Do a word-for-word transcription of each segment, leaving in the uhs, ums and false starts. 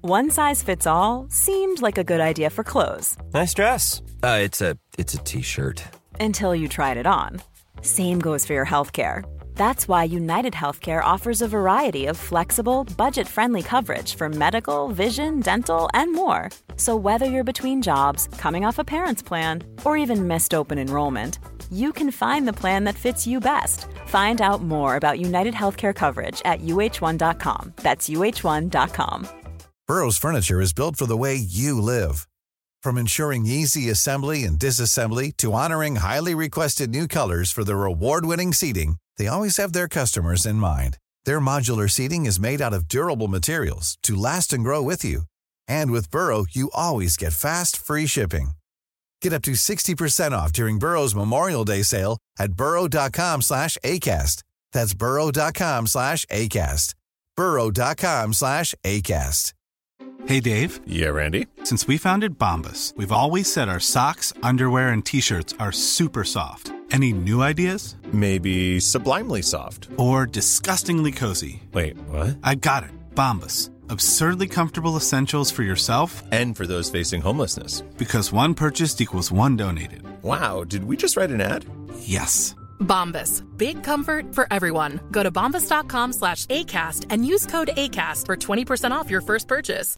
One size fits all seemed like a good idea for clothes. Nice dress. Uh, it's a it's a t-shirt. Until you tried it on. Same goes for your healthcare. That's why United Healthcare offers a variety of flexible, budget-friendly coverage for medical, vision, dental, and more. So whether you're between jobs, coming off a parent's plan, or even missed open enrollment, you can find the plan that fits you best. Find out more about United Healthcare coverage at U H one dot com. That's U H one dot com. Burrow's furniture is built for the way you live. From ensuring easy assembly and disassembly to honoring highly requested new colors for their award-winning seating, they always have their customers in mind. Their modular seating is made out of durable materials to last and grow with you. And with Burrow, you always get fast, free shipping. Get up to sixty percent off during Burrow's Memorial Day sale at burrow.com slash ACAST. That's burrow.com slash ACAST. burrow.com slash ACAST. Hey, Dave. Yeah, Randy. Since we founded Bombas, we've always said our socks, underwear, and T-shirts are super soft. Any new ideas? Maybe sublimely soft. Or disgustingly cozy. Wait, what? I got it. Bombas. Absurdly comfortable essentials for yourself and for those facing homelessness. Because one purchased equals one donated. Wow, did we just write an ad? Yes. Bombas. Big comfort for everyone. Go to bombas.com slash ACAST and use code ACAST for twenty percent off your first purchase.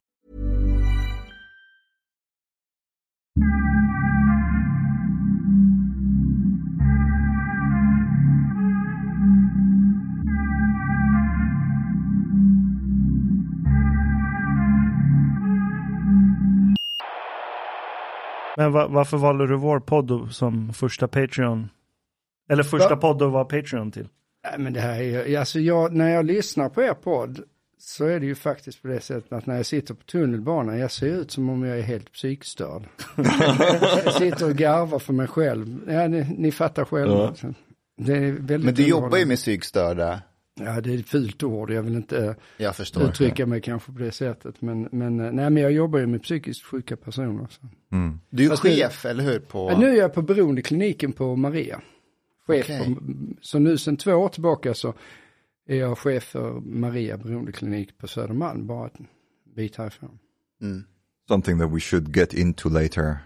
Men va- varför valde du vår podd som första Patreon? Eller första Va? podd att vara Patreon till? Nej, men det här är, alltså jag, när jag lyssnar på er podd så är det ju faktiskt på det sättet att när jag sitter på tunnelbanan, jag ser ut som om jag är helt psykstörd. Jag sitter och garvar för mig själv. Ja, ni, ni fattar själva. Ja. Det är väldigt men du jobbar ju med psykstörda. Ja, det är ett fult ord. Jag vill inte jag förstår uttrycka det. mig kanske på det sättet. Men, men, nej, men jag jobbar ju med psykiskt sjuka personer. Så. Mm. Du är Fast chef, nu, eller hur? På... Ja, nu är jag på beroendekliniken på Maria. Chef okay. på, så nu sedan två år tillbaka så är jag chef för Maria beroendeklinik på Södermalm. Bara en bit härifrån. Mm. Something that we should get into later.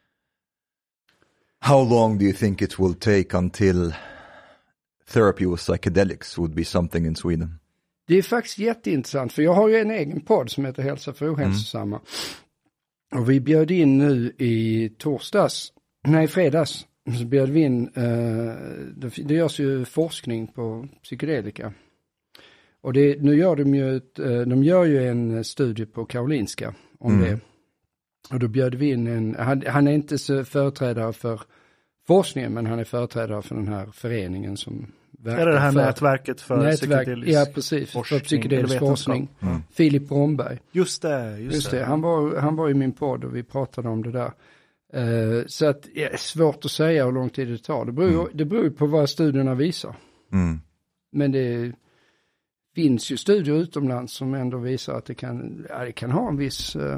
How long do you think it will take until therapy with psychedelics would be something in Sweden? Det är faktiskt jätteintressant, för jag har ju en egen podd som heter Hälsa för ohälsosamma. Mm. Och vi bjöd in nu i torsdags, nej fredags, så bjöd vi in, uh, det, det görs ju forskning på psykedelika. Och det, nu gör de ju, ett, uh, de gör ju en studie på Karolinska om mm. det. Och då bjöd vi in en, han, han är inte så företrädare för forskningen, men han är företrädare för den här föreningen som är det det här nätverket för nätverk, psykedelisk ja, precis, forskning? För psykedelisk forskning. Mm. Filip Bromberg. Just det, just, just det. det. Han var, han var i min podd och vi pratade om det där. Uh, så att det är svårt att säga hur lång tid det tar. Det beror, mm. det beror på vad studierna visar. Mm. Men det finns ju studier utomlands som ändå visar att det kan, ja, det kan ha en viss uh,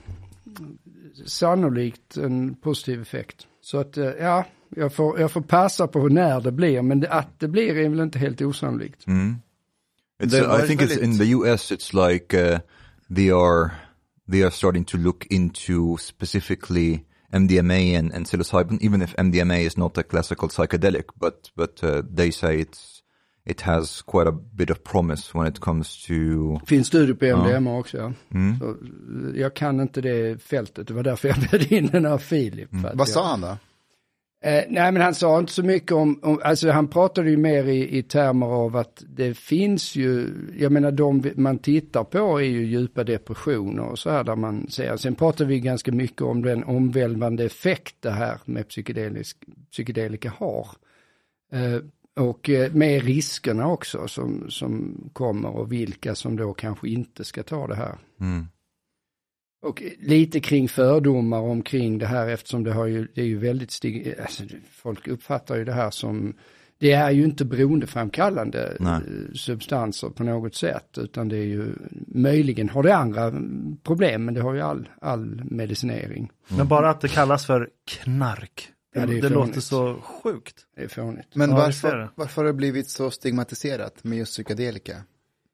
sannolikt en positiv effekt. Så att uh, ja, jag får, jag får passa på när det blir, men det, att det blir är väl inte helt osannolikt. Mm. It's, I think it's in the U S it's like uh, they are they are starting to look into specifically M D M A and, and psilocybin, even if M D M A is not a classical psychedelic, but but uh, they say it's it has quite a bit of promise when it comes to... Finns studier på M D M A ja. också, ja. Mm. Så jag kan inte det fältet, det var därför jag bjöd in den här Filip. Mm. Vad sa han då? Eh, nej, men han sa inte så mycket om, om alltså han pratade ju mer i, i termer av att det finns ju, jag menar de man tittar på är ju djupa depressioner och så här där man ser. Sen pratar vi ganska mycket om den omvälvande effekt det här med psykedelisk, psykedelika har. Eh, och med riskerna också som, som kommer och vilka som då kanske inte ska ta det här. Mm. Och lite kring fördomar omkring det här eftersom det, har ju, det är ju väldigt stig, alltså folk uppfattar ju det här som, det är ju inte beroendeframkallande Nej. substanser på något sätt utan det är ju, möjligen har det andra problem men det har ju all, all medicinering. Mm. Men bara att det kallas för knark, ja, det, det låter så sjukt. Det är fånigt. Men ja, varför, varför har det blivit så stigmatiserat med just psykedelika?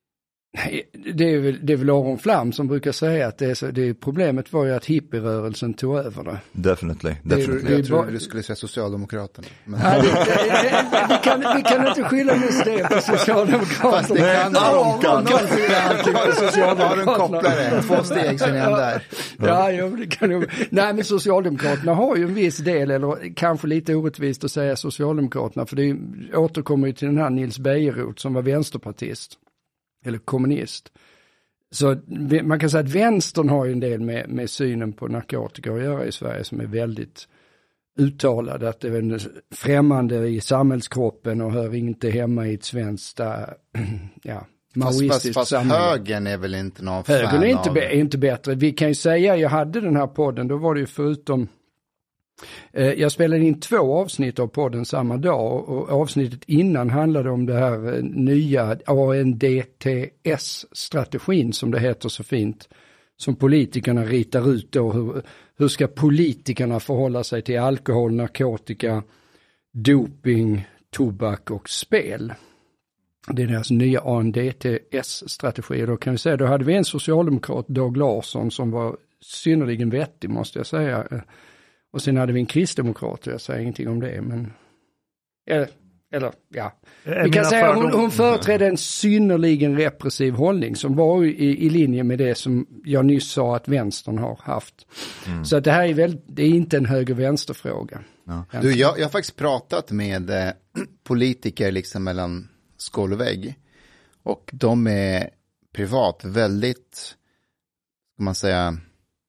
Det är väl, det är väl Aron Flam som brukar säga att det är så, det, problemet var ju att hippierörelsen tog över det. Definitely. definitely. Det, jag tror du skulle säga Socialdemokraterna. Men... Ja, det, det, det, vi, kan, vi kan inte skylla just det på Socialdemokraterna. Fast det kan ja, de. Man kan skylla allting på Socialdemokraterna. Har du en kopplare? Två steg sen igen där. Ja, ja det kan du. Nej, men Socialdemokraterna har ju en viss del, eller kanske lite orättvist att säga Socialdemokraterna, för det återkommer ju till den här Nils Bejerot som var vänsterpartist. Eller kommunist. Så man kan säga att vänstern har ju en del med, med synen på narkotika att göra i Sverige som är väldigt uttalad. Att det är främmande i samhällskroppen och hör inte hemma i ett svenskt ja, maoistiskt fast, fast, fast samhälle. högern är väl inte någon fan högern är inte, av... be, inte bättre. Vi kan ju säga, jag hade den här podden, då var det ju förutom jag spelade in två avsnitt av podden samma dag och avsnittet innan handlade om det här nya A N D T S-strategin som det heter så fint, som politikerna ritar ut då. Hur, hur ska politikerna förhålla sig till alkohol, narkotika, doping, tobak och spel? Det är deras nya A N D T S-strategi. Då kan vi säga, då hade vi en socialdemokrat, Dag Larsson, som var synnerligen vettig måste jag säga. Och sen hade vi en kristdemokrat, jag säger ingenting om det, men eller, eller ja. Vi kan säga hon, hon företrädde en synnerligen repressiv hållning som var i, i linje med det som jag nyss sa att vänstern har haft. Mm. Så att det här är väl, det är inte en höger-vänster-fråga. Ja. Du, jag, jag har faktiskt pratat med eh, politiker liksom mellan skål och vägg, och de är privat väldigt, ska man säga,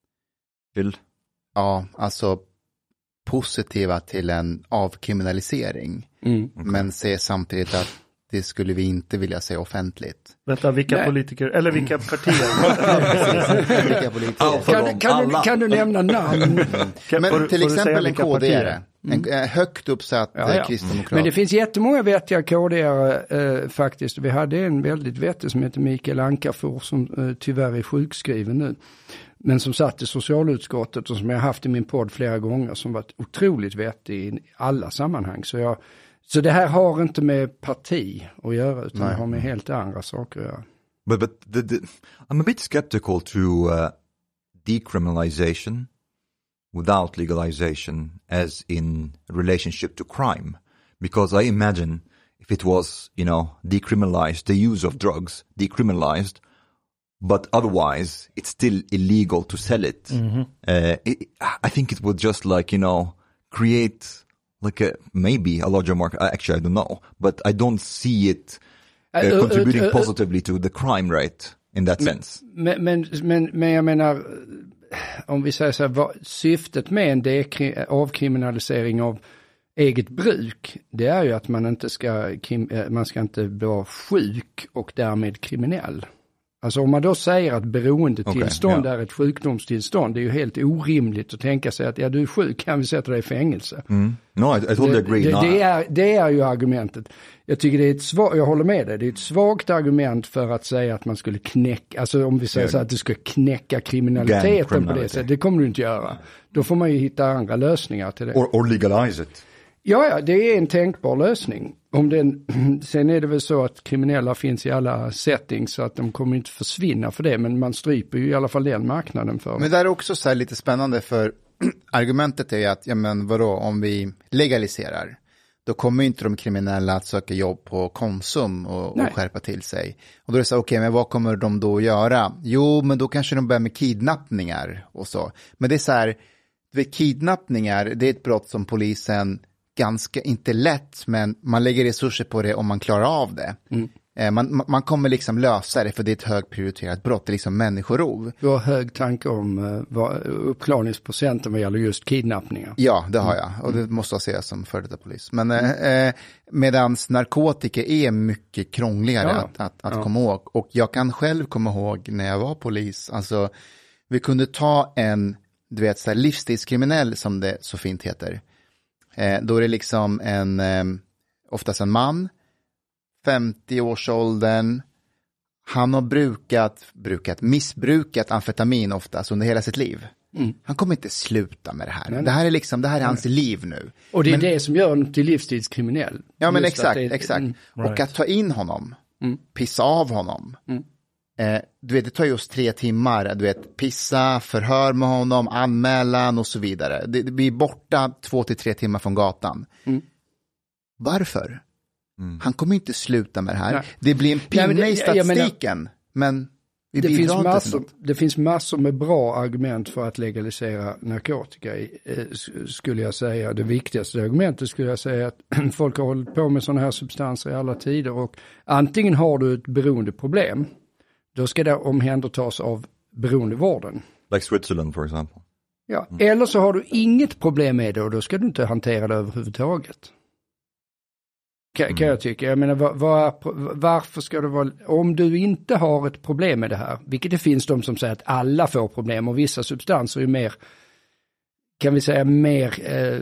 vill ja, alltså positiva till en avkriminalisering. Mm. Okay. Men säger samtidigt att det skulle vi inte vilja säga offentligt. Vänta, vilka Nej. politiker, eller vilka partier? vilka politiker? Kan, kan, du, kan du nämna namn? Mm. Men får, till får exempel en K D-are. Mm. En högt uppsatt ja, ja. kristdemokrat. Men det finns jättemånga vettiga K D-are eh, faktiskt. Vi hade en väldigt vettig som heter Mikael Ankarfor som eh, tyvärr är sjukskriven nu. Men som satt i socialutskottet och som jag har haft i min podd flera gånger, som varit otroligt vettig i alla sammanhang. Så, jag, så det här har inte med parti att göra, utan Nej. det har med helt andra saker att göra. But, but the, the, I'm a bit skeptical to uh, decriminalization without legalization as in relationship to crime. Because I imagine if it was, you know, decriminalized, the use of drugs, decriminalized, but otherwise it's still illegal to sell it. Mm-hmm. Uh, it, I think it would just like, you know, create like a, maybe a larger market. Actually, I don't know, but I don't see it uh, uh, contributing uh, uh, positively to the crime rate in that men, sense. Men, men, men, men jag menar, om vi säger så här, vad, syftet med en dekri- avkriminalisering av eget bruk, det är ju att man inte ska, man ska inte vara sjuk och därmed kriminell. Alltså om man då säger att beroendetillstånd okay, yeah. är ett sjukdomstillstånd, det är ju helt orimligt att tänka sig att ja, du är sjuk, kan vi sätta dig i fängelse. Mm. No, I, I totally agree. Det, no. det, är, det är ju argumentet. Jag tycker det är ett svagt, jag håller med dig, det är ett svagt argument för att säga att man skulle knäcka, alltså om vi säger yeah. så att du ska knäcka kriminaliteten på det sättet, det kommer du inte göra. Då får man ju hitta andra lösningar till det. Or, or legalize it. Ja, ja, det är en tänkbar lösning. Om den, sen är det väl så att kriminella finns i alla settings så att de kommer inte försvinna för det. Men man stryper ju i alla fall den marknaden för. Men det är också så här lite spännande, för argumentet är ju att, ja men vadå, om vi legaliserar, då kommer inte de kriminella att söka jobb på Konsum och, och skärpa till sig. Och då är det så okej, okay, men vad kommer de då göra? Jo, men då kanske de börjar med kidnappningar och så. Men det är så här, vid kidnappningar, det är ett brott som polisen ganska, inte lätt, men man lägger resurser på det om man klarar av det. Mm. Eh, man, man kommer liksom lösa det, för det är ett högprioriterat brott, det är liksom människorov. Du har hög tanke om uh, vad, uppklarningsprocenten vad gäller just kidnappningar. Ja, det har jag, och det måste jag säga som före detta polis. Men mm. eh, medans narkotika är mycket krångligare ja. att, att, att ja. komma ihåg. Och jag kan själv komma ihåg när jag var polis, alltså vi kunde ta en, du vet, så här livstidskriminell som det så fint heter. Eh, då är det liksom en, eh, oftast en man, femtio-årsåldern. Han har brukat, brukat, missbrukat amfetamin oftast under hela sitt liv. Mm. Han kommer inte sluta med det här. Nej, det här är liksom, det här är hans nej. liv nu. Och det är men, det som gör honom till livstidskriminell. Ja, men exakt, är, exakt. Mm, right. Och att ta in honom, mm. pissa av honom, mm. Eh, du vet, det tar just tre timmar, du vet, pissa, förhör med honom, anmälan och så vidare. Det, det blir borta två till tre timmar från gatan. Mm. Varför? Mm. Han kommer inte sluta med det här. Nej. Det blir en pinne Nej, det, i statistiken, menar, men vi det finns, massor, det finns massor med bra argument för att legalisera narkotika, eh, skulle jag säga. Det viktigaste argumentet skulle jag säga att folk har hållit på med sådana här substanser i alla tider, och antingen har du ett beroendeproblem, då ska det omhändertas av beroendevården. Like Switzerland, for example. Ja, mm. Eller så har du inget problem med det, och då ska du inte hantera det överhuvudtaget. Kan, mm. kan jag tycka. Jag menar, var, var, varför ska det vara... Om du inte har ett problem med det här, vilket det finns de som säger att alla får problem, och vissa substanser är mer, kan vi säga, mer eh,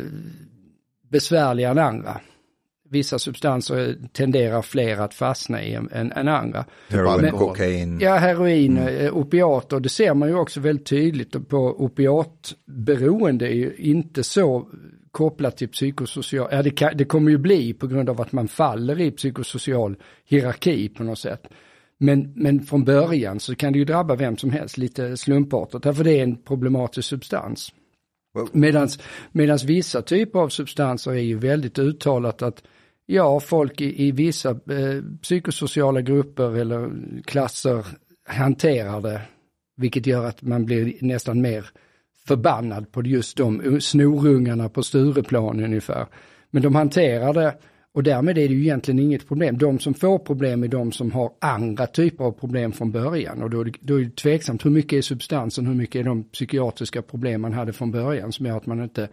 besvärliga än andra. Vissa substanser tenderar fler att fastna i än, än andra. Heroin, Men, kokain. Ja, heroin, mm. opiater. Det ser man ju också väldigt tydligt på. Opiatberoende är ju inte så kopplat till psykosocial... Ja, det, kan, det kommer ju bli på grund av att man faller i psykosocial hierarki på något sätt. Men, men från början så kan det ju drabba vem som helst lite slumpartat. Därför det är en problematisk substans. Medans, medans vissa typer av substanser är ju väldigt uttalat att ja, folk i, i vissa eh, psykosociala grupper eller klasser hanterar det, vilket gör att man blir nästan mer förbannad på just de snorungarna på Stureplan ungefär. Men de hanterar det, och därmed är det ju egentligen inget problem. De som får problem är de som har andra typer av problem från början, och då är det, då är det tveksamt hur mycket är substansen, hur mycket är de psykiatriska problem man hade från början som gör att man inte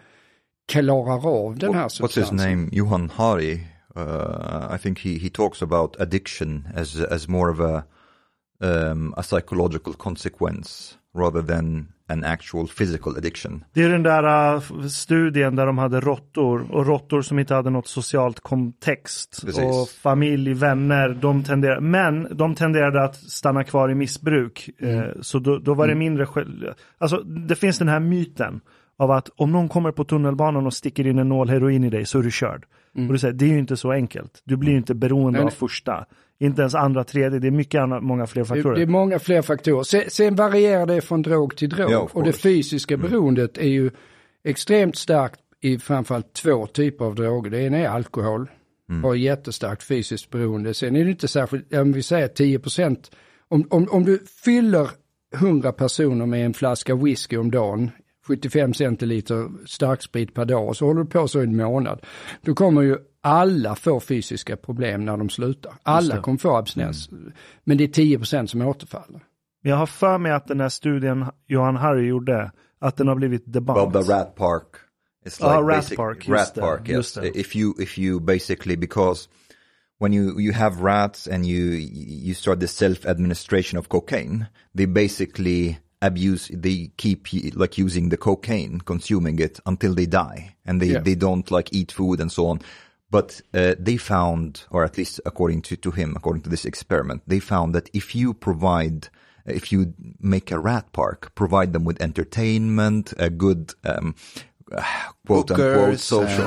klarar av den här substansen. What's his name? Johan Hari. Uh, I think he, he talks about addiction as, as more of a, um, a psychological consequence rather than an actual physical addiction. Det är den där uh, studien där de hade råttor, och råttor som inte hade något socialt kontext. Precis. Och familj, vänner, de tenderar, men de tenderade att stanna kvar i missbruk. Mm. Uh, så då, då var det mindre själv... Alltså det finns den här myten av att om någon kommer på tunnelbanan och sticker in en nål heroin i dig så är du körd. Mm. Och du säger, det är ju inte så enkelt. Du blir ju inte beroende Nej. av första. Inte ens andra, tredje. Det är mycket andra, många fler faktorer. Det, det är många fler faktorer. Sen, sen varierar det från drog till drog. Ja, och det fysiska mm. beroendet är ju extremt starkt i framförallt två typer av droger. Det ena är alkohol. Mm. Har jättestarkt fysiskt beroende. Sen är det inte särskilt, om vi säger tio procent. Om, om, om du fyller hundra personer med en flaska whisky om dagen, sjuttiofem centiliter starksprit per dag, och så håller du på så en månad, då kommer ju alla få fysiska problem när de slutar. Alla kommer få abstinens. Mm. Men det är tio procent som återfaller. Jag har för mig att den här studien Johan Hari gjorde, att den har blivit debunked. Well, the Rat Park. It's like ah, Rat Park. Rat Park, yes. If you, if you basically, because when you, you have rats and you, you start the self-administration of cocaine, they basically abuse, they keep like using the cocaine, consuming it until they die, and they, yeah. they don't like eat food and so on. But uh, they found, or at least according to, to him, according to this experiment, they found that if you provide, if you make a rat park, provide them with entertainment, a good um, quote unquote social,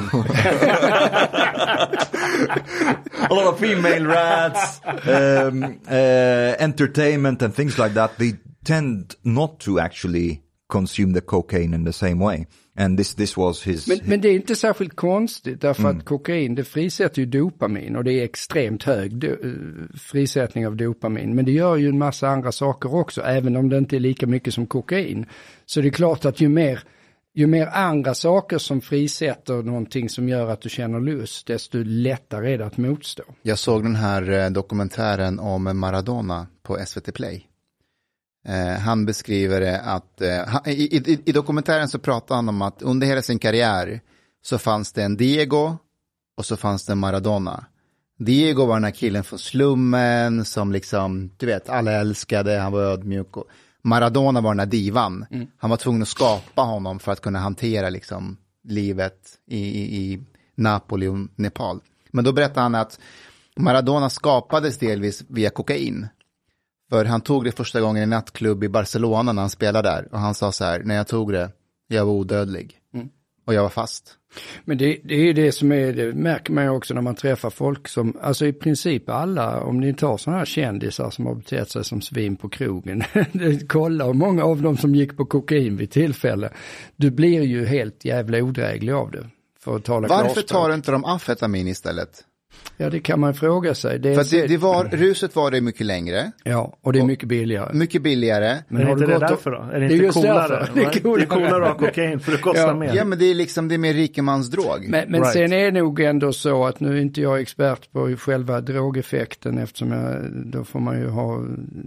a lot of female rats, um, uh, entertainment and things like that, they tend not to actually consume the cocaine in the same way. And this, this was his... Men, men det är inte särskilt konstigt, därför mm. att kokain, det frisätter ju dopamin, och det är extremt hög do, frisättning av dopamin. Men det gör ju en massa andra saker också, även om det inte är lika mycket som kokain. Så det är klart att ju mer, ju mer andra saker som frisätter någonting som gör att du känner lust, desto lättare är det att motstå. Jag såg den här dokumentären om Maradona på S V T Play. Eh, han beskriver det att eh, i, i, i dokumentären så pratar han om att under hela sin karriär så fanns det en Diego och så fanns det en Maradona. Diego var den här killen från slummen som liksom, du vet, alla älskade, han var ödmjuk. Och Maradona var den här divan. Mm. Han var tvungen att skapa honom för att kunna hantera liksom livet i, i, i Napoli och Nepal. Men då berättar han att Maradona skapades delvis via kokain. För han tog det första gången i en nattklubb i Barcelona när han spelade där. Och han sa så här, när jag tog det, jag var odödlig. Mm. och jag var fast. Men det, det är ju det som är, det märker man ju också när man träffar folk som, alltså i princip alla, om ni tar sådana här kändisar som har betett sig som svin på krogen, kolla och många av dem som gick på kokain vid tillfälle, du blir ju helt jävla odräglig av det. För att tala Varför klarspråk. tar inte de amfetamin istället? Ja, det kan man fråga sig. Det, För att det, det var, ruset var det mycket längre. Ja, och det är mycket billigare. Mycket billigare. Men är det inte det därför då? Är det, det inte coolare? Det är coolare. Det är coolare att ha kokain för det kostar ja. mer. Ja, men det är liksom, det är mer rikemansdrog. Men, men right. sen är det nog ändå så att nu är inte jag expert på själva drogeffekten, eftersom jag, då får man ju ha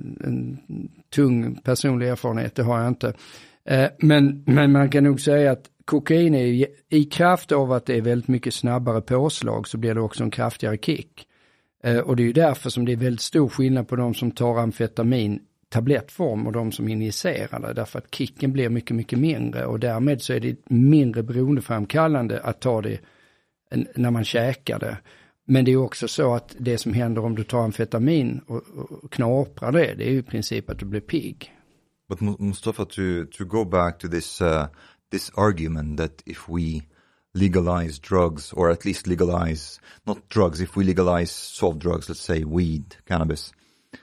en tung personlig erfarenhet, det har jag inte. Men, men man kan nog säga att kokain är ju, i kraft av att det är väldigt mycket snabbare påslag, så blir det också en kraftigare kick. Eh, och det är ju därför som det är väldigt stor skillnad på de som tar amfetamin tablettform och de som injicerar det. Därför att kicken blir mycket, mycket mindre, och därmed så är det mindre beroendeframkallande att ta det en, när man käkar det. Men det är också så att det som händer om du tar amfetamin och, och knaprar det, det är ju i princip att du blir pigg. But Mustafa, to, to go back to this... Uh... this argument that if we legalize drugs, or at least legalize, not drugs, if we legalize soft drugs, let's say weed, cannabis,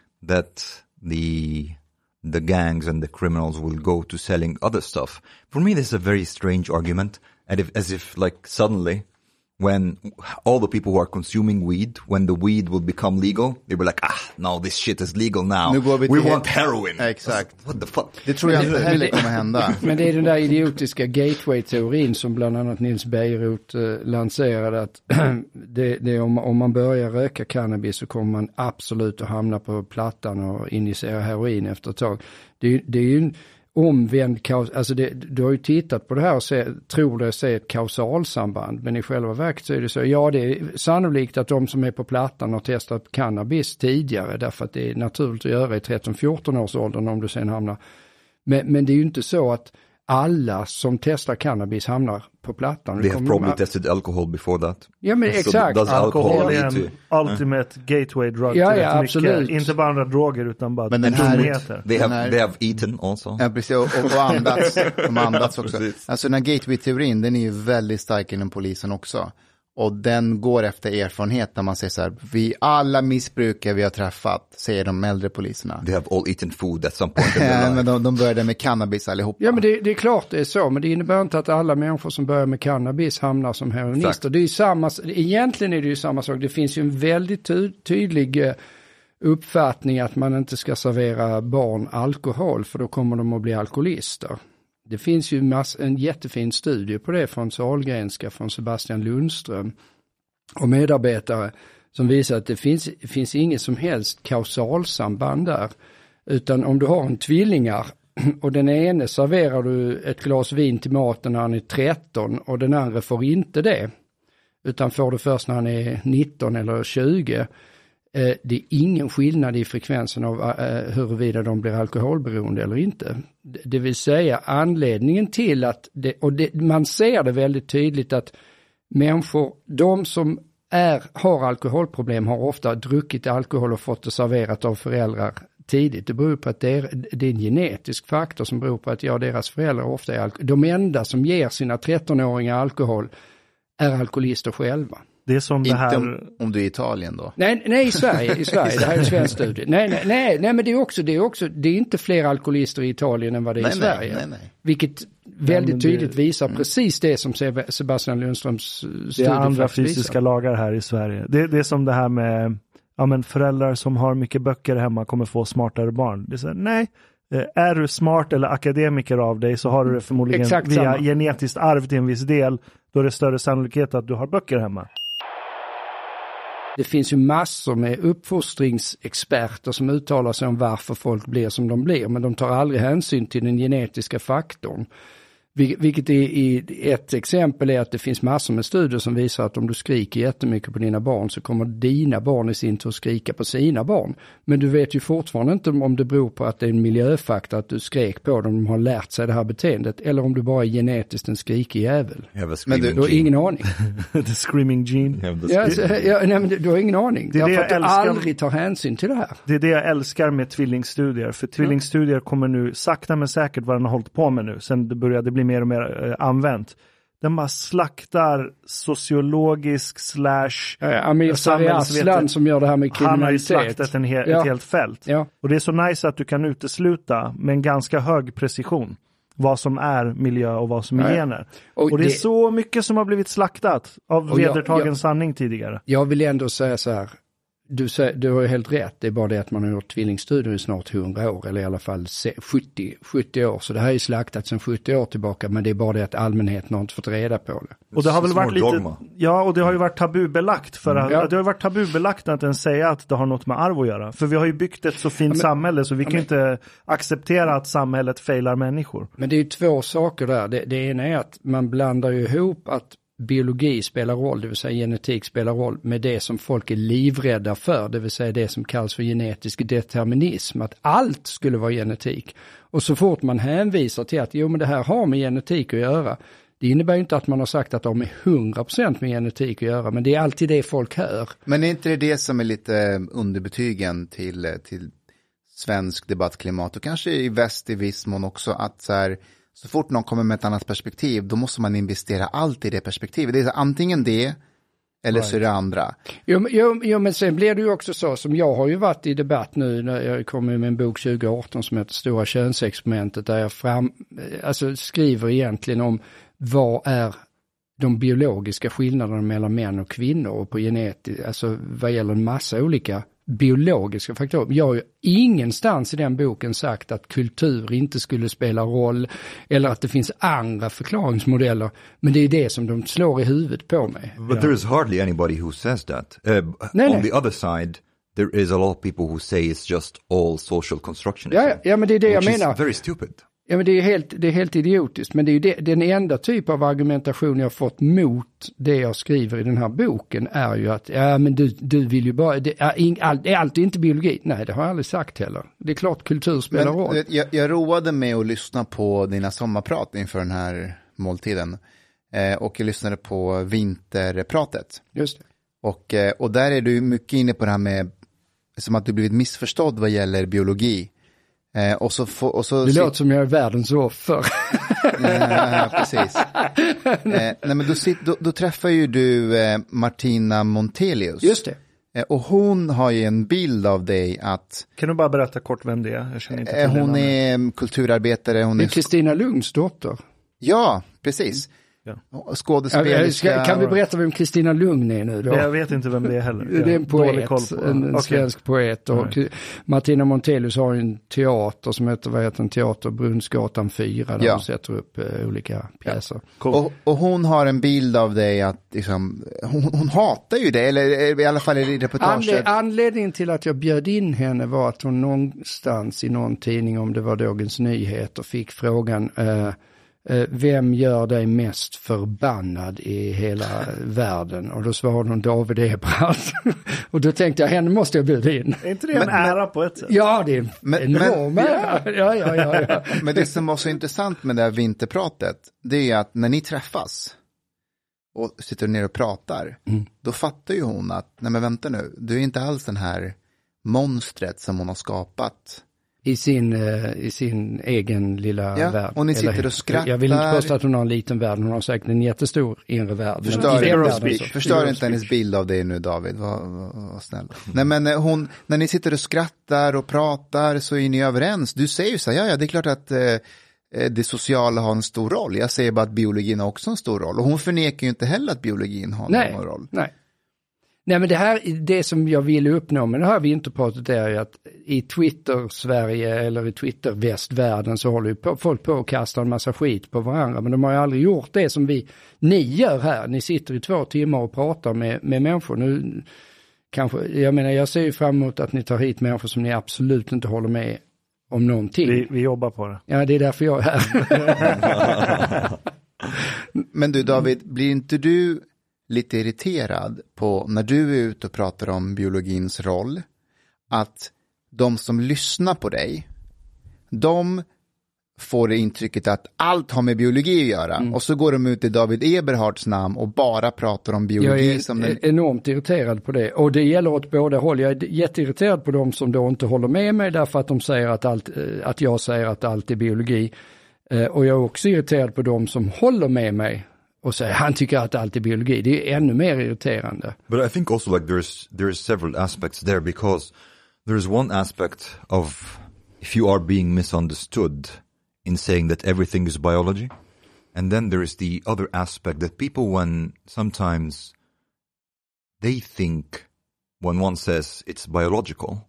that the the gangs and the criminals will go to selling other stuff. For me, this is a very strange argument, and if, as if like suddenly, when all the people who are consuming weed, when the weed will become legal, they were like, ah, no, this shit is legal now. Nu går vi we till want heroin. Exakt. What the fuck? Det tror jag inte heller kommer hända. Men det är den där idiotiska gateway-teorin som bland annat Nils Bejerot eh, lanserade, att det, det är om, om man börjar röka cannabis så kommer man absolut att hamna på plattan och injicera heroin efter ett tag. Det, det är ju en omvänd kaus, alltså det, du har ju tittat på det här och se, tror det ser ett kausalsamband, men i själva verket så är det så, ja, det är sannolikt att de som är på plattan har testat cannabis tidigare, därför att det är naturligt att göra i tretton fjorton års åldern om du sen hamnar, men, men det är ju inte så att alla som testar cannabis hamnar på plattan. They have probably ma- tested alcohol before that. Ja, men so exakt. Does alcohol, alcohol är en to... ultimate gateway drug. Ja, till ja, mycket. absolut. Inte bara andra droger utan bara men den här, they have, här, they have eaten also. Ja, precis. Och, och andats, de andats också. Alltså den här gateway-teorin, den är ju väldigt stark inom polisen också. Och den går efter erfarenhet när man säger så här, vi alla missbrukare vi har träffat, säger de äldre poliserna. They have all eaten food at some point in their Ja, life. men de, de började med cannabis allihopa. Ja, men det, det är klart det är så, men det innebär inte att alla människor som börjar med cannabis hamnar som heroinister. Exakt. Det är ju samma, egentligen är det ju samma sak. Det finns ju en väldigt ty- tydlig eh, uppfattning att man inte ska servera barn alkohol, för då kommer de att bli alkoholister. Det finns ju mass, en jättefin studie på det från Sahlgrenska, från Sebastian Lundström och medarbetare, som visar att det finns, finns inget som helst kausalsamband där. Utan om du har en tvillingar och den ene serverar du ett glas vin till maten när han är tretton och den andra får inte det, utan får det först när han är nitton eller tjugo. Det är ingen skillnad i frekvensen av uh, huruvida de blir alkoholberoende eller inte. Det vill säga anledningen till att, det, och det, man ser det väldigt tydligt att människor, de som är, har alkoholproblem har ofta druckit alkohol och fått det serverat av föräldrar tidigt. Det beror på att det är, det är en genetisk faktor som beror på att ja, deras föräldrar ofta är alkohol. De enda som ger sina tretton-åringar alkohol är alkoholister själva. Det är som det här... Inte om, om du är i Italien då? Nej, nej, i Sverige, i Sverige. Det här är en svensk studie. Nej, nej, nej, nej, men det är också, det är också, det är inte fler alkoholister i Italien än vad det är nej, i Sverige. Nej, nej, nej. Vilket väldigt nej, tydligt det, visar mm. precis det som Sebastian Lundströms studie. Det är andra fysiska visar. lagar här i Sverige. Det, det är som det här med, ja, men föräldrar som har mycket böcker hemma kommer få smartare barn. Det är så här, nej. Är du smart eller akademiker av dig så har du det förmodligen Exakt via samma. genetiskt arv till en viss del. Då är det större sannolikhet att du har böcker hemma. Det finns ju massor med uppfostringsexperter som uttalar sig om varför folk blir som de blir, men de tar aldrig hänsyn till den genetiska faktorn. Vilket är ett exempel är att det finns massor med studier som visar att om du skriker jättemycket på dina barn så kommer dina barn i sin tur skrika på sina barn. Men du vet ju fortfarande inte om det beror på att det är en miljöfaktor att du skrek på dem, de har lärt sig det här beteendet, eller om du bara är genetiskt en skrikig jävel. Men du, du har ingen aning. The screaming gene. Ja, alltså, ja, nej, men du har ingen aning. Det är det för att jag du älskar... aldrig tar hänsyn till det här. Det är det jag älskar med tvillingstudier. För tvillingstudier kommer nu sakta men säkert vad den har hållit på med nu. Sen det började bli mer och mer eh, använt. Den bara slaktar sociologisk slash ja, Amir Sariaslan som gör det här med kriminalitet. Han har ju slaktat en he- ja. ett helt fält. Ja. Och det är så nice att du kan utesluta med en ganska hög precision vad som är miljö och vad som är ja. gener. Och, och det är det... så mycket som har blivit slaktat av vedertagen jag, jag, sanning tidigare. Jag vill ändå säga så här. Du, säger, du har ju helt rätt, det är bara det att man har gjort tvillingstudier i snart hundra år, eller i alla fall sjuttio, sjuttio år. Så det här är slaktat sedan sjuttio år tillbaka, men det är bara det att allmänheten har inte fått reda på det. Och det har väl varit lite, ja, och det har ju varit tabubelagt för att, mm, ja. det har varit tabubelagt att ens säga att det har något med arv att göra. För vi har ju byggt ett så fint ja, men, samhälle så vi ja, kan men, inte acceptera att samhället failar människor. Men det är ju två saker där. Det, det ena är att man blandar ju ihop att biologi spelar roll, det vill säga genetik spelar roll, med det som folk är livrädda för, det vill säga det som kallas för genetisk determinism, att allt skulle vara genetik. Och så fort man hänvisar till att jo men det här har med genetik att göra, det innebär ju inte att man har sagt att de är hundra procent med genetik att göra, men det är alltid det folk hör. Men är inte det det som är lite underbetygen till, till svensk debattklimat och kanske i väst i viss mån också, att så här, så fort någon kommer med ett annat perspektiv, då måste man investera allt i det perspektivet. Det är antingen det, eller right. så är det andra. Jo, jo, jo, men sen blir det ju också så, som jag har ju varit i debatt nu, när jag kommer med en bok tjugo arton som heter Stora könsexperimentet, där jag fram, alltså skriver egentligen om vad är de biologiska skillnaderna mellan män och kvinnor och på genetik, alltså vad gäller en massa olika biologiska faktorer. Jag har ju ingenstans i den boken sagt att kultur inte skulle spela roll eller att det finns andra förklaringsmodeller, men det är det som de slår i huvudet på mig. But yeah. there is hardly anybody who says that. Uh, nej, on nej. the other side, there is a lot of people who say it's just all social constructionism. Ja, ja, men det är det jag menar. Very stupid. Ja, men det är helt, det är helt idiotiskt, men det är ju det, den enda typ av argumentation jag har fått mot det jag skriver i den här boken är ju att ja, men du, du vill ju bara, det är, in, all, är allt inte biologi. Nej, det har jag aldrig sagt heller. Det är klart kultur spelar men, roll. Jag, jag roade med att lyssna på dina sommarprat inför den här måltiden eh, och jag lyssnade på vinterpratet. Just det. Och, eh, och där är du mycket inne på det här med som att du blivit missförstådd vad gäller biologi. Eh, och så få, och så det låter som jag är världens offer. Ja, precis. Eh, nej, men då, sit, då, då träffar ju du eh, Martina Montelius. Just det. Eh, och hon har ju en bild av dig att... Kan du bara berätta kort vem det är? Jag känner inte eh, hon är kulturarbetare. Hon det är Kristina Lunds dotter. Ja, precis. Ja. Skådespelerska. Ja, kan vi berätta vem Kristina Lugn är nu då? Jag vet inte vem det är heller. Det är en poet, en, en okay. svensk poet. Och right. Martina Montelius har en teater som heter, vad heter en teater? Brunnsgatan fyra, där ja. hon sätter upp uh, olika pjäser. Ja. Cool. Och, och hon har en bild av dig att liksom, hon, hon hatar ju det, eller i alla fall i reportaget. Anled, anledningen till att jag bjöd in henne var att hon någonstans i någon tidning, om det var Dagens Nyheter, fick frågan... Uh, vem gör dig mest förbannad i hela världen? Och då svarade hon David Ebrard. Och då tänkte jag, henne måste jag bjuda in. Är inte det en men, ära på ett sätt? Ja, det är en men, enorm men, ära. Ja, ja, ja, ja. Men det som var så intressant med det här vinterpratet, det är att när ni träffas och sitter ner och pratar, mm. då fattar ju hon att, nej men vänta nu, du är inte alls den här monstret som hon har skapat. I sin, uh, i sin egen lilla ja, värld. Och ni sitter och skrattar. Jag vill inte påstå att hon har en liten värld. Hon har säkert en jättestor inre värld. Förstör, förstör inte hennes bild av dig nu, David. Var, var, var snäll. Nej, men hon, när ni sitter och skrattar och pratar så är ni överens. Du säger ju så här, ja, ja, det är klart att eh, det sociala har en stor roll. Jag säger bara att biologin har också en stor roll. Och hon förnekar ju inte heller att biologin har nej, någon roll. Nej, Nej, men det här, det som jag vill uppnå med det här vinterpratet är ju att i Twitter-Sverige eller i Twitter-västvärlden så håller ju på, folk på att kasta en massa skit på varandra. Men de har ju aldrig gjort det som vi, ni gör här. Ni sitter i två timmar och pratar med, med människor. Nu kanske, jag menar, jag ser ju fram emot att ni tar hit människor som ni absolut inte håller med om någonting. Vi, vi jobbar på det. Ja, det är därför jag är här. Men du, David, blir inte du lite irriterad på när du är ute och pratar om biologins roll, att de som lyssnar på dig, de får det intrycket att allt har med biologi att göra, mm. och så går de ut i David Eberhards namn och bara pratar om biologi. Jag är som den... enormt irriterad på det, och det gäller åt båda håll. Jag är jätteirriterad på de som då inte håller med mig därför att de säger att, allt, att jag säger att allt är biologi, och jag är också irriterad på de som håller med mig och säger han tycker att allt är biologi. Det är ännu mer irriterande. But I think also like there's there's several aspects there, because there's one aspect of if you are being misunderstood in saying that everything is biology, and then there is the other aspect that people, when sometimes they think when one says it's biological,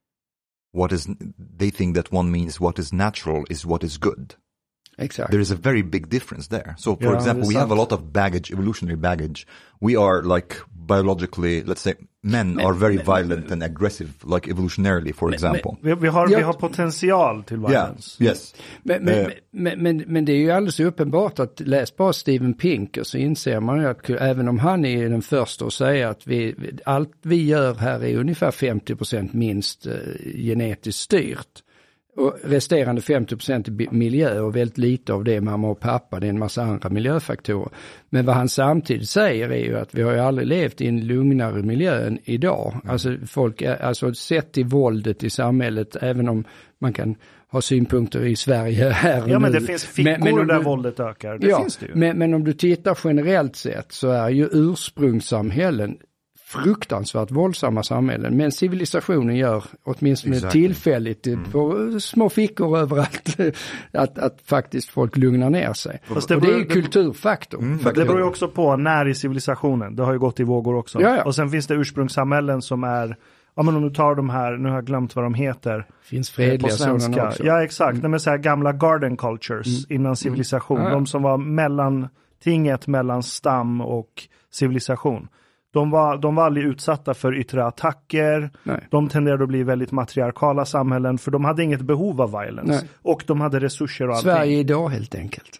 what is they think that one means what is natural is what is good. Exactly. There is a very big difference there. So, for yeah, example, we have a lot of baggage, evolutionary baggage. We are like biologically, let's say, men men, are very men, violent men, and aggressive, like evolutionarily, for men, example. Vi, vi, har, vi har potential till violence. Yeah, yes. Men, men, uh, men, men, men det är ju alldeles uppenbart att läs bara Steven Pinker så inser man ju att även om han är den första att säga att vi, allt vi gör här är ungefär femtio procent minst uh, genetiskt styrt. Och resterande femtio procent miljö och väldigt lite av det mamma och pappa, det är en massa andra miljöfaktorer. Men vad han samtidigt säger är ju att vi har ju aldrig levt i en lugnare miljö än idag. Mm. Alltså folk, alltså sett i våldet i samhället, även om man kan ha synpunkter i Sverige här och Ja, men nu. det finns fickor men, men där du, våldet ökar. Det ja, finns det ju. Men, men om du tittar generellt sett så är ju ursprungssamhällen fruktansvärt våldsamma samhällen, men civilisationen gör åtminstone exactly. tillfälligt mm. på små fickor överallt att, att faktiskt folk lugnar ner sig. Fast det och beror, det är ju kulturfaktor. Mm, det beror ju också på när i civilisationen. Det har ju gått i vågor också. Ja, ja. Och sen finns det ursprungssamhällen som är, ja men om du tar de här, nu har jag glömt vad de heter. Finns fredliga på svenska. Sådana också. Ja, exakt. Mm. De är så här gamla garden cultures mm. innan civilisation. Mm. Ja, ja. De som var mellan tinget mellan stam och civilisation. De var, de var aldrig utsatta för yttre attacker. Nej. De tenderade att bli väldigt matriarkala samhällen. För de hade inget behov av violence. Nej. Och de hade resurser och allting. Sverige idag helt enkelt.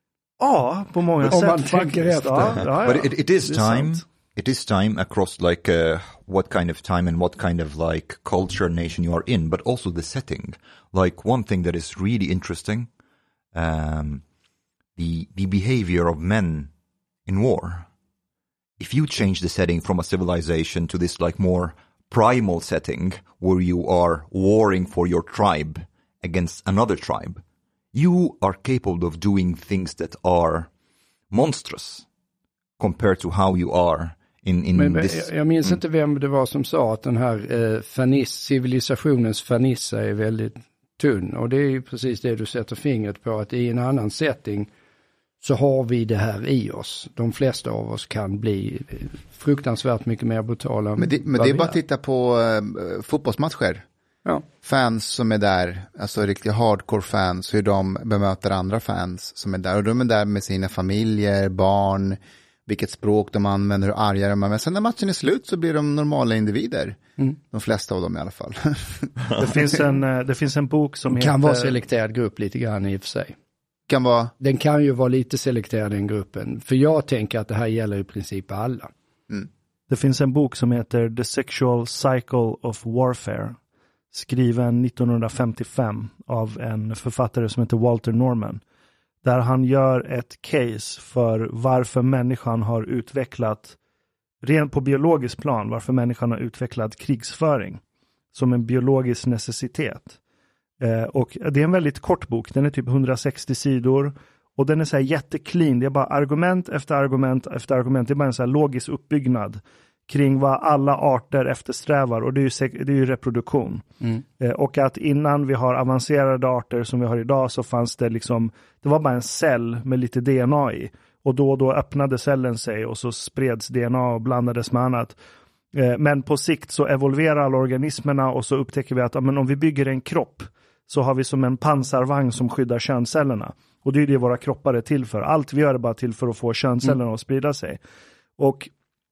Ja, på många Om sätt. Om man tänker efter. Ja, ja, ja. But it, it is time. It is time across like uh, what kind of time and what kind of like culture nation you are in. But also the setting. Like one thing that is really interesting. Um, the, the behavior of men in war. If you change the setting from a civilization to this like more primal setting where you are warring for your tribe against another tribe, you are capable of doing things that are monstrous compared to how you are in, in men, this. Jag minns mm. inte vem det var som sa att den här eh, fanis, civilisationens fanissa är väldigt tunn. Och det är ju precis det du sätter fingret på, att i en annan setting så har vi det här i oss. De flesta av oss kan bli fruktansvärt mycket mer brutala. Men det, men det är bara att titta på uh, fotbollsmatcher. Ja. Fans som är där, alltså riktiga hardcore fans, hur de bemöter andra fans som är där. Och de är där med sina familjer, barn, vilket språk de använder, hur arga de är. Men sen när matchen är slut så blir de normala individer. Mm. De flesta av dem i alla fall. det, finns en, det finns en bok som kan heter... Kan vara selekterad grupp lite grann i och för sig. Kan vara... Den kan ju vara lite selekterad i den gruppen. För jag tänker att det här gäller i princip alla. Mm. Det finns en bok som heter The Sexual Cycle of Warfare. Skriven nittonhundrafemtiofem av en författare som heter Walter Norman. Där han gör ett case för varför människan har utvecklat, rent på biologiskt plan, varför människan har utvecklat krigsföring som en biologisk necessitet. Eh, och det är en väldigt kort bok, den är typ hundrasextio sidor och den är så här jätteklin, det är bara argument efter argument efter argument, det är bara en så här logisk uppbyggnad kring vad alla arter eftersträvar, och det är ju, det är ju reproduktion. Mm. Eh, och att innan vi har avancerade arter som vi har idag så fanns det liksom, det var bara en cell med lite D N A i, och då och då öppnade cellen sig och så spreds D N A och blandades med annat. Eh, men på sikt så evolverar alla organismerna och så upptäcker vi att ja, men om vi bygger en kropp så har vi som en pansarvagn som skyddar könscellerna. Och det är det våra kroppar är till för. Allt vi gör är bara till för att få könscellerna mm. att sprida sig. Och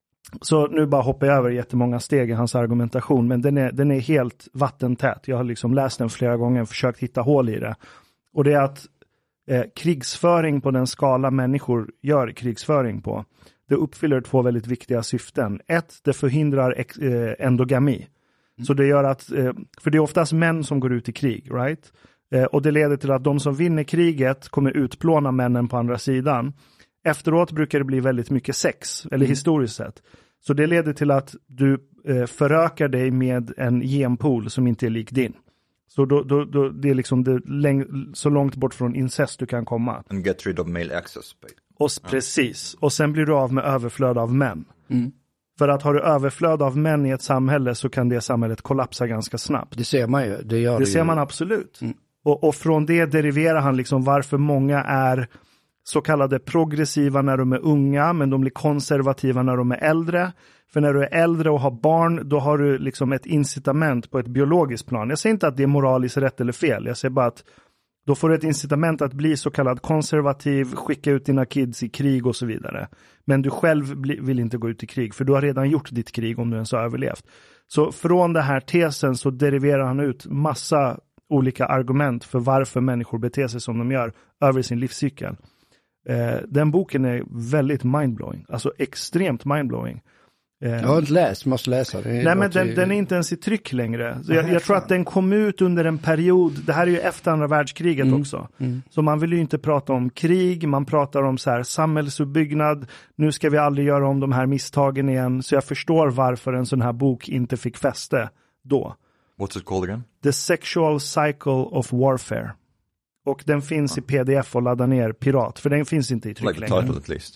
så nu bara hoppar jag över jättemånga steg i hans argumentation, men den är, den är helt vattentät. Jag har liksom läst den flera gånger och försökt hitta hål i det. Och det är att eh, krigsföring på den skala människor gör krigsföring på, det uppfyller två väldigt viktiga syften. Ett, det förhindrar ex, eh, endogami. Mm. Så det gör att, eh, för det är oftast män som går ut i krig, right? Eh, och det leder till att de som vinner kriget kommer utplåna männen på andra sidan. Efteråt brukar det bli väldigt mycket sex, eller mm. historiskt sett. Så det leder till att du eh, förökar dig med en genpool som inte är lik din. Så då, då, då, det är liksom det läng- så långt bort från incest du kan komma. And get rid of male access. Och, ja. Precis. Och sen blir du av med överflöd av män. Mm. För att har du överflöd av män i ett samhälle så kan det samhället kollapsa ganska snabbt. Det ser man ju. Det, gör det, det ser ju. man absolut. Mm. Och, och från det deriverar han liksom varför många är så kallade progressiva när de är unga, men de blir konservativa när de är äldre. För när du är äldre och har barn, då har du liksom ett incitament på ett biologiskt plan. Jag säger inte att det är moraliskt rätt eller fel. Jag säger bara att då får du ett incitament att bli så kallad konservativ, skicka ut dina kids i krig och så vidare. Men du själv bli, vill inte gå ut i krig, för du har redan gjort ditt krig om du ens har överlevt. Så från den här tesen så deriverar han ut massa olika argument för varför människor beter sig som de gör över sin livscykel. Eh, den boken är väldigt mindblowing, alltså extremt mindblowing. Jag har inte läst, måste läsa. Det Nej, men den, i... den är inte ens i tryck längre. Så jag, jag tror att den kom ut under en period, det här är ju efter andra världskriget mm. också. Mm. Så man vill ju inte prata om krig, man pratar om så här samhällsuppbyggnad. Nu ska vi aldrig göra om de här misstagen igen. Så jag förstår varför en sån här bok inte fick fäste då. What's it called again? The Sexual Cycle of Warfare. Och den finns oh. i pdf och ladda ner pirat, för den finns inte i tryck like längre. Title at least.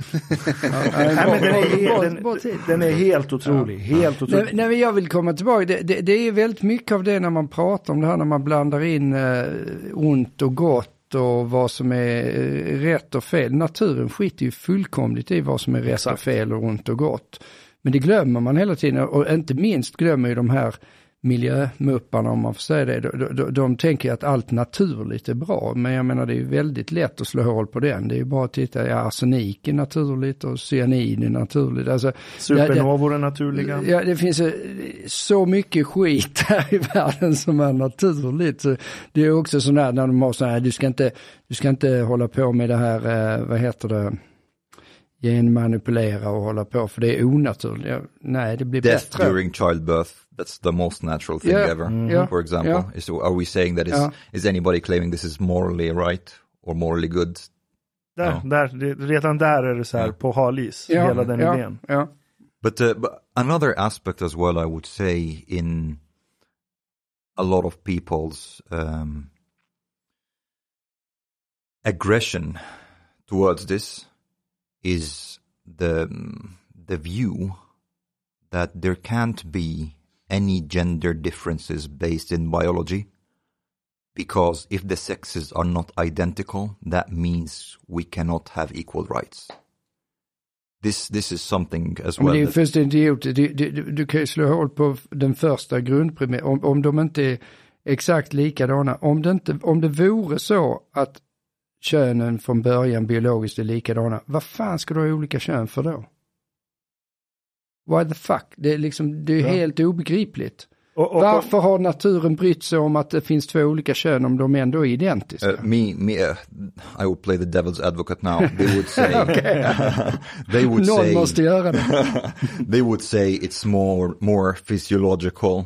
Nej, men den, är, den, den är helt otrolig, ja. helt otrolig. Nej, nej, jag vill komma tillbaka. Det, det, det är väldigt mycket av det när man pratar om det här, när man blandar in eh, ont och gott och vad som är eh, rätt och fel. Naturen skiter ju fullkomligt i vad som är rätt Exakt. och fel och ont och gott. Men det glömmer man hela tiden, och inte minst glömmer ju de här miljömupparna, om man får säga det. De, de, de tänker att allt naturligt är bra, men jag menar det är ju väldigt lätt att slå hål på den. Det är ju bara att titta, ja, arsenik är naturligt och cyanid är naturligt. Alltså, supernovor är naturliga. Ja, det finns så mycket skit här i världen som är naturligt. Så det är också sån där när de har så här, du ska inte, du ska inte hålla på med det här, eh, vad heter det, genmanipulera och hålla på, för det är onaturligt. Ja, nej, det blir Death bättre. During childbirth, that's the most natural thing yeah. ever, mm. yeah. for example. Yeah. Is, are we saying that is, yeah. is anybody claiming this is morally right or morally good? Där, no. där, det, redan där är det så här yeah. på halis, yeah. hela den yeah. idén. Yeah. But, uh, but another aspect as well, I would say, in a lot of people's um, aggression towards this is the the view that there can't be any gender differences based in biology, because if the sexes are not identical, that means we cannot have equal rights. This this is something as well. Men det är that... först inte gjort. Du, du, du kan ju slå hål på den första grundpremissen. Om, om de inte är exakt likadana. Om det, inte, om det vore så att könen från början biologiskt är likadana, vad fan ska du ha olika kön för då? What the fuck? Det är liksom, det är ja. helt obegripligt. Och, och, Varför har naturen brytt sig om att det finns två olika kön om de ändå är identiska? Uh, me, me, uh, I will play the devil's advocate now. They would say, they would Någon say, måste göra det. They would say it's more, more physiological,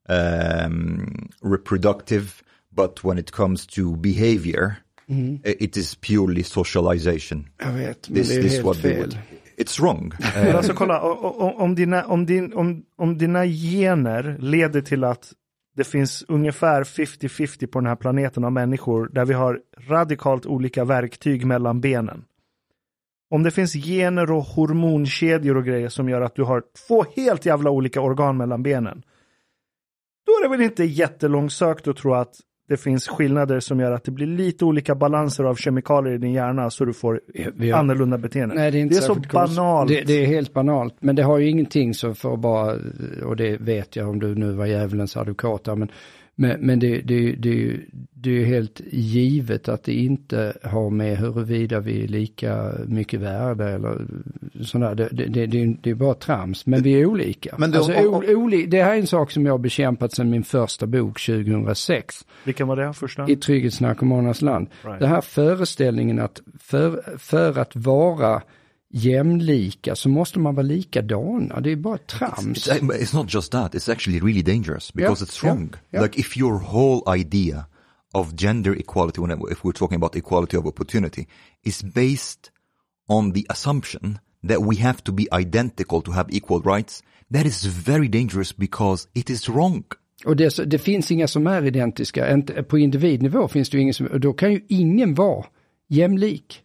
um, reproductive, but when it comes to behavior, mm. it is purely socialization. Jag vet, men this, det är this helt what fel. Would, it's wrong. Men alltså kolla, om, om, dina, om, din, om, om dina gener leder till att det finns ungefär femtio femtio på den här planeten av människor där vi har radikalt olika verktyg mellan benen. Om det finns gener och hormonkedjor och grejer som gör att du har två helt jävla olika organ mellan benen, då är det väl inte jättelångsökt att tro att det finns skillnader som gör att det blir lite olika balanser av kemikalier i din hjärna så du får har, annorlunda beteende. Nej, det är, inte det är så banalt. Det, det är helt banalt, men det har ju ingenting som för bara, och det vet jag om du nu var djävulens advokat, men, men, men det, det, det, det är ju helt givet att det inte har med huruvida vi är lika mycket värde eller sådär. Det, det, det, det, det är bara trams, men vi är olika. Men det, alltså, och, och, oli, det här är en sak som jag har bekämpat sedan min första bok tjugohundrasex. Vilken var det första? I Trygghetsnarkomanernas land. Right. Det här föreställningen att för, för att vara jämlika så måste man vara likadana. Det är bara trams. It's, it's, it's not just that. It's actually really dangerous because yeah, it's wrong. Yeah, yeah. Like if your whole idea of gender equality, when, if we're talking about equality of opportunity, is based on the assumption that we have to be identical to have equal rights, that is very dangerous because it is wrong. Och det, det finns inga som är identiska. På individnivå finns det ju ingen som, och då kan ju ingen vara jämlik.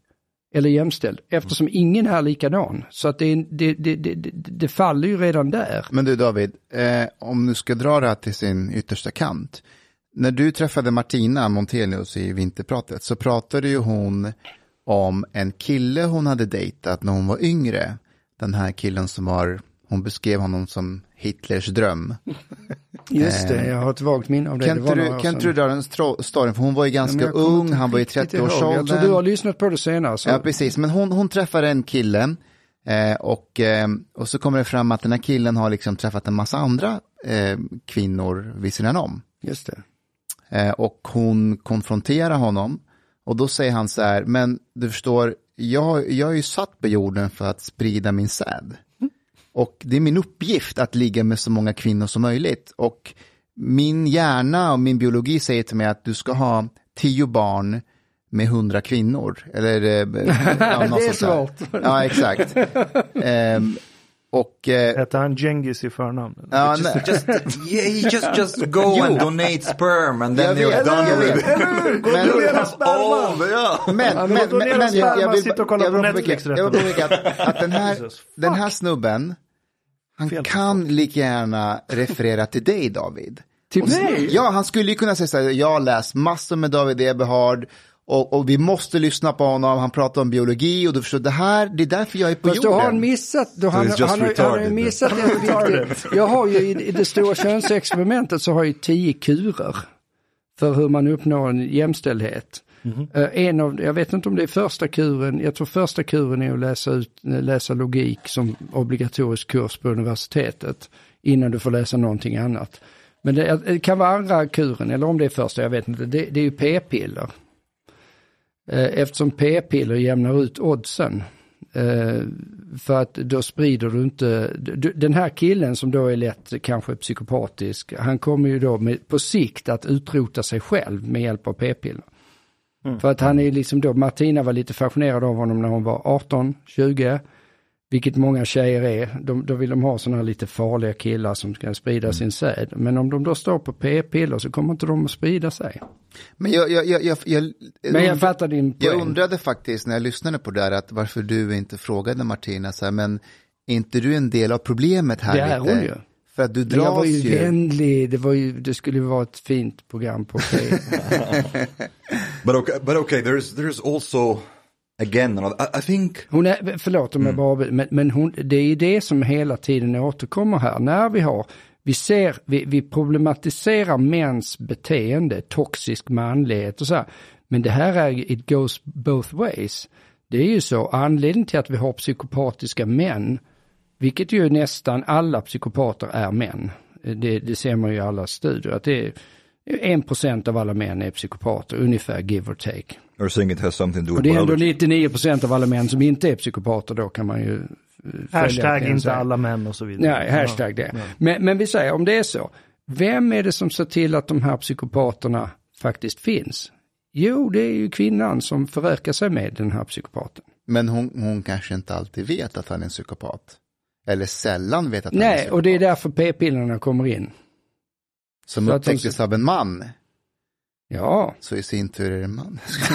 eller jämställd, eftersom ingen är likadan. Så att det, det, det, det, det faller ju redan där. Men du David, eh, om du ska dra det här till sin yttersta kant. När du träffade Martina Montelius i vinterpratet så pratade ju hon om en kille hon hade dejtat när hon var yngre. Den här killen som var, hon beskrev honom som Hitlers dröm. Just det, jag har ett vagt minne av det. Kan det var du, kan du dra den storyn? För hon var ju ganska ja, ung, han var i trettio-årsåldern. Så du har lyssnat på det senare. Så. Ja, precis. Men hon, hon träffade en kille eh, och, eh, och så kommer det fram att den här killen har liksom träffat en massa andra eh, kvinnor vid sidan om. Just det. Eh, och hon konfronterar honom och då säger han så här, men du förstår, jag, jag är ju satt på jorden för att sprida min säd. Mm. Och det är min uppgift att ligga med så många kvinnor som möjligt. Och min hjärna och min biologi säger till mig att du ska ha tio barn med hundra kvinnor. Eller, ja, det är svårt. Ja, exakt. um, Och eh, heter han Genghis i förnamn? Ja, just, just, yeah, just, just go and donate sperm and then you're done with it. Men, men, men, men, men jag, jag vill påpeka att, att den här, den här snubben, han Fel kan folk. lika gärna referera till dig, David. Till mig? Ja, han skulle ju kunna säga så här, jag har läst massor med David Eberhard. Och, och vi måste lyssna på honom. Han pratar om biologi och du förstår det här. Det är därför jag är på Fast jorden. Då har han missat. Då han, han, han, han har missat det. Jag har ju i, i det stora könsexperimentet så har jag tio kurer för hur man uppnår en jämställdhet. Mm-hmm. Uh, en av, jag vet inte om det är första kuren. Jag tror första kuren är att läsa, ut, läsa logik som obligatorisk kurs på universitetet innan du får läsa någonting annat. Men det, det kan vara andra kuren eller om det är första, jag vet inte. Det, det är ju p-piller. Eftersom p-piller jämnar ut oddsen. För att då sprider du inte... Den här killen som då är lätt kanske psykopatisk, han kommer ju då med, på sikt att utrota sig själv med hjälp av p-piller. Mm. För att han är liksom då... Martina var lite fascinerad av honom när hon var arton tjugo. Vilket många tjejer är. De, då vill de ha såna här lite farliga killar som ska sprida mm. sin säd. Men om de då står på p-piller så kommer inte de att sprida sig. Men jag, jag, jag, jag, jag, men jag fattar din poäng. Jag undrade faktiskt när jag lyssnade på det här att varför du inte frågade Martina så här, men är inte du en del av problemet här? Det är lite? hon ju. För att du dras jag var ju, ju... vänlig. Det, var ju, det skulle ju vara ett fint program på P. but okay, but okay, there's there's also again, I, I think... Hon är, förlåt om jag bara, men, men hon, det är ju det som hela tiden återkommer här. När vi har, vi ser, vi, vi problematiserar mäns beteende, toxisk manlighet och så här. Men det här är, it goes both ways. Det är ju så, anledningen till att vi har psykopatiska män, vilket ju nästan alla psykopater är män. Det, det ser man ju i alla studier, att det är en procent av alla män är psykopater, ungefär give or take. You're saying it has something to do with och det är ändå nittionio procent av alla män som inte är psykopater, då kan man ju... Hashtag inte säga. Alla män och så vidare. Nej, hashtag det. Ja. Men, men vi säger, om det är så, vem är det som ser till att de här psykopaterna faktiskt finns? Jo, det är ju kvinnan som förökar sig med den här psykopaten. Men hon, hon kanske inte alltid vet att han är en psykopat. Eller sällan vet att han är en psykopat. Nej, och det är därför p-pillerna kommer in. Som upptäcktes så... av en man. Ja. Så i sin tur är det en man.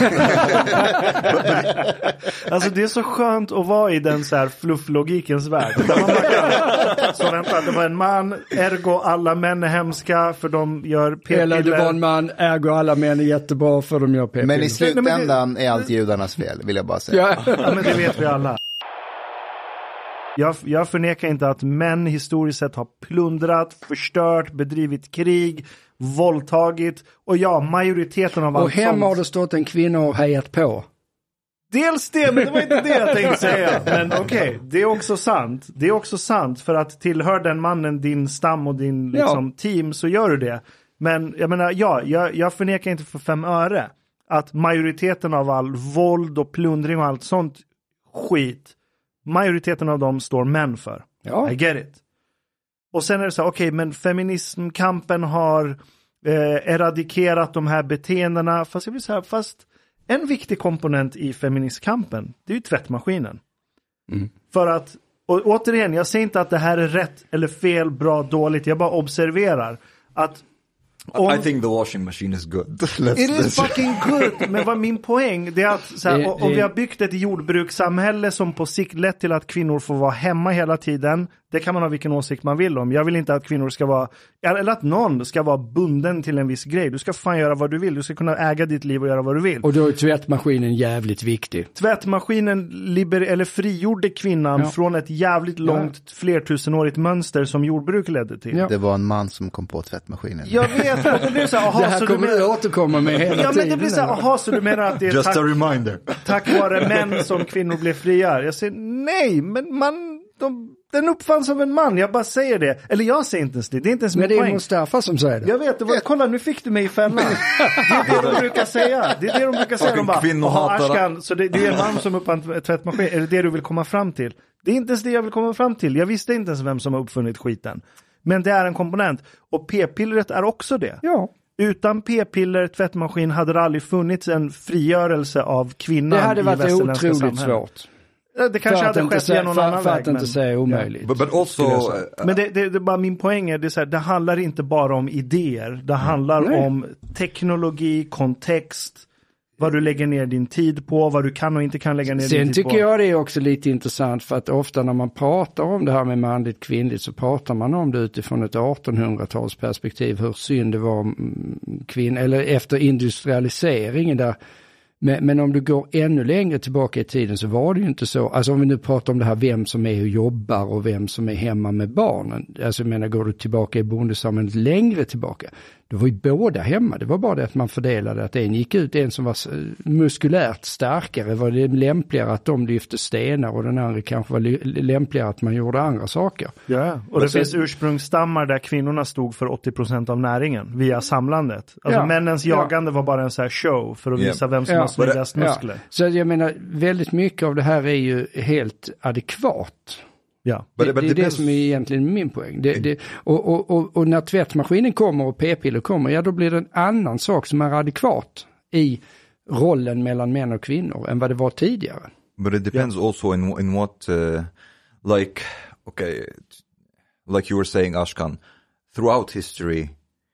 Alltså det är så skönt att vara i den så här flufflogikens värld. Där man kan, så vänta, det var en man, ergo alla män är hemska för de gör p-piller. Eller det var en man, ergo alla män är jättebra för de gör p-piller. Men i slutändan det... är allt judarnas fel, vill jag bara säga. Ja, ja men det vet vi alla. Jag, jag förnekar inte att män historiskt sett har plundrat, förstört, bedrivit krig, våldtagit och ja, majoriteten av allt och hemma sånt. har det stått en kvinna och hejat på. Dels det, men det var inte det jag tänkte säga. Men okej, okay, det är också sant. Det är också sant för att tillhör den mannen din stam och din liksom, ja. team så gör du det. Men jag menar, ja, jag, jag förnekar inte för fem öre att majoriteten av all våld och plundring och allt sånt skit, majoriteten av dem står män för. Ja. I get it. Och sen är det så här, okej, okay, men feminismkampen har eh, eradikerat de här beteendena. Fast jag vill säga, fast en viktig komponent i feministkampen, det är ju tvättmaskinen. Mm. För att, och återigen, jag säger inte att det här är rätt eller fel, bra, dåligt. Jag bara observerar att Om, I think the washing machine is good. Let's, it is fucking good. Men vad min poäng det är att så här, det, om det, vi har byggt ett jordbrukssamhälle som på sikt lett till att kvinnor får vara hemma hela tiden. Det kan man ha vilken åsikt man vill om. Jag vill inte att kvinnor ska vara, eller att någon ska vara bunden till en viss grej. Du ska fan göra vad du vill. Du ska kunna äga ditt liv och göra vad du vill. Och då är tvättmaskinen jävligt viktig. Tvättmaskinen liber, eller frigjorde kvinnan ja. från ett jävligt långt ja. flertusenårigt mönster som jordbruk ledde till. Ja. Det var en man som kom på tvättmaskinen. Jag vet. Och det blir så här, aha, det här så kommer du menar, återkomma med hela ja, tiden. Men det blir så här, aha, så du menar att det är Just tack, a reminder. tack vare män som kvinnor blev fria. Jag säger nej, men man, de, den uppfanns av en man. Jag bara säger det. Eller jag säger inte ens det. Det är inte ens men det är poäng. Mustafa som säger det. Jag vet, det var, kolla nu fick du mig i fällan. Det är det de brukar säga. Det är det de brukar säga. De bara, aha, Ashkan, så det, det är en man som uppfann tvättmaskin. Är det det du vill komma fram till? Det är inte ens det jag vill komma fram till. Jag visste inte ens vem som har uppfunnit skiten. Men det är en komponent. Och p-pillret är också det. Ja. Utan p-piller, tvättmaskin hade det aldrig funnits en frigörelse av kvinnan i västerländska samhället. Det hade varit otroligt svårt. Det kanske hade skett genom någon annan väg. För att inte säga omöjligt. Yeah. But, but also, men det, det, det bara min poäng är, det, är så här, det handlar inte bara om idéer. Det handlar Nej. om teknologi, kontext, vad du lägger ner din tid på, vad du kan och inte kan lägga ner Sen din tid på. Sen tycker jag det är också lite intressant för att ofta när man pratar om det här med manligt kvinnligt så pratar man om det utifrån ett artonhundratalsperspektiv, hur synd det var kvinnor, eller efter industrialiseringen där. Men, men om du går ännu längre tillbaka i tiden så var det ju inte så. Alltså om vi nu pratar om det här vem som är och jobbar och vem som är hemma med barnen. Alltså jag menar, går du tillbaka i bondesamhället längre tillbaka, då var ju båda hemma. Det var bara det att man fördelade att en gick ut, en som var muskulärt starkare var det lämpligare att de lyfte stenar och den andra kanske var lämpligare att man gjorde andra saker. Ja, och det så, finns ursprungsstammar där kvinnorna stod för åttio procent av näringen via samlandet. Alltså ja, männens jagande ja. var bara en så här show för att yeah. visa vem som ja. har snyggast muskler. Ja. Så jag menar, väldigt mycket av det här är ju helt adekvat. Ja. Det, det är det som är egentligen min poäng. Det, det, och, och, och, och när tvättmaskinen kommer och p-piller kommer, ja då blir det en annan sak som är adekvat i rollen mellan män och kvinnor än vad det var tidigare. But it depends yeah. also in, in what, uh, like, okay, like you were saying, Ashkan, throughout history,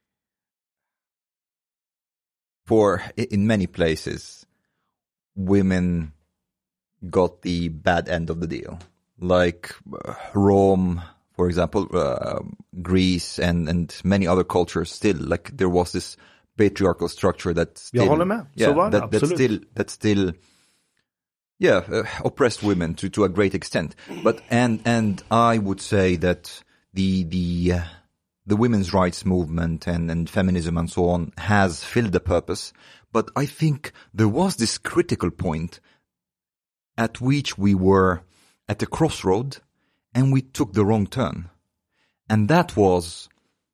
for, in many places, women got the bad end of the deal. Like uh, Rome, for example, uh, Greece and, and many other cultures still, like there was this patriarchal structure that still, Jag håller med. Yeah, Så var det, that, that still, that still, yeah, uh, oppressed women to, to a great extent. But, and, and I would say that the, the, uh, the women's rights movement and, and feminism and so on has filled the purpose. But I think there was this critical point at which we were at a crossroad and we took the wrong turn. And that was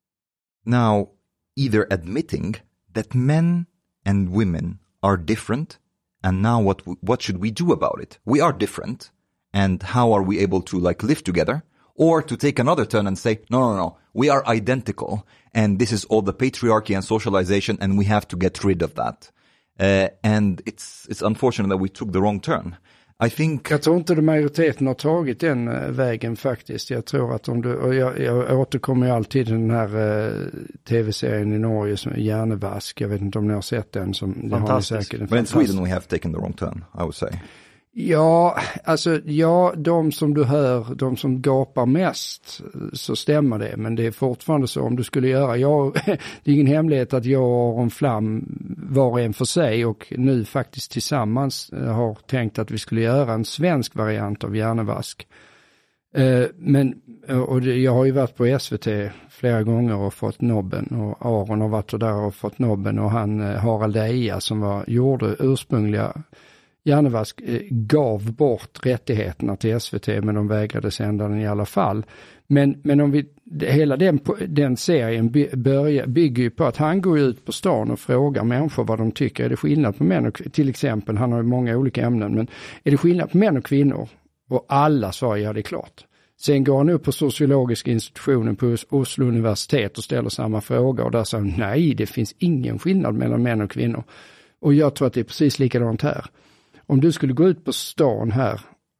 now either admitting that men and women are different and now what what should we do about it? We are different and how are we able to like live together? Or to take another turn and say, no, no, no, we are identical and this is all the patriarchy and socialization and we have to get rid of that. Uh, and it's it's unfortunate that we took the wrong turn. I think... Jag tror inte att majoriteten har tagit den uh, vägen faktiskt. Jag tror att om du, och jag, jag återkommer ju alltid till den här uh, tv-serien i Norge som är Hjärnevask. Jag vet inte om ni har sett den. Som, fantastisk. Säkert, But in Sweden we have taken the wrong turn, I would say. Ja, alltså ja, de som du hör, de som gapar mest, så stämmer det. Men det är fortfarande så om du skulle göra, jag, det är ingen hemlighet att jag och Aron Flam var en för sig och nu faktiskt tillsammans har tänkt att vi skulle göra en svensk variant av Hjärnevask. Men, och det, jag har ju varit på S V T flera gånger och fått nobben och Aron har varit där och fått nobben och han, Harald Eja som var, gjorde ursprungliga Hjärnevask gav bort rättigheterna till S V T men de vägrade sända den i alla fall. Men, men om vi, hela den, den serien by, börjar, bygger ju på att han går ut på stan och frågar människor vad de tycker. Är det skillnad på män och kvinnor? Till exempel, han har ju många olika ämnen, men är det skillnad på män och kvinnor? Och alla svarar ja, det är klart. Sen går han upp på sociologiska institutionen på Oslo universitet och ställer samma fråga och där säger han nej, det finns ingen skillnad mellan män och kvinnor. Och jag tror att det är precis likadant här. Om du skulle gå ut på stan här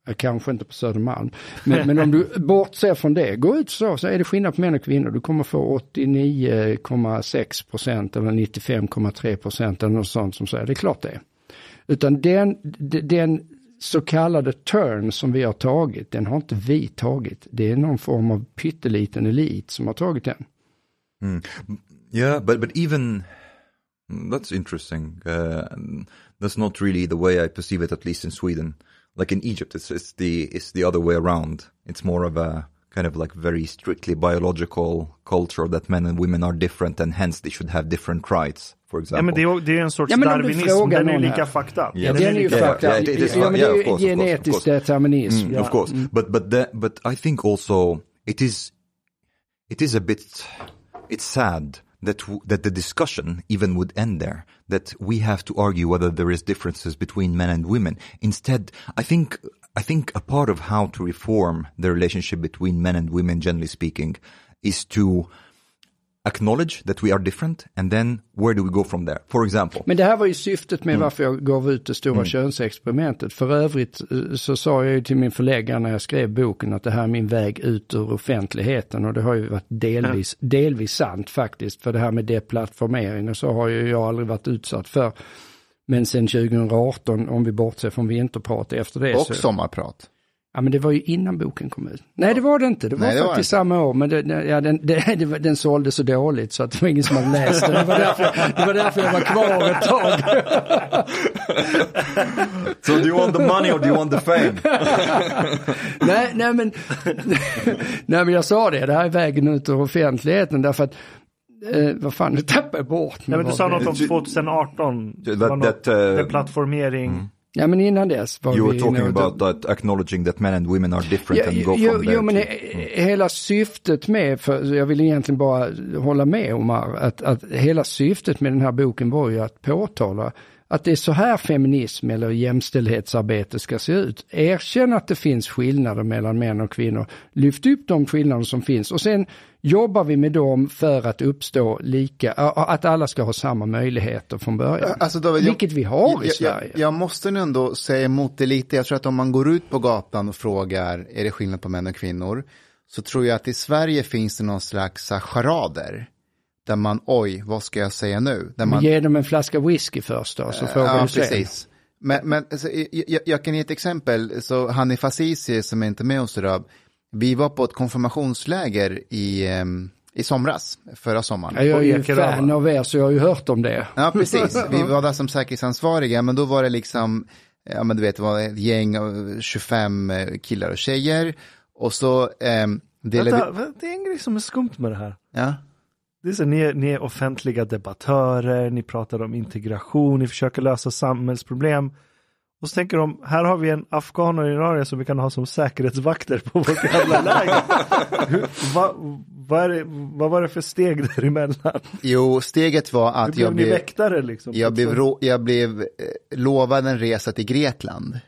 Kanske inte på Södermalm. Men, men om du bortser från det, gå ut så, så är det skillnad på män och kvinnor. Du kommer få åttionio komma sex procent eller nittiofem komma tre procent eller något sånt som säger. Det är klart det. Utan den, den så kallade turn som vi har tagit, den har inte vi tagit. Det är någon form av pytteliten elit som har tagit den. Mm. Yeah, but but even that's interesting. Uh, that's not really the way I perceive it, at least in Sweden. Like in Egypt, it's it's the it's the other way around. It's more of a kind of like very strictly biological culture that men and women are different, and hence they should have different rights. For example. Ja, men det är, det är en sorts ja, darwinism, den är lika fucked up. Ja, den är ju fucked up. Ja, det är genetisk determinism. Mm, of course, mm. but but the, but I think also it is it is a bit it's sad that w- that the discussion even would end there. That we have to argue whether there is differences between men and women. Instead, I think I think a part of how to reform the relationship between men and women, generally speaking, is to acknowledge that we are different, and then where do we go from there? For example. Men det här var ju syftet med mm. varför jag gav ut det stora mm. könsexperimentet. För övrigt så sa jag ju till min förläggare när jag skrev boken att det här är min väg ut ur offentligheten, och det har ju varit delvis, mm. delvis sant faktiskt. För det här med deplattformering och så har ju jag aldrig varit utsatt för. Men sen tjugo arton, om vi bortser från vinterprat efter det. Och så... sommarprat. Ja, men det var ju innan boken kom ut. Nej, det var det inte. Det var Nej, det faktiskt var samma år. Men det, ja, den, det, det, den sålde så dåligt så att det var ingen som hade läst den. Det var därför, det var därför jag var kvar ett tag. So do you want the money or do you want the fame? nej, nej, men, nej, men jag sa det. Det här är vägen ut ur offentligheten. Därför att Eh, vad fan, det tappade jag bort. Ja, men du sa något om tjugo arton. That, that, uh, plattformering. Mm. Ja, men innan dess var you vi... were talking about that, acknowledging that men and women are different ja, and go jo, from there. Jo, men he, mm. hela syftet med, för jag vill egentligen bara hålla med Omar, att, att hela syftet med den här boken var ju att påtala att det är så här feminism eller jämställdhetsarbete ska se ut. Erkänn att det finns skillnader mellan män och kvinnor. Lyft upp de skillnader som finns. Och sen jobbar vi med dem för att uppstå lika, att alla ska ha samma möjligheter från början. Alltså, David, vilket vi har jag, i Sverige. Jag, jag måste nu ändå säga emot det lite. Jag tror att om man går ut på gatan och frågar, är det skillnad på män och kvinnor? Så tror jag att i Sverige finns det någon slags charader. Där man, oj, vad ska jag säga nu? Där man ger dem en flaska whisky först då, så äh, frågar ja, du sen. Precis. Men, men alltså, jag, jag kan ge ett exempel. Så Hanif Azizi som är inte med oss idag, vi var på ett konfirmationsläger i, um, i somras, förra sommaren. Ja, jag är ju fan av er, så jag har ju hört om det. Ja, precis. Vi var där som säkerhetsansvariga, men då var det liksom, ja men du vet, det var ett gäng tjugofem killar och tjejer. Och så um, delade Vänta, vi... det är en grej som är skumt med det här. Ja. Det är så, ni, är, ni är offentliga debattörer, ni pratar om integration, ni försöker lösa samhällsproblem. Och så tänker de, här har vi en afghan och iranier som vi kan ha som säkerhetsvakter på vårt jävla läger. Hur, va, vad, är det, vad var det för steg däremellan? Jo, steget var att blev jag blev, väktare, liksom, jag, blev ro, jag blev eh, lovad en resa till Grekland.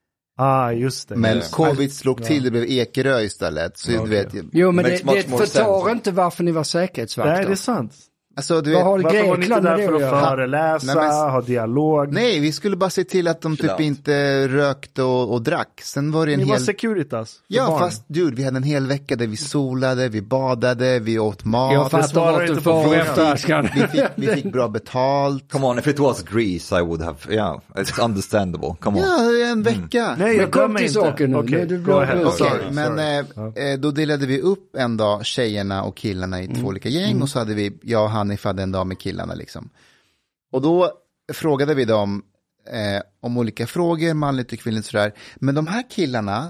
Ah, just det. Men covid slog till, det blev Ekerö istället. Så okay. Du vet, jo, men det, det förtar inte varför ni var säkerhetsvakter. Nej, det är sant. Alltså, du vet, har varför var ni inte där för att föreläsa, nej, men, ha dialog? Nej, vi skulle bara se till att de typ inte rökte och, och drack. Sen var det en ni hel... var Securitas. Ja, barn. Fast dude, vi hade en hel vecka där vi solade, vi badade, vi åt mat. Jag fattar inte på frågan. Vi fick, vi fick bra betalt. Come on, if it was Greece I would have, yeah, it's understandable. Come on. Ja, en vecka. Mm. Nej, jag kom till saken nu. Okay. Du okay. Okay. Men eh, då delade vi upp en dag tjejerna och killarna i två mm. olika gäng. Mm. Och så hade vi, jag och Hanif hade en dag med killarna liksom. Och då frågade vi dem eh, om olika frågor, manligt och kvinnligt sådär. Men de här killarna,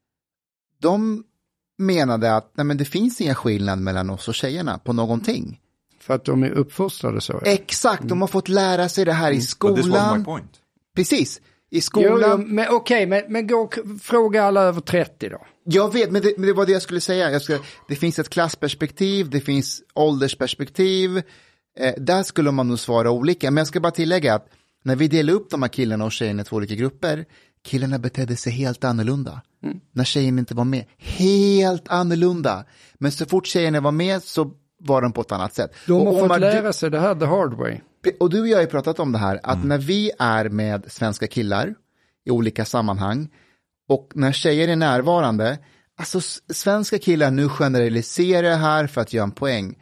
de menade att nej, men det finns inga skillnad mellan oss och tjejerna på någonting. För att de är uppfostrade så. Ja. Exakt, de har fått lära sig det här i skolan. But this was my point. Precis, i skolan. Jo, jo, men okej, okay, men, men gå och fråga alla över trettio då. Jag vet, men det, men det var det jag skulle säga. Jag skulle, det finns ett klassperspektiv, det finns åldersperspektiv. Eh, där skulle man nog svara olika. Men jag ska bara tillägga att när vi delade upp de här killarna och tjejerna i två olika grupper, killarna betedde sig helt annorlunda. Mm. När tjejerna inte var med. Helt annorlunda. Men så fort tjejerna var med så var de på ett annat sätt. De har och fått man, lära du, sig det här the hard way. Och du och jag har ju pratat om det här. Att mm. när vi är med svenska killar i olika sammanhang Och när tjejer är närvarande, alltså svenska killar nu generaliserar det här för att göra en poäng.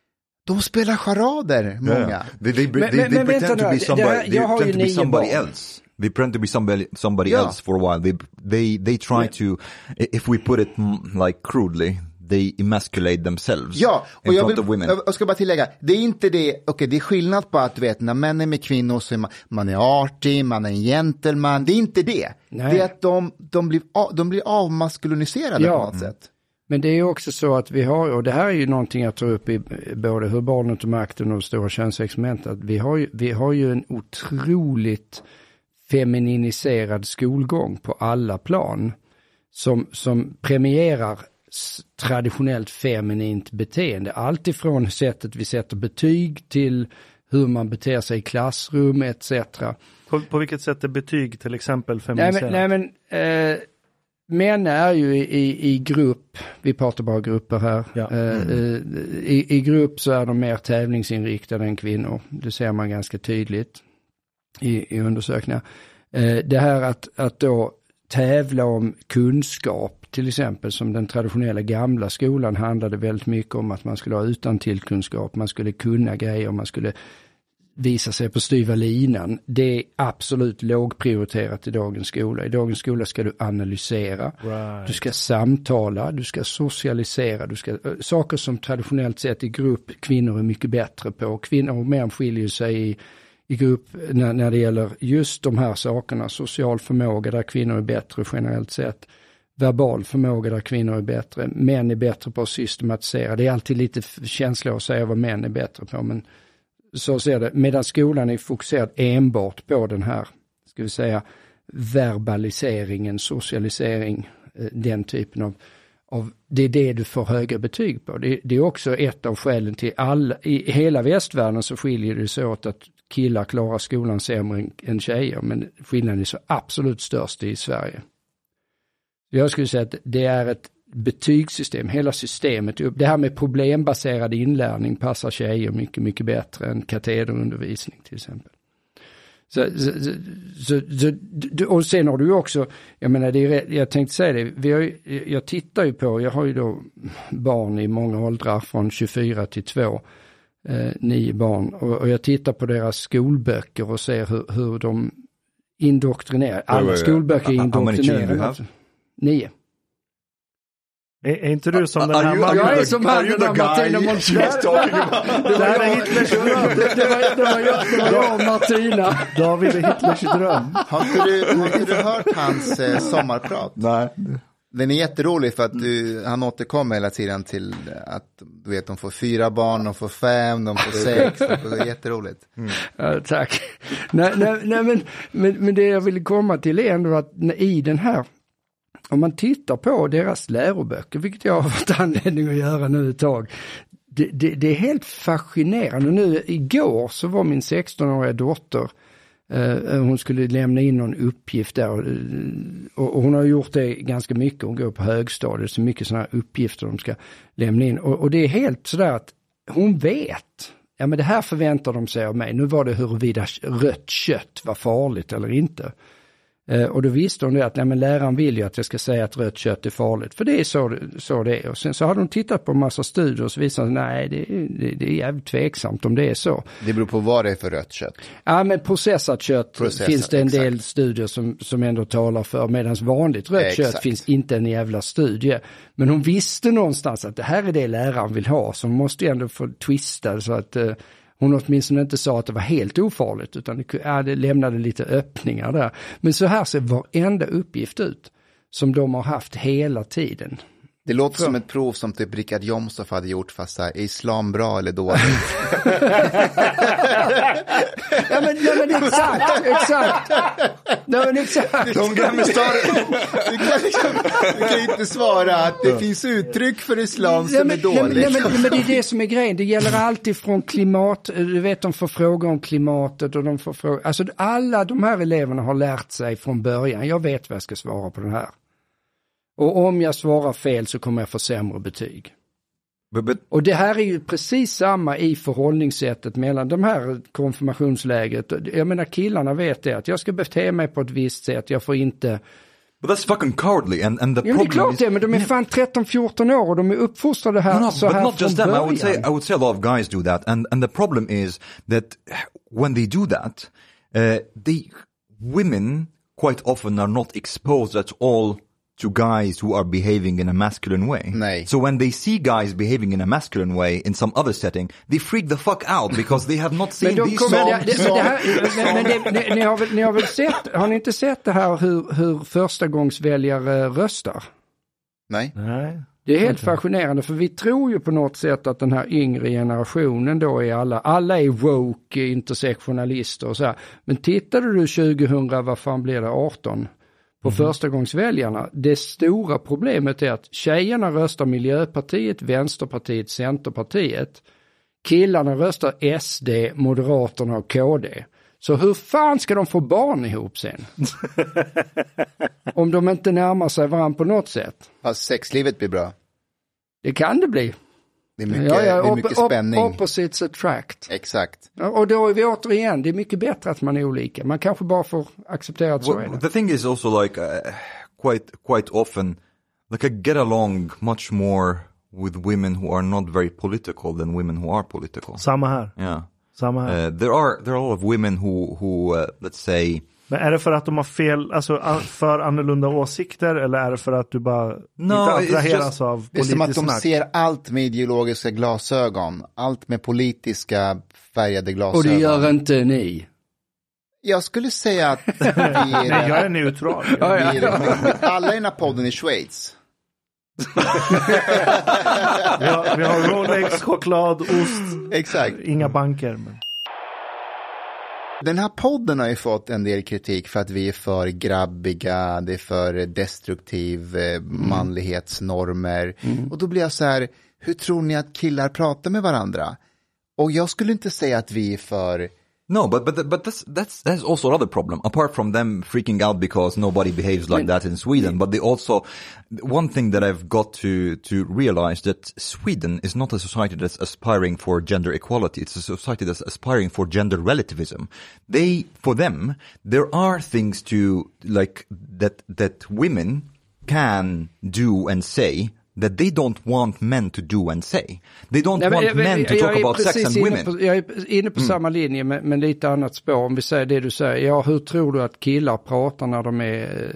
De spelar charader, många. Yeah. They, they, they, they, they pretend to be somebody, they pretend to be somebody else. They pretend to be somebody, somebody yeah. else for a while. They, they, they try yeah. to, if we put it like crudely, they emasculate themselves. Ja, och in jag, front vill, of women. jag ska bara tillägga, det är inte det, okej okay, det är skillnad på att du vet, när män är med kvinnor så är man, man är artig, man är en gentleman, det är inte det. Nej. Det är att de, de, blir, de blir avmaskuliniserade ja. på något sätt. Men det är också så att vi har, och det här är ju någonting jag tar upp i både Hur barnet och makten och Stora könsexperiment, att vi har ju, vi har ju en otroligt femininiserad skolgång på alla plan som, som premierar traditionellt feminint beteende. Allt ifrån sättet vi sätter betyg till hur man beter sig i klassrum et cetera. På, på vilket sätt är betyg till exempel feminiserat? Nej men, nej, men eh, män är ju i, i, i grupp, vi pratar bara grupper här, ja. mm. eh, i, i grupp så är de mer tävlingsinriktade än kvinnor. Det ser man ganska tydligt i, i undersökningar. Eh, det här att, att då tävla om kunskap, till exempel som den traditionella gamla skolan handlade väldigt mycket om att man skulle ha utantillkunskap, man skulle kunna grejer, man skulle visa sig på styva linan. Det är absolut lågprioriterat i dagens skola. I dagens skola ska du analysera, right. du ska samtala, du ska socialisera, du ska, saker som traditionellt sett i grupp kvinnor är mycket bättre på. Kvinnor och män skiljer sig i i grupp när, när det gäller just de här sakerna. Social förmåga där kvinnor är bättre generellt sett. Verbal förmåga där kvinnor är bättre. Män är bättre på att systematisera. Det är alltid lite känsligt att säga vad män är bättre på. Men så ser det. Medan skolan är fokuserad enbart på den här, ska vi säga, verbaliseringen, socialisering, den typen av, av det är det du får höga betyg på. Det, det är också ett av skälen till alla, i hela västvärlden så skiljer det sig åt att killar klarar skolan sämre än, än tjejer, men skillnaden är så absolut störst i Sverige. Jag skulle säga att det är ett betygssystem, hela systemet. Det här med problembaserad inlärning passar tjejer mycket, mycket bättre än katederundervisning till exempel. Så, så, så, så, och sen har du också, jag menar, det är, jag tänkte säga det, vi har, jag tittar ju på, jag har ju då barn i många åldrar från tjugofyra till två, eh, nio barn, och, och jag tittar på deras skolböcker och ser hur, hur de indoktrinerar, alla wait, wait, skolböcker är indoktrinerade. Nio. Är, är inte du som den här mannen? Jag är som mannen där Martina Montiel. Det här är Hitlers dröm. Det var, det var jag, det var jag och Martina. David är Hitlers dröm. Har inte du, har inte du hört hans eh, sommarprat? Nej. Den är jätterolig för att du, han återkommer hela tiden till att du vet, de får fyra barn, de får fem, de får sex. Det är jätteroligt. Mm. Ja, tack. nej, nej, nej, men, men, men det jag ville komma till är ändå att i den här, om man tittar på deras läroböcker, vilket jag har fått anledning att göra nu ett tag, det, det, det är helt fascinerande. Nu igår så var min sextonåriga dotter, eh, hon skulle lämna in någon uppgift där, och, och hon har gjort det ganska mycket. Hon går på högstadiet, så mycket sådana här uppgifter de ska lämna in. Och, och det är helt sådär att hon vet, ja men det här förväntar de sig av mig. Nu var det huruvida rött kött var farligt eller inte. Uh, och då visste hon det att nej, men läraren vill ju att jag ska säga att rött kött är farligt. För det är så, så det är. Och sen så har de tittat på en massa studier och så visar de nej, det, det, det är jävligt tveksamt om det är så. Det beror på vad det är för rött kött. Ja, men processat kött processat, finns det en exakt. del studier som, som ändå talar för. Medan vanligt rött exakt. kött finns inte en jävla studie. Men hon visste någonstans att det här är det läraren vill ha. Så hon måste ju ändå få twista så att... Uh, hon åtminstone inte sa att det var helt ofarligt, utan det, ja, det lämnade lite öppningar där. Men så här ser varenda uppgift ut som de har haft hela tiden. Det låter som ett prov som typ Richard Jomshof hade gjort, fast här, är islam bra eller dåligt? ja, men, ja men exakt, exakt. Ja, men exakt. De gamla du, kan, du kan inte svara att det finns uttryck för islam som ja, men, är dåligt. Ja, men, ja, men, men det är det som är grejen. Det gäller alltid från klimat, du vet de får fråga om klimatet och de får fråga, alltså alla de här eleverna har lärt sig från början, jag vet vad jag ska svara på den här. Och om jag svarar fel så kommer jag få sämre betyg. But, but, och det här är ju precis samma i förhållningssättet mellan de här konfirmationsläget. Jag menar killarna vet det att jag ska bete mig på ett visst sätt. Jag får inte But that's fucking cowardly, and and the ja, problem det är klart is, det, men de är fan tretton fjorton år och de är uppfostrade här, no, no, så but här not just them. början. I would say I would say a lot of guys do that, and and the problem is that when they do that, uh, they women quite often are not exposed at all to guys who are behaving in a masculine way. Nej. So when they see guys behaving in a masculine way in some other setting, they freak the fuck out because they have not seen Men de these kommer, songs. det, men det här, men, men det, ni, ni, har väl, ni har väl sett, har ni inte sett det här hur, hur förstagångsväljare röstar? Nej. Nej. Det är helt fascinerande, för vi tror ju på något sätt att den här yngre generationen då är alla, alla är woke, intersektionalister och så här. Men tittade du tjugohundra, vad fan blir det, arton? På mm. förstagångsväljarna, det stora problemet är att tjejerna röstar Miljöpartiet, Vänsterpartiet, Centerpartiet. Killarna röstar S D, Moderaterna och K D. Så hur fan ska de få barn ihop sen? Om de inte närmar sig varandra på något sätt. Fast sexlivet blir bra. Det kan det bli. Det är mycket, ja, ja, det är mycket op- spänning. Opposites attract. Exakt. Ja, och då är vi återigen, det är mycket bättre att man är olika. Man kanske bara får acceptera att så Well, är det. the thing is also like uh, quite quite often, like I get along much more with women who are not very political than women who are political. Samma här. Yeah. Samma här. Uh, there are there are a lot of women who who uh, let's say. Men är det för att de har fel, alltså för annorlunda åsikter, eller är det för att du bara No, inte attraheras just, av Det är som att politisk de snack? ser allt med ideologiska glasögon. Allt med politiska färgade glasögon. Och det gör inte ni. Jag skulle säga att vi är, Nej, jag är neutral. vi är alla i den här podden i Schweiz. vi, har, vi har Rolex, choklad, ost. Exakt. Inga banker. Men... Den här podden har ju fått en del kritik för att vi är för grabbiga, det är för destruktiv eh, manlighetsnormer. Mm. Och då blir jag så här, hur tror ni att killar pratar med varandra? Och jag skulle inte säga att vi är för... No, but but but that's that's that's also another problem. Apart from them freaking out because nobody behaves like that in Sweden, but they also, one thing that I've got to to realize that Sweden is not a society that's aspiring for gender equality. It's a society that's aspiring for gender relativism. They, for them, there are things to like that that women can do and say that they don't want men to do and say. They don't Nej, want men, men jag, to jag talk about sex and women. På, jag är inne på mm. samma linje men, men lite annat spår. Om vi säger det du säger. Ja, hur tror du att killar pratar när de är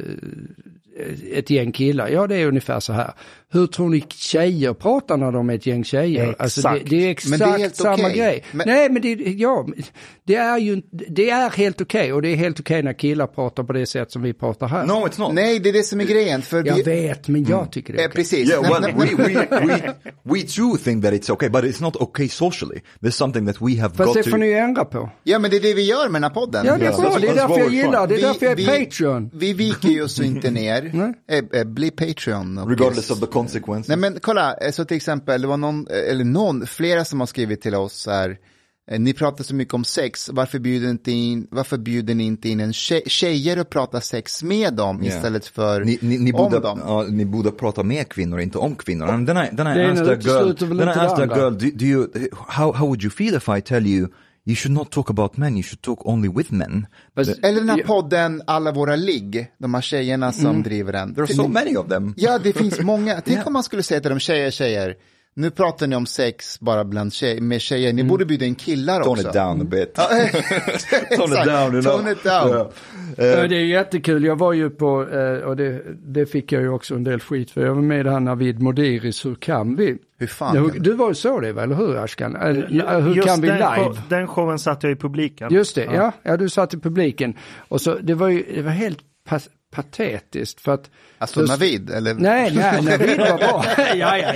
ett gäng killar? Ja, det är ungefär så här. Hur tror ni tjejer pratar när de är ett gäng tjejer? Exakt. Alltså det, det är exakt det är samma okay. grej. Men... Nej, men det, ja, det är ju det är helt okej. Okay, och det är helt okej okay när killar pratar på det sätt som vi pratar här. No, it's not. Nej, det är det som är grejen. För jag vi... vet, men jag mm. tycker det är eh, okay. Precis. Yeah, nej, well, nej, we, we, we, we too think that it's okay, but it's not okay socially. There's something that we have Fast got det to... får ni ändra på. Ja, men det är det vi gör med den här podden. Ja, det är bra. Det är därför jag gillar. Det är vi, därför jag är vi, Patreon. Vi viker ju oss inte ner. eh, eh, bli Patreon. Regardless of the consequences. Nej, men kolla. Så till exempel, det var någon, eller någon, flera som har skrivit till oss här. Ni pratar så mycket om sex. Varför bjuder, inte in, varför bjuder ni inte in en tjej, tjejer och pratar sex med dem yeah. istället för ni, ni, ni om borde, dem? Uh, ni borde prata med kvinnor, inte om kvinnor. And then I, then I det asked that girl, then I asked that girl, do, do you, how, how would you feel if I tell you you should not talk about men, you should talk only with men? But, eller den här podden, alla våra ligg, de här tjejerna som mm. driver den. There are so many of them. Ja, det finns många. Tänk yeah. om man skulle säga till dem, tjejer, tjejer. Nu pratar ni om sex bara bland tjej, med tjejer. Ni mm. borde bjuda in killar Tone också. Tone it down a bit. Tone it down, you know. Tone it down. Yeah. Uh, det är jättekul. Jag var ju på, uh, och det, det fick jag ju också en del skit för. Jag var med här Navid Modiris, hur kan vi? Hur fan ja, kan du var ju så det, eller hur, Ashkan? Uh, hur Just kan vi den live? Show, den showen satt jag i publiken. Just det, ja. ja. Ja, du satt i publiken. Och så, det var ju, det var helt pas- patetiskt för att... Alltså så, Navid, eller? Nej, nej, Navid var bra. ja, ja,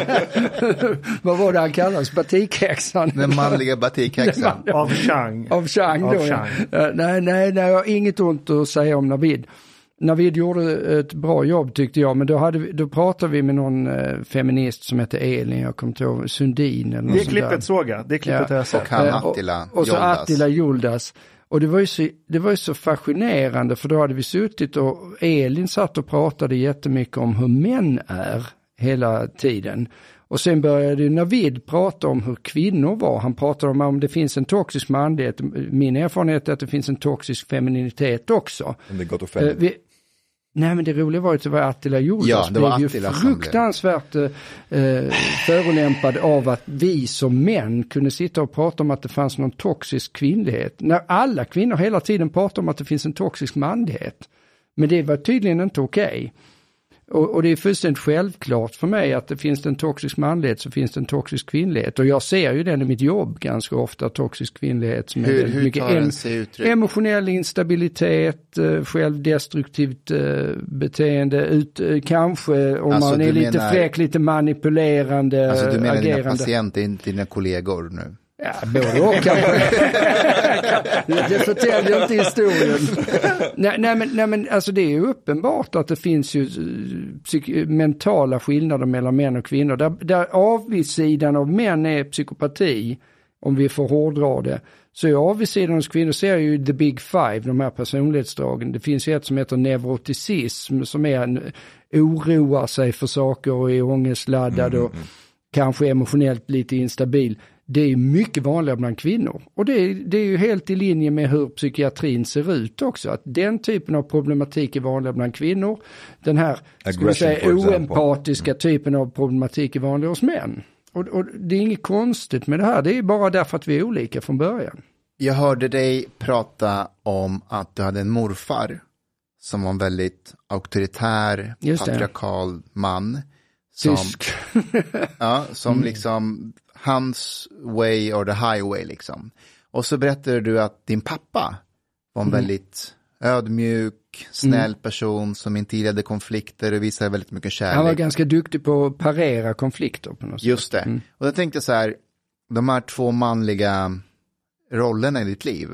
ja. Vad var det han kallades? Batikhäxan. Den manliga batikhäxan. Av Chang. Av Chang då, Av Chang. Ja. Nej, nej, nej, jag har inget ont att säga om Navid. Navid gjorde ett bra jobb tyckte jag, men då, hade vi, då pratade vi med någon eh, feminist som heter Elin, jag kommer inte ihåg, Sundin eller något. Det klippet såg jag, det klippet ja. har jag sett. Och han Attila och, och så Joldas. Attila Joldas. Och det var, ju så, det var ju så fascinerande, för då hade vi suttit och Elin satt och pratade jättemycket om hur män är hela tiden. Och sen började Navid prata om hur kvinnor var. Han pratade om om det finns en toxisk manlighet. Min erfarenhet är att det finns en toxisk femininitet också. And they got uh, vi, Nej, men det roliga var ju att det var Attila Joldas. Ja, det var blev Attila ju fruktansvärt eh, förolämpad av att vi som män kunde sitta och prata om att det fanns någon toxisk kvinnlighet. När alla kvinnor hela tiden pratar om att det finns en toxisk manlighet. Men det var tydligen inte okej. Okay. Och, och det är fullständigt självklart för mig att det finns en toxisk manlighet så finns det en toxisk kvinnlighet. Och jag ser ju den i mitt jobb ganska ofta, toxisk kvinnlighet. Som hur är hur mycket tar den sig uttryck? Emotionell instabilitet, eh, självdestruktivt eh, beteende, ut, eh, kanske om alltså, man är lite menar, fräck, lite manipulerande, alltså du menar agerande. Dina patienter, inte dina kollegor nu? Ja, både och kanske. Det förtäljer ju inte historien. nej, nej, men, nej, men alltså det är ju uppenbart att det finns ju psyk- mentala skillnader mellan män och kvinnor. Där, där avsidan av män är psykopati, om vi får hårdra det, så är avsidan hos kvinnor ser ju the big five, de här personlighetsdragen. Det finns ju ett som heter neuroticism som är en, oroar sig för saker och är ångestladdad mm, och mm. kanske emotionellt lite instabil. Det är mycket vanligare bland kvinnor. Och det är, det är ju helt i linje med hur psykiatrin ser ut också. Att den typen av problematik är vanligare bland kvinnor. Den här ska vi säga, oempatiska mm. typen av problematik är vanligare hos män. Och, och det är inget konstigt med det här. Det är bara därför att vi är olika från början. Jag hörde dig prata om att du hade en morfar som var en väldigt auktoritär, patriarkal man. Som, Tysk. ja, som mm. liksom hans way or the highway liksom. Och så berättade du att din pappa var en mm. väldigt ödmjuk, snäll mm. person som inte gillade konflikter och visade väldigt mycket kärlek. Han var ganska duktig på att parera konflikter på något sätt. Just det. Mm. Och jag tänkte så här, de här två manliga rollerna i ditt liv.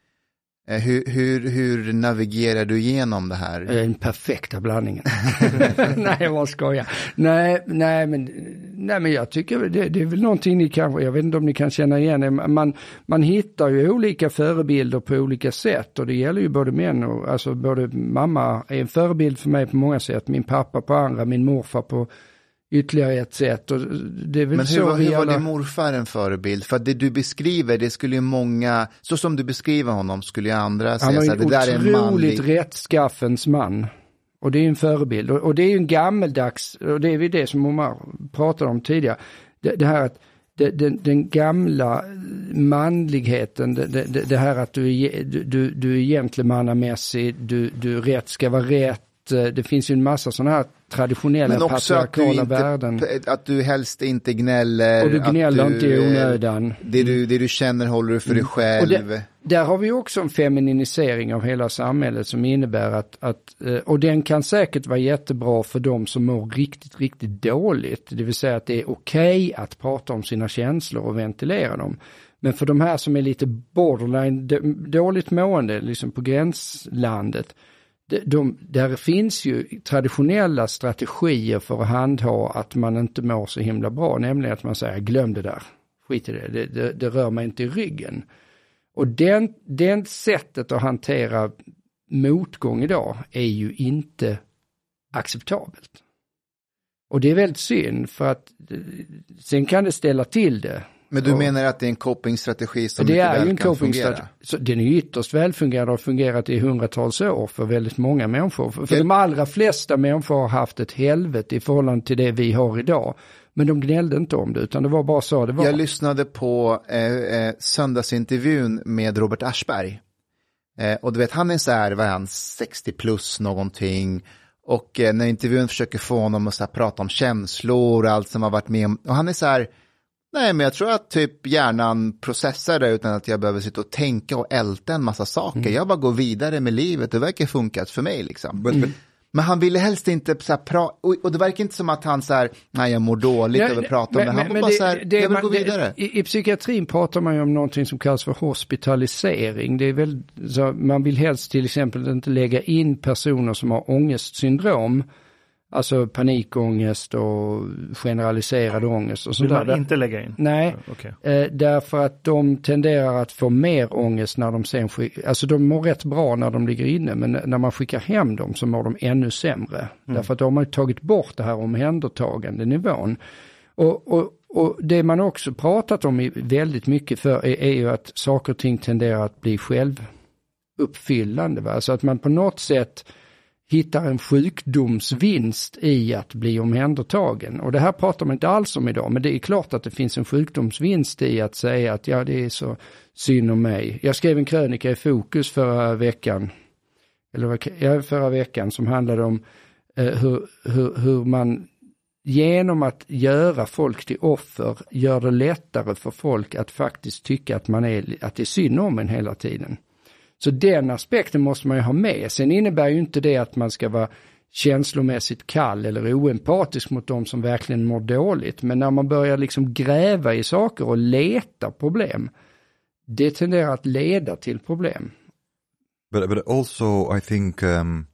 Hur, hur, hur navigerar du igenom det här? Den perfekta blandningen. nej, jag bara skojar. Nej, nej, men, nej, men jag tycker det, det är väl någonting ni kan, jag vet inte om ni kan känna igen. Man, man hittar ju olika förebilder på olika sätt och det gäller ju både män och, alltså både mamma är en förebild för mig på många sätt. Min pappa på andra, min morfar på ytterligare ett sätt. Och det är väl men hur, så var, hur alla... var din morfar en förebild? För det du beskriver, det skulle ju många, så som du beskriver honom skulle ju andra säga så här, det där är en manlig... rättskaffens man. Och det är en förebild. Och, och det är ju en gammeldags, och det är ju det som Omar pratade om tidigare. Det, det här att det, den, den gamla manligheten, det, det, det här att du är, du, du är gentlemannamässig, du, du rätt ska vara rätt. Det finns ju en massa sådana här traditionella patriarkala värden. Att du helst inte gnäller. Och du gnäller att du, inte i onödan. Det du, det du känner håller du för mm. dig själv. Och det, där har vi också en femininisering av hela samhället som innebär att, att, och den kan säkert vara jättebra för de som mår riktigt, riktigt dåligt. Det vill säga att det är okej att prata om sina känslor och ventilera dem. Men för de här som är lite borderline, dåligt mående, liksom på gränslandet, De, de, där finns ju traditionella strategier för att handha att man inte mår så himla bra. Nämligen att man säger, glöm det där, skit i det, det, det, det rör mig inte i ryggen. Och den, den sättet att hantera motgång idag är ju inte acceptabelt. Och det är väldigt synd för att sen kan det ställa till det. Men du och, menar att det är en copingstrategi som det är väl ju en kan fungera? Så den är ju ytterst välfungerande och har fungerat i hundratals år för väldigt många människor. För, för de allra flesta människor har haft ett helvete i förhållande till det vi har idag. Men de gnällde inte om det utan det var bara så det var. Jag lyssnade på eh, eh, söndagsintervjun med Robert Aschberg. Eh, och du vet, han är så här, vad är han, sextio plus någonting. Och eh, när intervjun försöker få honom att så här, prata om känslor och allt som har varit med om. Och han är så här, nej men jag tror att typ hjärnan processar det utan att jag behöver sitta och tänka och älta en massa saker. Mm. Jag bara går vidare med livet, det verkar funkat för mig liksom. Mm. Men han ville helst inte så här pra- och, och det verkar inte som att han så här, nej jag mår dåligt över att prata om det. Han men, var bara det, så här, det, jag vill man, gå vidare. Det, i, I psykiatrin pratar man ju om någonting som kallas för hospitalisering. Det är väl, så man vill helst till exempel inte lägga in personer som har ångestsyndrom. Alltså panikångest och generaliserad ångest och sådär. Vill man inte lägga in? Nej, okay. eh, därför att de tenderar att få mer ångest när de sen skickar, alltså de mår rätt bra när de ligger inne, men när man skickar hem dem så mår de ännu sämre. Mm. Därför att de har tagit bort det här omhändertagande nivån. Och, och, och det man också pratat om väldigt mycket för är, är ju att saker och ting tenderar att bli självuppfyllande. Va? Alltså att man på något sätt hittar en sjukdomsvinst i att bli omhändertagen. Och det här pratar man inte alls om idag, men det är klart att det finns en sjukdomsvinst i att säga att ja, det är så synd om mig. Jag skrev en krönika i Fokus förra veckan, eller ja, förra veckan som handlade om eh, hur, hur, hur man genom att göra folk till offer gör det lättare för folk att faktiskt tycka att, man är, att det är synd om en hela tiden. Så den aspekten måste man ju ha med. Sen innebär ju inte det att man ska vara känslomässigt kall eller oempatisk mot de som verkligen mår dåligt. Men när man börjar liksom gräva i saker och leta problem, det tenderar att leda till problem. But, but also I think um,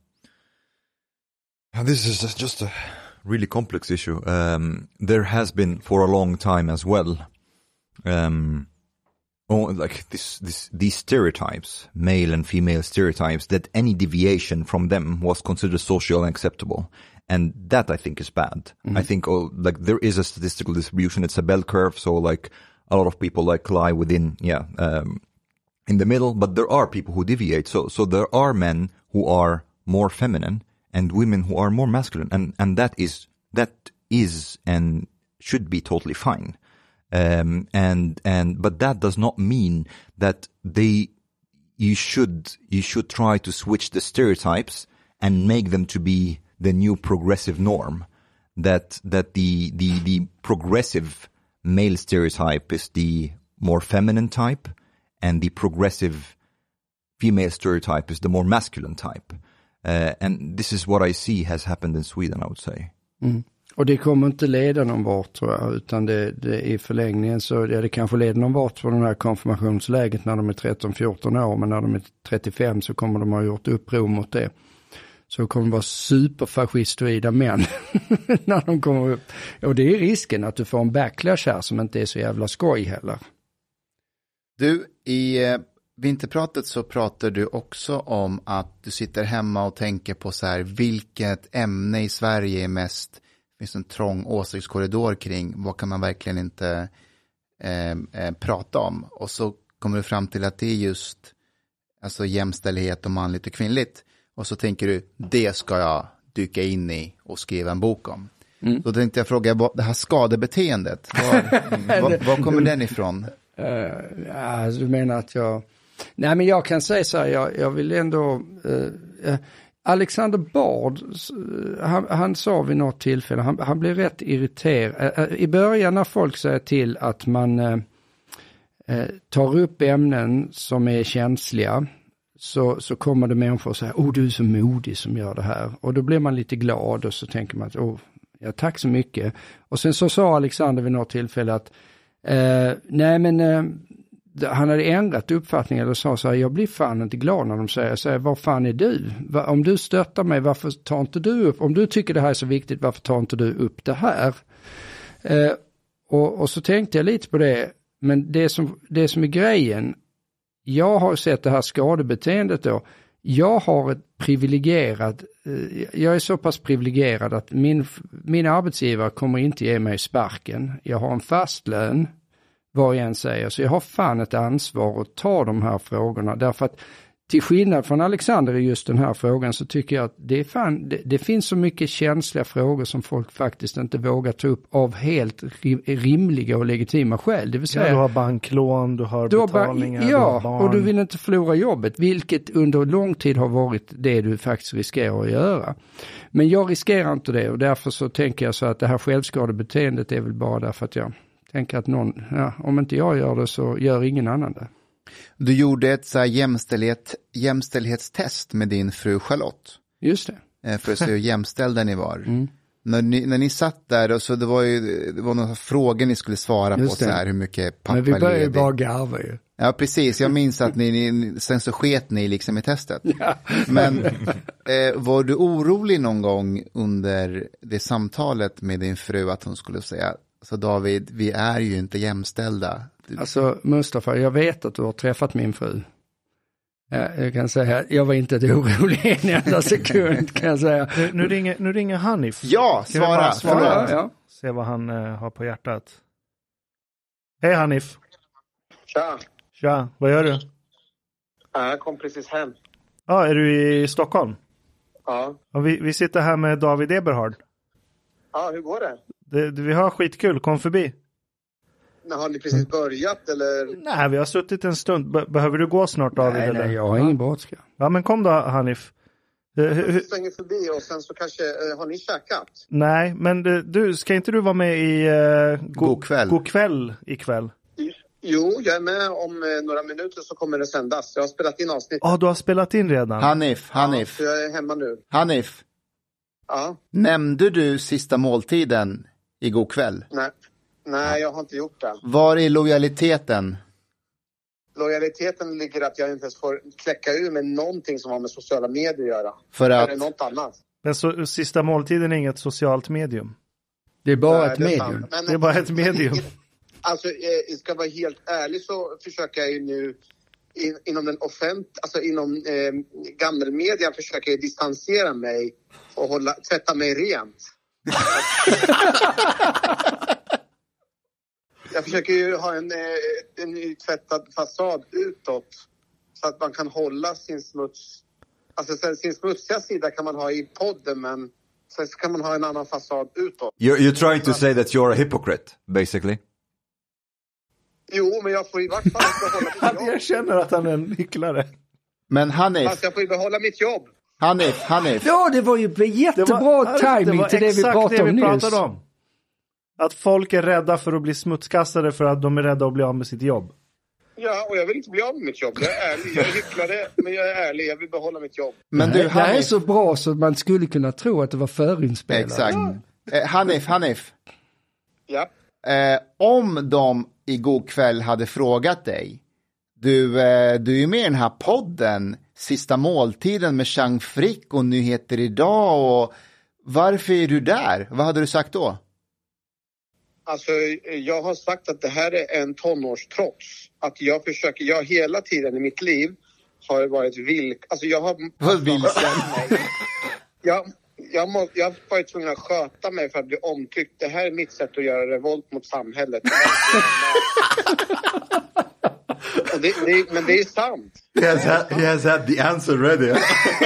this is just a really complex issue. Um, there has been for a long time as well. Um, Oh, like this, this, these stereotypes, male and female stereotypes, that any deviation from them was considered socially unacceptable. And that I think is bad. Mm-hmm. I think oh, like there is a statistical distribution. It's a bell curve. So like a lot of people like lie within, yeah, um, in the middle, but there are people who deviate. So, so there are men who are more feminine and women who are more masculine. And, and that is, that is and should be totally fine. Um, and, and, but that does not mean that they, you should, you should try to switch the stereotypes and make them to be the new progressive norm. That, that the, the, the progressive male stereotype is the more feminine type and the progressive female stereotype is the more masculine type. Uh, and this is what I see has happened in Sweden, I would say. Mm. Och det kommer inte leda någon vart, tror jag, utan det, det i förlängningen så ja, det kanske leder någon vart för den här konfirmationsläget när de är tretton fjorton år, men när de är trettiofem så kommer de ha gjort uppror mot det. Så kommer de vara superfascistoida män när de kommer upp. Och det är risken att du får en backlash här som inte är så jävla skoj heller. Du, i eh, vinterpratet så pratar du också om att du sitter hemma och tänker på så här, vilket ämne i Sverige är mest, finns en trång åsiktskorridor kring, vad kan man verkligen inte eh, eh, prata om? Och så kommer du fram till att det är just alltså jämställdhet och manligt och kvinnligt. Och så tänker du, det ska jag dyka in i och skriva en bok om. Mm. Då tänkte jag fråga, det här skadebeteendet, var, var, var kommer den ifrån? Uh, ja, du menar att jag... Nej, men jag kan säga så här, jag, jag vill ändå... Uh, uh, Alexander Bard, han, han sa vid något tillfälle, han, han blev rätt irriterad. I början när folk säger till att man eh, tar upp ämnen som är känsliga, så, så kommer det människor och säger, åh, du är så modig som gör det här. Och då blir man lite glad och så tänker man att, åh, ja, tack så mycket. Och sen så sa Alexander vid något tillfälle att, eh, nej men... Eh, han hade ändrat uppfattning eller sa så här, jag blir fan inte glad när de säger så här, vad fan är du? Va, om du stöttar mig, varför tar inte du upp? Om du tycker det här är så viktigt, varför tar inte du upp det här? Eh, och, och så tänkte jag lite på det, men det som, det som är grejen, jag har sett det här skadebeteendet då, jag har ett privilegierat, eh, jag är så pass privilegierad att min, min arbetsgivare kommer inte ge mig sparken. Jag har en fast lön, vad jag än säger. Så jag har fan ett ansvar att ta de här frågorna. Därför att till skillnad från Alexander i just den här frågan så tycker jag att det, är fan, det, det finns så mycket känsliga frågor som folk faktiskt inte vågar ta upp av helt rimliga och legitima skäl. Det vill säga, ja, du har banklån, du har du betalningar, har ba- ja, du har barn. Och du vill inte förlora jobbet, vilket under lång tid har varit det du faktiskt riskerar att göra. Men jag riskerar inte det och därför så tänker jag så att det här självskadebeteendet är väl bara därför att jag tänker att någon, ja, om inte jag gör det så gör ingen annan det. Du gjorde ett så här jämställdhet, jämställdhetstest med din fru Charlotte. Just det. För att se hur jämställda ni var. Mm. När, ni, när ni satt där och så det var ju det var några frågor ni skulle svara Just på det. Så här hur mycket pappa ledig. Men vi började ju bara garva ju. Ja, precis. Jag minns att ni, ni sen så sket ni liksom i testet. Ja. Men eh, var du orolig någon gång under det samtalet med din fru att hon skulle säga, så David, vi är ju inte jämställda. Alltså Mustafa, jag vet att du har träffat min fru. Jag kan säga, jag var inte ett orolig en enda sekund kan jag säga. Nu, nu, ringer, nu ringer Hanif. Ja, svara. svara. Ja, ja. Se vad han uh, har på hjärtat. Hej Hanif. Tja. Tja, vad gör du? Jag kom precis hem. Ja, är du i Stockholm? Ja. Och vi, vi sitter här med David Eberhard. Ja, hur går det? det, det vi har skitkul, kom förbi. Men har ni precis börjat eller? Nej, vi har suttit en stund. Be- behöver du gå snart, David? Nej, eller? nej, jag har ingen brådska. Ja, men kom då, Hanif. Jag svänger förbi och sen så kanske, uh, har ni käkat? Nej, men du, du, ska inte du vara med i uh, go- God kväll. God kväll ikväll? Jo, jag är med om eh, några minuter så kommer det sändas. Jag har spelat in avsnitt. Ja, ah, du har spelat in redan. Hanif, Hanif. Ja, så jag är hemma nu. Hanif. Ja. Nämnde du sista måltiden i god kväll? Nej, Nej jag har inte gjort det. Var är lojaliteten? Lojaliteten ligger att jag inte ens får kläcka ur med någonting som har med sociala medier att göra. För att... Eller något annat. Men så, sista måltiden är inget socialt medium. Det är bara Nej, ett det är medium. Men, det är bara ett medium. Alltså, eh, ska jag vara helt ärlig så försöker jag ju nu in, inom den offent, alltså inom eh, gammelmedia försöker jag distansera mig och hålla, tvätta mig rent. Jag försöker ju ha en, eh, en nytvättad fasad utåt så att man kan hålla sin smuts, alltså sin smutsiga sida kan man ha i podden, men sen kan man ha en annan fasad utåt. You're, you're trying to say that you're a hypocrite, basically. Jo, men jag får i vart fall behålla mitt jobb. Jag känner att han är en hycklare. Men Hanif... Fast jag får ju behålla mitt jobb. Hanif, Hanif. Ja, det var ju jättebra det var, timing det var till det vi pratade det om vi nyss. pratade om. Att folk är rädda för att bli smutskastade för att de är rädda att bli av med sitt jobb. Ja, och jag vill inte bli av med mitt jobb. Jag är ärlig. Jag är hycklare, men jag är ärlig. Jag vill behålla mitt jobb. Men du, Nej, Hanif... det här är så bra så man skulle kunna tro att det var förinspelat. Exakt. Ja. Eh, Hanif, Hanif. Ja. Eh, om de i god kväll hade frågat dig, du, eh, du är med i den här podden, Sista måltiden med Chang Frick och Nyheter idag, och varför är du där? Vad hade du sagt då? Alltså, jag har sagt att det här är en tonårstrots. Att jag försöker, jag hela tiden i mitt liv har varit vilk, alltså jag har... Vad vilsen? jag, jag, må, jag har varit tvungen att sköta mig för att bli omtyckt. Det här är mitt sätt att göra revolt mot samhället. Och det, det, men det är sant. He has had, he has had the answer ready.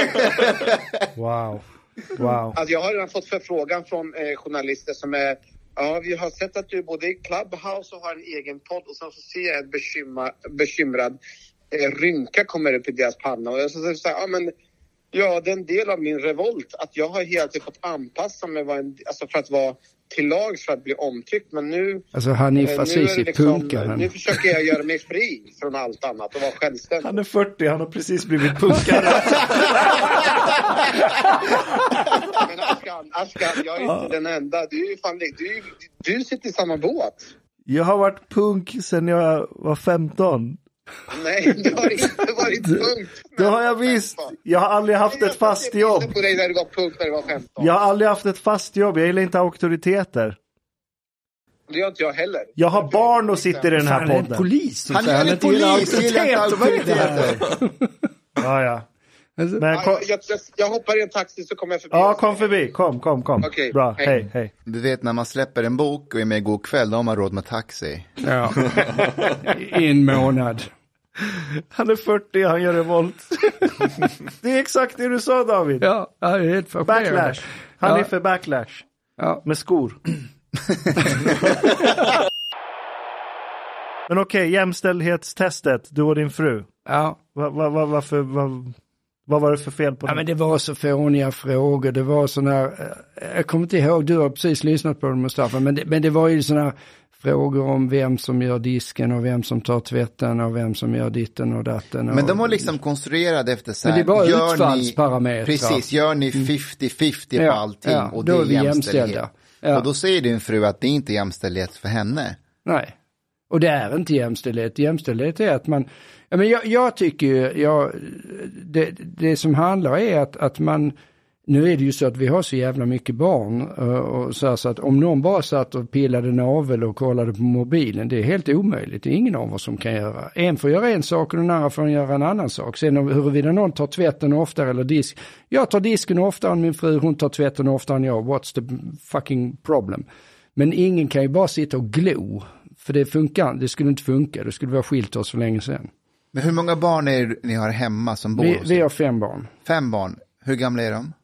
Wow. Wow. Alltså jag har redan fått förfrågan från eh, journalister som är, ja, vi har sett att du både i Clubhouse och har en egen podd, och sen så ser jag en bekymra, bekymrad eh, rynka kommer upp i deras panna, och jag så säger ja men ja, det är en del av min revolt att jag har helt enkelt fått anpassa mig var en, alltså för att vara till lags för att bli omtyckt, men nu alltså Hanif eh, Azizi liksom, punkaren. Nu försöker jag göra mig fri från allt annat och vara självständig. Han är fyrtio, han har precis blivit punkare. Men Askan, Askan, jag är inte ja. den enda. Du är ju fan, du, du sitter i samma båt. Jag har varit punk sedan jag var femton. Nej, du har inte varit punk. Det har jag visst. Jag har aldrig haft ett fast jobb. Jag på dig när du var punk när du var femton. Jag har aldrig haft ett fast jobb. Jag gillar inte auktoriteter. Det gör inte jag heller. Jag har barn och sitter i den här podden. Han är en polis. Han är en polis. Gillar inte auktoriteter. Ja, ja. Men ja, jag, jag, jag hoppar i en taxi så kommer jag förbi. Ja, kom förbi. Kom, kom, kom. Okay, bra, hej. hej, hej. Du vet, när man släpper en bok och är med i god kväll, då har man råd med taxi. Ja. En månad. Han är fyrtio, han gör revolt. Det är exakt det du sa, David. Ja, jag är helt fascinerad. Backlash. Han ja. är för backlash. Ja. Med skor. Men okej, okay, jämställdhetstestet, du och din fru. Ja. Va, va, va, varför, va, vad var det för fel på det? Ja, men det var så fåniga frågor. Det var såna här, jag kommer inte ihåg, du har precis lyssnat på dem, Mustafa, men det, men det var ju såna frågor om vem som gör disken och vem som tar tvätten och vem som gör ditten och datten. Men de var liksom konstruerade efter så här. Men det är bara utfallsparametrar. Precis, gör ni femtio femtio ja, på allting ja, och det är, är jämställdhet. Ja. Och då säger din fru att det inte är jämställdhet för henne. Nej, och det är inte jämställdhet. Jämställdhet är att man, ja, men jag, jag tycker ju, jag, det, det som handlar är att, att man, nu är det ju så att vi har så jävla mycket barn och så, här, så att om någon bara satt och pillade navel och kollade på mobilen, det är helt omöjligt. Det är ingen av oss som kan göra. En får göra en sak och den andra får göra en annan sak. Sen huruvida någon tar tvätten oftare eller disk. Jag tar disken oftare än min fru, hon tar tvätten oftare än jag. What's the fucking problem? Men ingen kan ju bara sitta och glo. För det funkar, det skulle inte funka. Det skulle vara skilt oss för länge sedan. Men hur många barn är ni har hemma som bor vi, hos vi har fem barn. Fem barn. Hur gamla är de?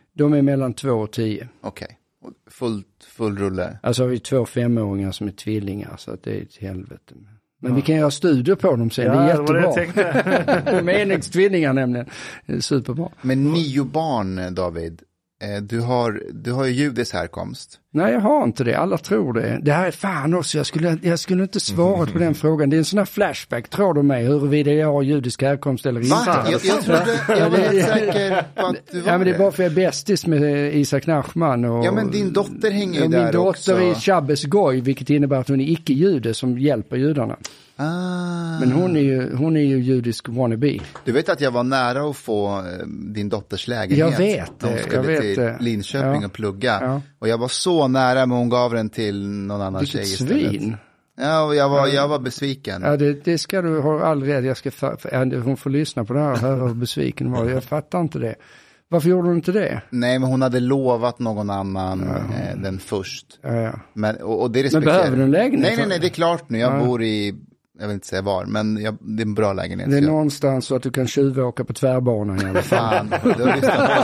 De är mellan två och tio. Okej, okay. full, full rulle. Alltså har vi två femåringar som är tvillingar så att det är ett helvete. Men ja. Vi kan göra studier på dem sen, ja, det är jättebra. Det var det jag tänkte. De är enäggstvillingar nämligen, det är superbra. Men nio barn, David, du har, du har ju judisk härkomst. Nej, jag har inte det. Alla tror det. Det här är fan också. Jag skulle, jag skulle inte svara på den frågan. Det är en sån här flashback, tror du mig, huruvida jag har judisk härkomst eller inte. Va? Jag, jag trodde, jag var helt säker på att du var Ja, men det är det. bara för jag är bästis med Isak Nachman. Och, ja, men din dotter hänger ju och där min också. dotter är Shabbes Goy, vilket innebär att hon är icke-jude som hjälper judarna. Ah. Men hon är ju, hon är ju judisk wannabe. Du vet att jag var nära att få eh, din dotters lägenhet. Jag vet det. Hon skulle jag vet till det. Linköping ja. och plugga. Ja. Och jag var så nära, men hon gav den till någon annan Vilket tjej istället. svin. Ja, och jag var, jag var besviken. Ja, det, det ska du ha all rätt. Jag ska, hon får lyssna på det här och höra hur besviken var. Jag fattar inte det. Varför gjorde hon inte det? Nej, men hon hade lovat någon annan ja. eh, den först. Ja, ja. Men, och, och det men behöver du en lägenhet? Nej, nej, nej, det är klart nu. Jag ja. bor i, jag vill inte säga var, men jag, det är en bra lägenhet. Det är jag... någonstans så att du kan tjuvåka på tvärbanan i alla fall. Fan, du har lyssnat.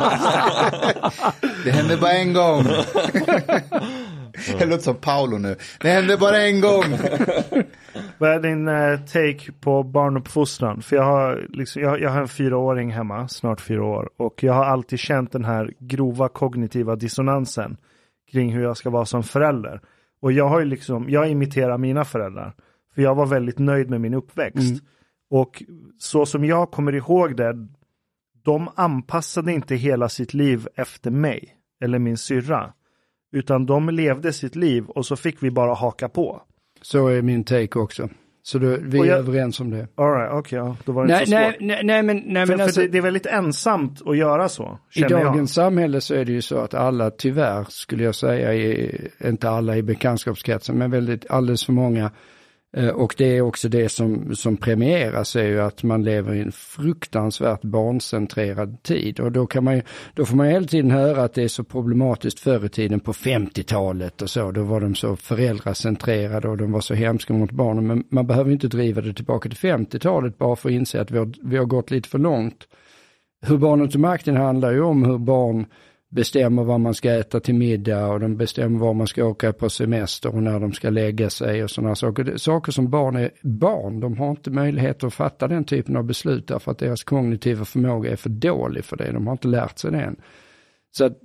Det hände bara en gång. Jag låter som Paolo nu. Det hände bara en gång. Vad är din uh, take på barnuppfostran? För jag har, liksom, jag, jag har en fyraåring hemma, snart fyra år. Och jag har alltid känt den här grova kognitiva dissonansen kring hur jag ska vara som förälder. Och jag har ju liksom, jag imiterar mina föräldrar. För jag var väldigt nöjd med min uppväxt. Mm. Och så som jag kommer ihåg det, de anpassade inte hela sitt liv efter mig eller min syrra. Utan de levde sitt liv och så fick vi bara haka på. Så är min take också. Så då, vi jag, är överens om det. All right, okej. Okay, ja. Då var det nej, inte så nej, svårt. nej, nej, men, nej, för, men alltså, för det, det är väldigt ensamt att göra så. I dagens jag. samhälle så är det ju så att alla, tyvärr skulle jag säga, är, inte alla i bekantskapskretsen, men väldigt, alldeles för många. Och det är också det som, som premieras är ju att man lever i en fruktansvärt barncentrerad tid. Och då, kan man ju, då får man hela tiden höra att det är så problematiskt förr i tiden på femtiotalet och så. Då var de så föräldracentrerade och de var så hemska mot barnen. Men man behöver inte driva det tillbaka till femtiotalet bara för att inse att vi har, vi har gått lite för långt. Hur barnen till makten handlar ju om hur barn bestämmer vad man ska äta till middag och de bestämmer var man ska åka på semester och när de ska lägga sig och sådana saker. Saker som barn är barn, de har inte möjlighet att fatta den typen av beslut därför att deras kognitiva förmåga är för dålig för det. De har inte lärt sig det än. Så att,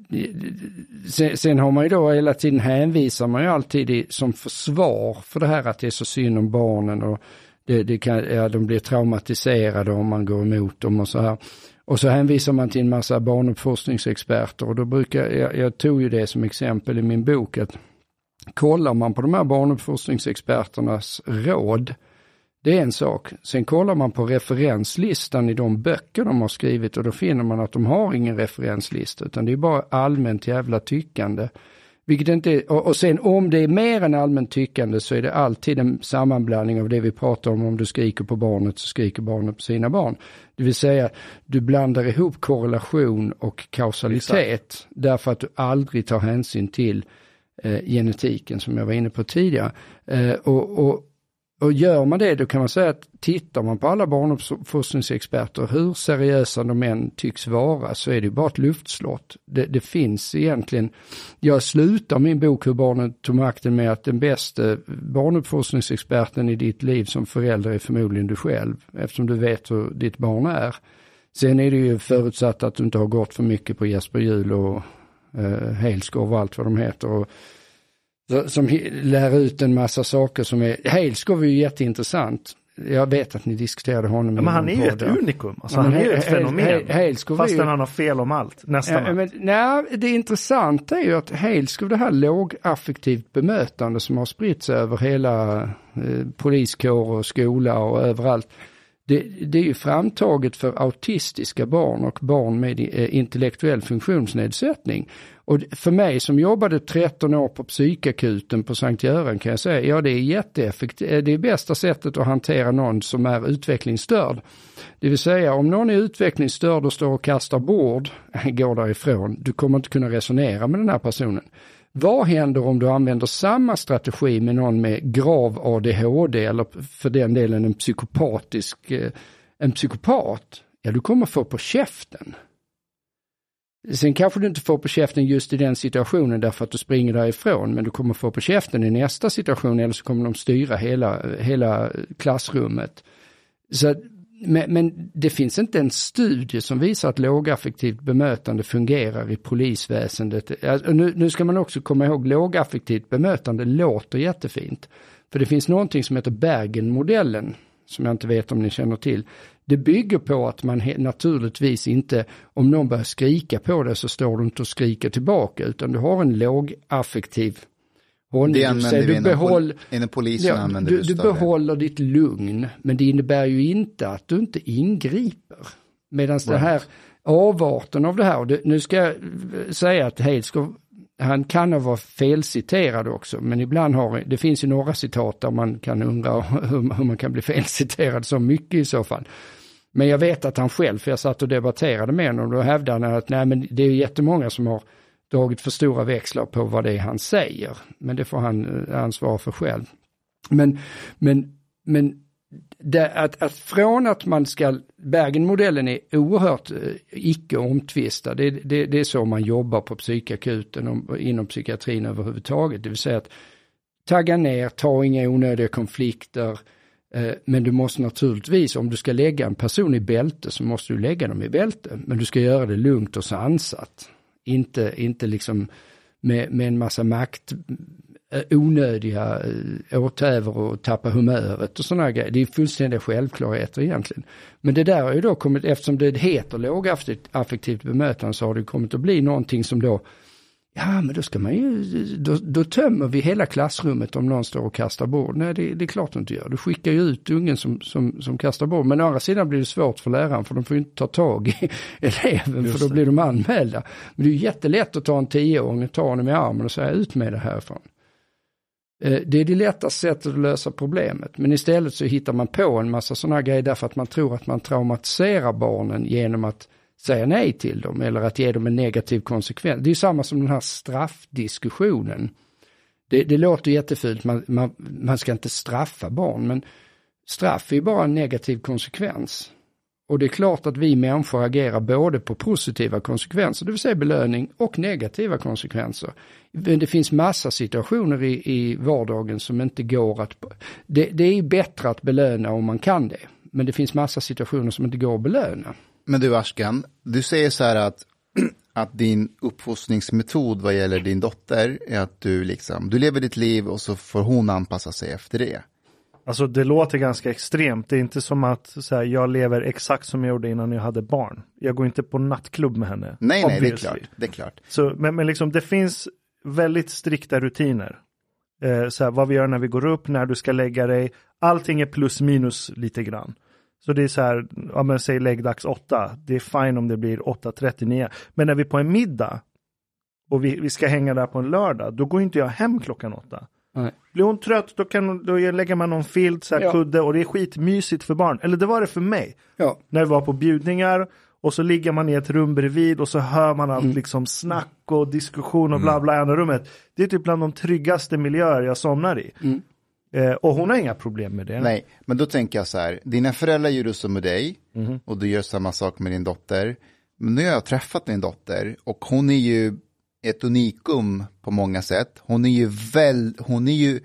sen, sen har man ju då hela tiden hänvisar man ju alltid i, som försvar för det här att det är så synd om barnen och det, det kan, ja, de blir traumatiserade om man går emot dem och så här. Och så hänvisar man till en massa barnuppfostringsexperter och då brukar, jag, jag tog ju det som exempel i min bok att kollar man på de här barnuppfostringsexperternas råd, det är en sak. Sen kollar man på referenslistan i de böcker de har skrivit och då finner man att de har ingen referenslista utan det är bara allmänt jävla tyckande. Vilket inte är, och, och sen om det är mer än allmänt tyckande så är det alltid en sammanblandning av det vi pratar om. Om du skriker på barnet så skriker barnet på sina barn. Det vill säga du blandar ihop korrelation och kausalitet. Exakt. Därför att du aldrig tar hänsyn till eh, genetiken som jag var inne på tidigare. Eh, och, och, och gör man det då kan man säga att tittar man på alla barnuppfostringsexperter hur seriösa de än tycks vara så är det bara ett luftslott. Det, det finns egentligen, jag slutar min bok Hur barnen tog makten med att den bästa barnuppfostringsexperten i ditt liv som förälder är förmodligen du själv eftersom du vet hur ditt barn är. Sen är det ju förutsatt att du inte har gått för mycket på Jesper Juhl och eh, Helskov och allt vad de heter och som lär ut en massa saker som är, Helskov är ju jätteintressant. Jag vet att ni diskuterade honom. Ja, men han är ju ett unikum. Alltså, ja, han är ju ett fenomen. Helskov fastän ju, han har fel om allt. Nästan. Ja, men, nej, det intressanta är ju att Helskov, det här lågaffektivt bemötande som har spritt sig över hela eh, poliskår och skola och överallt. Det, det är ju framtaget för autistiska barn och barn med eh, intellektuell funktionsnedsättning. Och för mig som jobbade tretton år på psykakuten på Sankt Göran kan jag säga, ja det är jätteeffektivt, det är bästa sättet att hantera någon som är utvecklingsstörd. Det vill säga om någon är utvecklingsstörd och står och kastar bord, går därifrån, du kommer inte kunna resonera med den här personen. Vad händer om du använder samma strategi med någon med grav A D H D eller för den delen en psykopatisk, en psykopat? Ja, du kommer få på käften. Sen kanske du inte får på käften just i den situationen därför att du springer därifrån, men du kommer få på käften i nästa situation, eller så kommer de styra hela, hela klassrummet. Så, men, men det finns inte en studie som visar att lågaffektivt bemötande fungerar i polisväsendet. Alltså, nu, nu ska man också komma ihåg, lågaffektivt bemötande låter jättefint. För det finns någonting som heter Bergen-modellen, som jag inte vet om ni känner till. Det bygger på att man he- naturligtvis inte, om någon börjar skrika på det så står du inte och skriker tillbaka, utan du har en lågaffektiv hållning. Det använder du vi inom, behåll, pol- inom polisen. ja, använder du, du du behåller ditt lugn, men det innebär ju inte att du inte ingriper. Medan right. det här avarten av det här, och det, nu ska jag säga att Heidskov, han kan ha varit felciterad också, men ibland har det finns ju några citat där man kan undra hur, hur man kan bli felciterad så mycket i så fall. Men jag vet att han själv, för jag satt och debatterade med honom, och då hävdade han att nej, men det är jättemånga som har dragit för stora växlar på vad det är han säger. Men det får han ansvara för själv. Men, men, men det, att, att från att man ska, Bergen-modellen är oerhört eh, icke omtvistad. Det, det, det är så man jobbar på psykakuten och inom psykiatrin överhuvudtaget. Det vill säga att tagga ner, ta inga onödiga konflikter. Eh, men du måste naturligtvis, om du ska lägga en person i bälte så måste du lägga dem i bälte. Men du ska göra det lugnt och sansat. Inte, inte liksom med, med en massa makt, onödiga åthävor och tappa humöret och sådana grejer. Det är fullständigt självklarheter egentligen. Men det där har ju då kommit, eftersom det heter lågaffektivt bemötande, så har det kommit att bli någonting som då, ja men då ska man ju, då, då tömmer vi hela klassrummet om någon står och kastar bord. Nej, det, det är klart du inte gör. Du skickar ju ut ungen som, som, som kastar bord. Men å andra sidan blir det svårt för läraren, för de får ju inte ta tag i eleven, just för då blir de anmälda. Men det är ju jättelätt att ta en tioåring och ta honom i armen och säga ut med det härifrån. Det är det lättaste sättet att lösa problemet. Men istället så hittar man på en massa sådana grejer därför att man tror att man traumatiserar barnen genom att säga nej till dem eller att ge dem en negativ konsekvens. Det är ju samma som den här straffdiskussionen. Det, det låter jättefult, man, man, man ska inte straffa barn, men straff är ju bara en negativ konsekvens. Och det är klart att vi människor agerar både på positiva konsekvenser, det vill säga belöning, och negativa konsekvenser. Men det finns massa situationer i, i vardagen som inte går att... Det, det är ju bättre att belöna om man kan det. Men det finns massa situationer som inte går att belöna. Men du Ashkan, du säger så här att, att din uppfostringsmetod vad gäller din dotter är att du liksom, du lever ditt liv och så får hon anpassa sig efter det. Alltså det låter ganska extremt. Det är inte som att så här, jag lever exakt som jag gjorde innan jag hade barn. Jag går inte på nattklubb med henne. Nej, obviously. nej, det är klart. Det är klart. Så, men men liksom, det finns väldigt strikta rutiner. Eh, så här, vad vi gör när vi går upp, när du ska lägga dig. Allting är plus minus lite grann. Så det är så här, ja men säg läggdags åtta. Det är fine om det blir åtta trettionio. Men när vi är på en middag och vi, vi ska hänga där på en lördag, då går inte jag hem klockan åtta. Nej. Blir hon trött, då, kan, då lägger man någon filt, så här, ja. kudde, och det är skitmysigt för barn. Eller det var det för mig. Ja. När vi var på bjudningar och så ligger man i ett rum bredvid och så hör man allt mm. liksom snack och diskussion och bla bla i andra rummet. Det är typ bland de tryggaste miljöer jag somnar i. Mm. Eh, och hon har inga problem med det. Nej, men då tänker jag så här. Dina föräldrar gjorde så med dig mm. och du gör samma sak med din dotter. Men nu har jag träffat din dotter och hon är ju ett unikum på många sätt. Hon är ju väl, hon är ju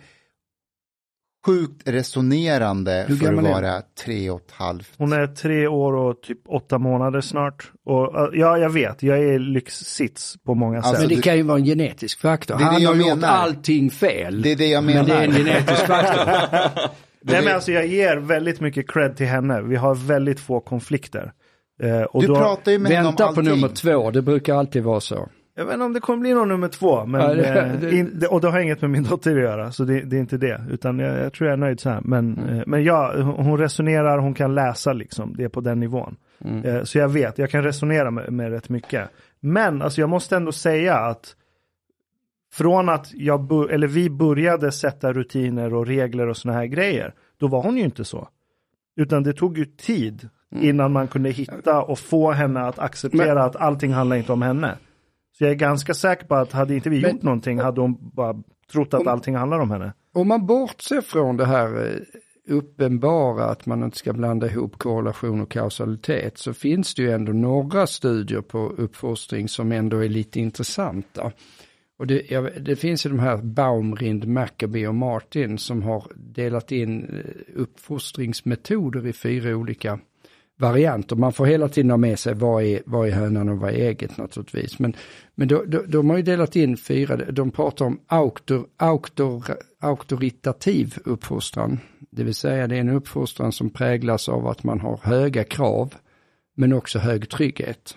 sjukt resonerande för att vara tre och ett halvt. Hon är tre år och typ åtta månader snart. Och ja, jag vet, jag är lyxsits på många alltså, sätt. Men det du, kan ju vara en genetisk faktor. Det är Han det jag har menar. gjort allting fel. Det är det jag menar. Men det är en genetisk faktor. Nej, men alltså jag ger väldigt mycket cred till henne. Vi har väldigt få konflikter. Eh, och du då, pratar ju med henne om vänta allting. på nummer två, det brukar alltid vara så. Jag vet inte om det kommer bli någon nummer två. Men, ja, det, det, in, det, och det har inget med min dotter att göra. Så det, det är inte det. Utan jag, jag tror jag är nöjd så här. Men, mm. eh, men ja, hon resonerar, hon kan läsa liksom. Det är på den nivån. Mm. Eh, så jag vet, jag kan resonera med, med rätt mycket. Men alltså jag måste ändå säga att från att jag eller vi började sätta rutiner och regler och såna här grejer, då var hon ju inte så. Utan det tog ju tid mm. innan man kunde hitta och få henne att acceptera men, att allting handlar inte om henne. Så jag är ganska säker på att hade inte vi men, gjort någonting hade hon bara trott att om, allting handlar om henne. Om man bortser från det här uppenbara att man inte ska blanda ihop korrelation och kausalitet, så finns det ju ändå några studier på uppfostring som ändå är lite intressanta. Och det, ja, det finns ju de här Baumrind, Maccabee och Martin som har delat in uppfostringsmetoder i fyra olika varianter. Man får hela tiden ha med sig vad är, vad är hönan och vad är ägget naturligtvis. Men, men då, då, de har ju delat in fyra, de pratar om auktor, auktor, auktoritativ uppfostran. Det vill säga det är en uppfostran som präglas av att man har höga krav men också hög trygghet.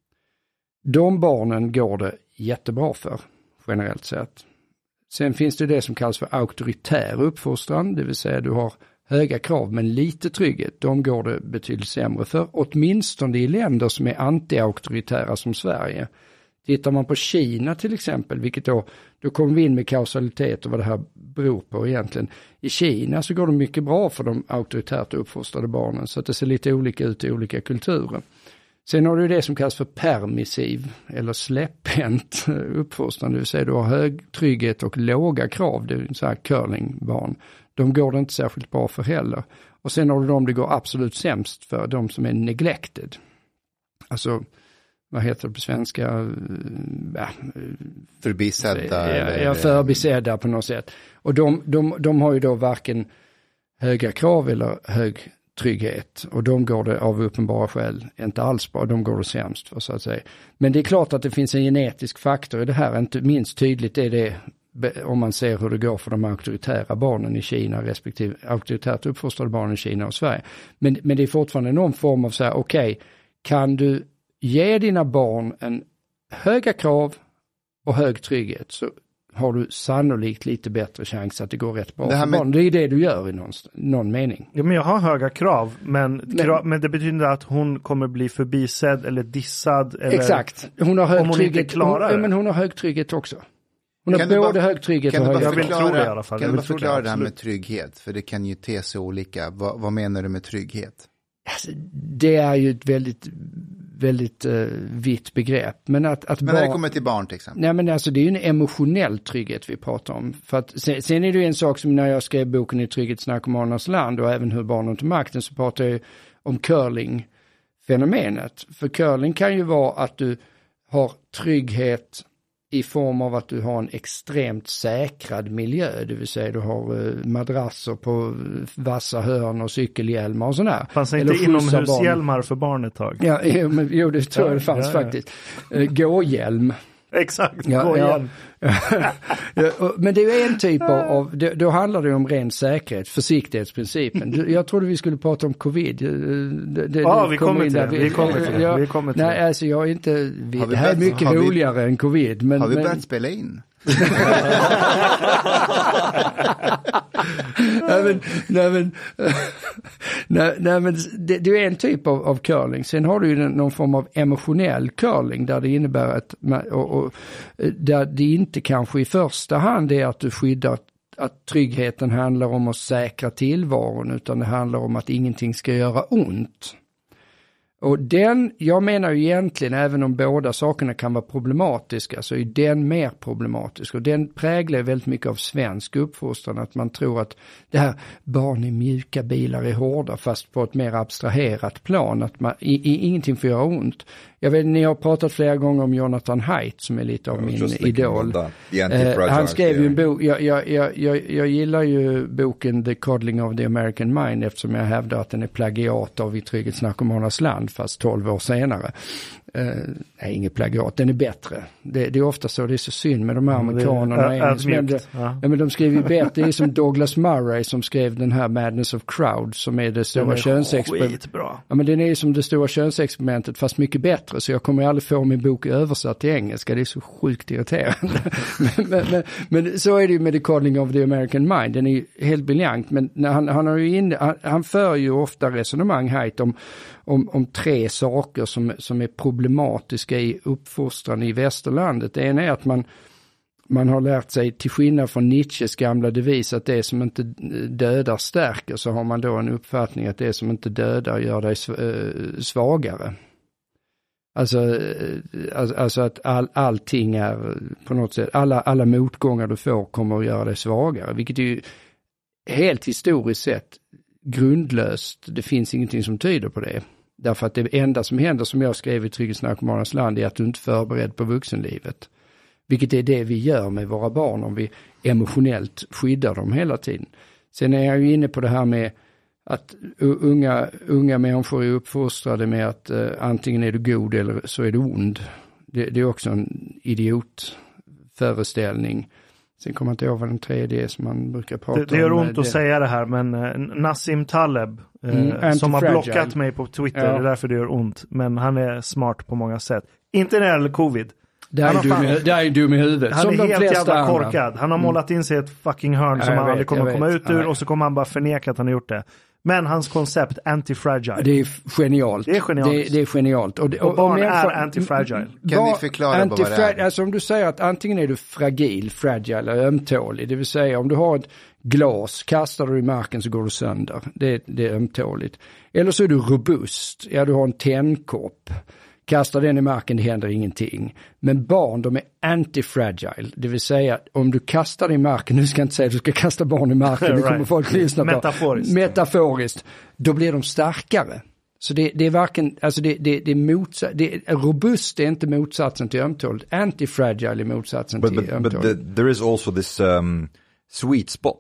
De barnen går det jättebra för generellt sett. Sen finns det det som kallas för auktoritär uppfostran, det vill säga du har höga krav men lite trygghet, de går det betydligt sämre för, åtminstone i länder som är anti-auktoritära som Sverige. Tittar man på Kina till exempel, vilket då, då kommer vi in med kausalitet och vad det här beror på egentligen. I Kina så går det mycket bra för de auktoritärt uppfostrade barnen, så att det ser lite olika ut i olika kulturer. Sen har du det som kallas för permissiv eller släpphänt uppfostran, det vill säga du har hög trygghet och låga krav, det är så här curlingbarn. De går det inte särskilt bra för heller. Och sen har du de det går absolut sämst för, de som är neglected. Alltså, vad heter det på svenska? Ja, förbisedda. Ja, ja, förbisedda på något sätt. Och de, de, de har ju då varken höga krav eller hög trygghet. Och de går det av uppenbara skäl inte alls bra. De går det sämst för, så att säga. Men det är klart att det finns en genetisk faktor i det här. Inte minst tydligt är det om man ser hur det går för de auktoritära barnen i Kina respektive auktoritärt uppfostrade barnen i Kina och Sverige. Men, men det är fortfarande någon form av så här, okej, okay, kan du ge dina barn en höga krav och hög trygghet, så har du sannolikt lite bättre chans att det går rätt bra. Det, här med... barn. Det är det du gör i någon, någon mening. Ja, men jag har höga krav men, men, krav, men det betyder att hon kommer bli förbisedd eller dissad. Eller, exakt. Hon har hög om hon trygghet. Inte klarar hon, men hon har hög trygghet också. Hon har både bara, hög trygghet och hög trygghet. Jag vill tro det i alla fall. Kan du bara förklara det här med trygghet? För det kan ju te sig olika. Vad, vad menar du med trygghet? Alltså, det är ju ett väldigt, väldigt uh, vitt begrepp. Men, att, att men när det kommer till barn till exempel? Nej, men alltså, det är ju en emotionell trygghet vi pratar om. För att, sen, sen är det ju en sak som när jag skrev boken I trygghetsnarkomanernas land och även hur barnen till makten, så pratar jag om curling-fenomenet. För curling kan ju vara att du har trygghet i form av att du har en extremt säkrad miljö, det vill säga du har eh, madrasser på vassa hörn och cykelhjälmar och sådär. Fanns det inte inomhushjälmar för barn ett tag? Ja, men, jo, det tror jag det fanns ja, ja. faktiskt. Eh, gåhjälm. Exakt, ja, gåhjälm. Ja. Ja, men det är ju en typ av, då handlar det om ren säkerhet, försiktighetsprincipen. Jag trodde vi skulle prata om covid. Det, det, ja, vi kommer till det. Vi kommer till det. Vi kommer till nej, alltså jag är inte, vi, det här är mycket roligare vi, än covid. Men, har vi men, börjat spela in? nej, men, nej, men, nej, nej, men det, det är en typ av, av curling. Sen har du ju någon form av emotionell curling där det innebär att och, och, där det inte kanske i första hand är att du skyddar, att tryggheten handlar om att säkra tillvaron, utan det handlar om att ingenting ska göra ont. Och den, jag menar ju egentligen, även om båda sakerna kan vara problematiska, så är den mer problematisk. Och den präglar väldigt mycket av svensk uppfostran, att man tror att det här barn i mjuka bilar är hårda, fast på ett mer abstraherat plan, att man, i, i, ingenting får göra ont. Jag vet, ni har pratat flera gånger om Jonathan Haidt som är lite av min idol. Eh, han skrev ju en bok, jag, jag, jag, jag, jag gillar ju boken The Coddling of the American Mind, eftersom jag hävdar att den är plagiat av I trygghetsnarkomanernas land, fast tolv år senare. Uh, nej, inget plagiat, den är bättre. Det, det är ofta så, det är så synd med de här amerikanerna. Mm, engelsmän, det, ja. Ja, men de skriver ju bättre. Det är som Douglas Murray som skrev den här Madness of Crowds, som är det stora könsexperimentet. Ja, men den är som det stora könsexperimentet, fast mycket bättre. Så jag kommer aldrig få min bok översatt till engelska. Det är så sjukt irriterande. men, men, men, men så är det ju med The Coddling of the American Mind. Den är ju helt briljant. Men när han, han, har ju in, han, han för ju ofta resonemang här om, om, om tre saker som, som är problematiska i uppfostran i västerlandet. Det ena är att man, man har lärt sig, till skillnad från Nietzsches gamla devis, att det som inte dödar stärker, så har man då en uppfattning att det som inte dödar gör dig svagare. Alltså, alltså att all, allting är på något sätt, alla, alla motgångar du får kommer att göra dig svagare, vilket är ju helt historiskt sett grundlöst. Det finns ingenting som tyder på det. Därför att det enda som händer, som jag skrev i Trygghetsnarkomanernas land, är att du inte är förberedd på vuxenlivet. Vilket är det vi gör med våra barn om vi emotionellt skyddar dem hela tiden. Sen är jag ju inne på det här med att unga, unga människor är uppfostrade med att uh, antingen är du god eller så är du ond. Det, det är också en idiotföreställning. Sen kommer jag inte ihåg vad den tredje är som man brukar prata om. Det, det gör ont det. att säga det här, men uh, Nassim Taleb uh, mm, som har blockat mig på Twitter, ja. Det är därför det gör ont. Men han är smart på många sätt. Inte när det gäller covid. Det är, dum, fan, det är dum i huvudet. Han som är de helt flesta jävla andra. korkad. Han har målat in sig i ett fucking hörn som ja, han aldrig kommer vet, komma ut ur ja. och så kommer han bara förneka att han har gjort det. Men hans koncept, anti-fragile. Det är genialt. Det är genialt. Det, det är genialt. Och, det, och, och barn och är anti-fragile. Kan ni förklara anti- vad det är? Alltså om du säger att antingen är du fragil, fragile eller ömtålig. Det vill säga om du har ett glas, kastar du i marken så går du sönder. Det, det är ömtåligt. Eller så är du robust. Ja, du har en tändkopp. Kastar den i marken, det händer ingenting. Men barn, de är anti-fragile. Det vill säga, om du kastar i marken, nu ska jag inte säga att du ska kasta barn i marken, right. Det kommer folk lyssna på. Metaforiskt. Metaforiskt. Då blir de starkare. Så det, det är varken, alltså det, det, det är motsatt, det är robust är inte motsatsen till ömtåligt. Anti-fragile är motsatsen but, till but, ömtåligt. But the, there is also this um, sweet spot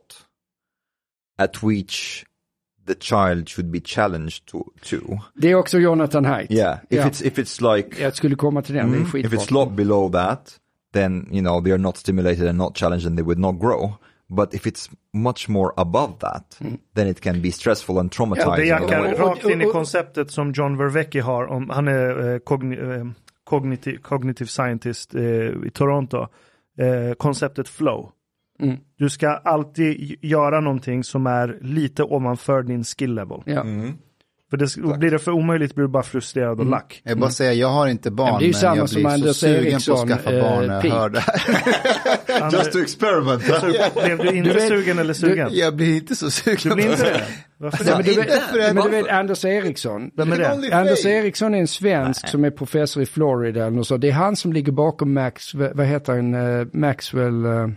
at which the child should be challenged to. to. Det är också Jonathan Haidt. Yeah, if yeah. it's if it's like jag skulle komma till den. Mm, det är skitbra. if it's lot below that, then you know they are not stimulated and not challenged and they would not grow. But if it's much more above that, mm. then it can be stressful and traumatizing. Ja, det jackar rakt in i konceptet som John Vervaeke har. Om, han är eh, kogni, eh, cognitive, cognitive scientist eh, i Toronto. Eh, konceptet flow. Mm. Du ska alltid göra någonting som är lite ovanför din skill level. Ja. Mm. För det, blir det för omöjligt blir du bara frustrerad och mm. lack. Jag bara säga, jag har inte barn, ja, men, men jag blir så sugen Eriksson, på att skaffa barn när jag hör det här. Just to experiment. Blev du inte du vet, sugen eller sugen? Du, jag blir inte så sugen. Du blir inte det? Varför ja, men, du vet, men du vet Anders Eriksson. Vem är det? Anders Eriksson är en svensk Nej. som är professor i Florida. Och så. Det är han som ligger bakom Max, vad heter han, uh, Maxwell... Uh,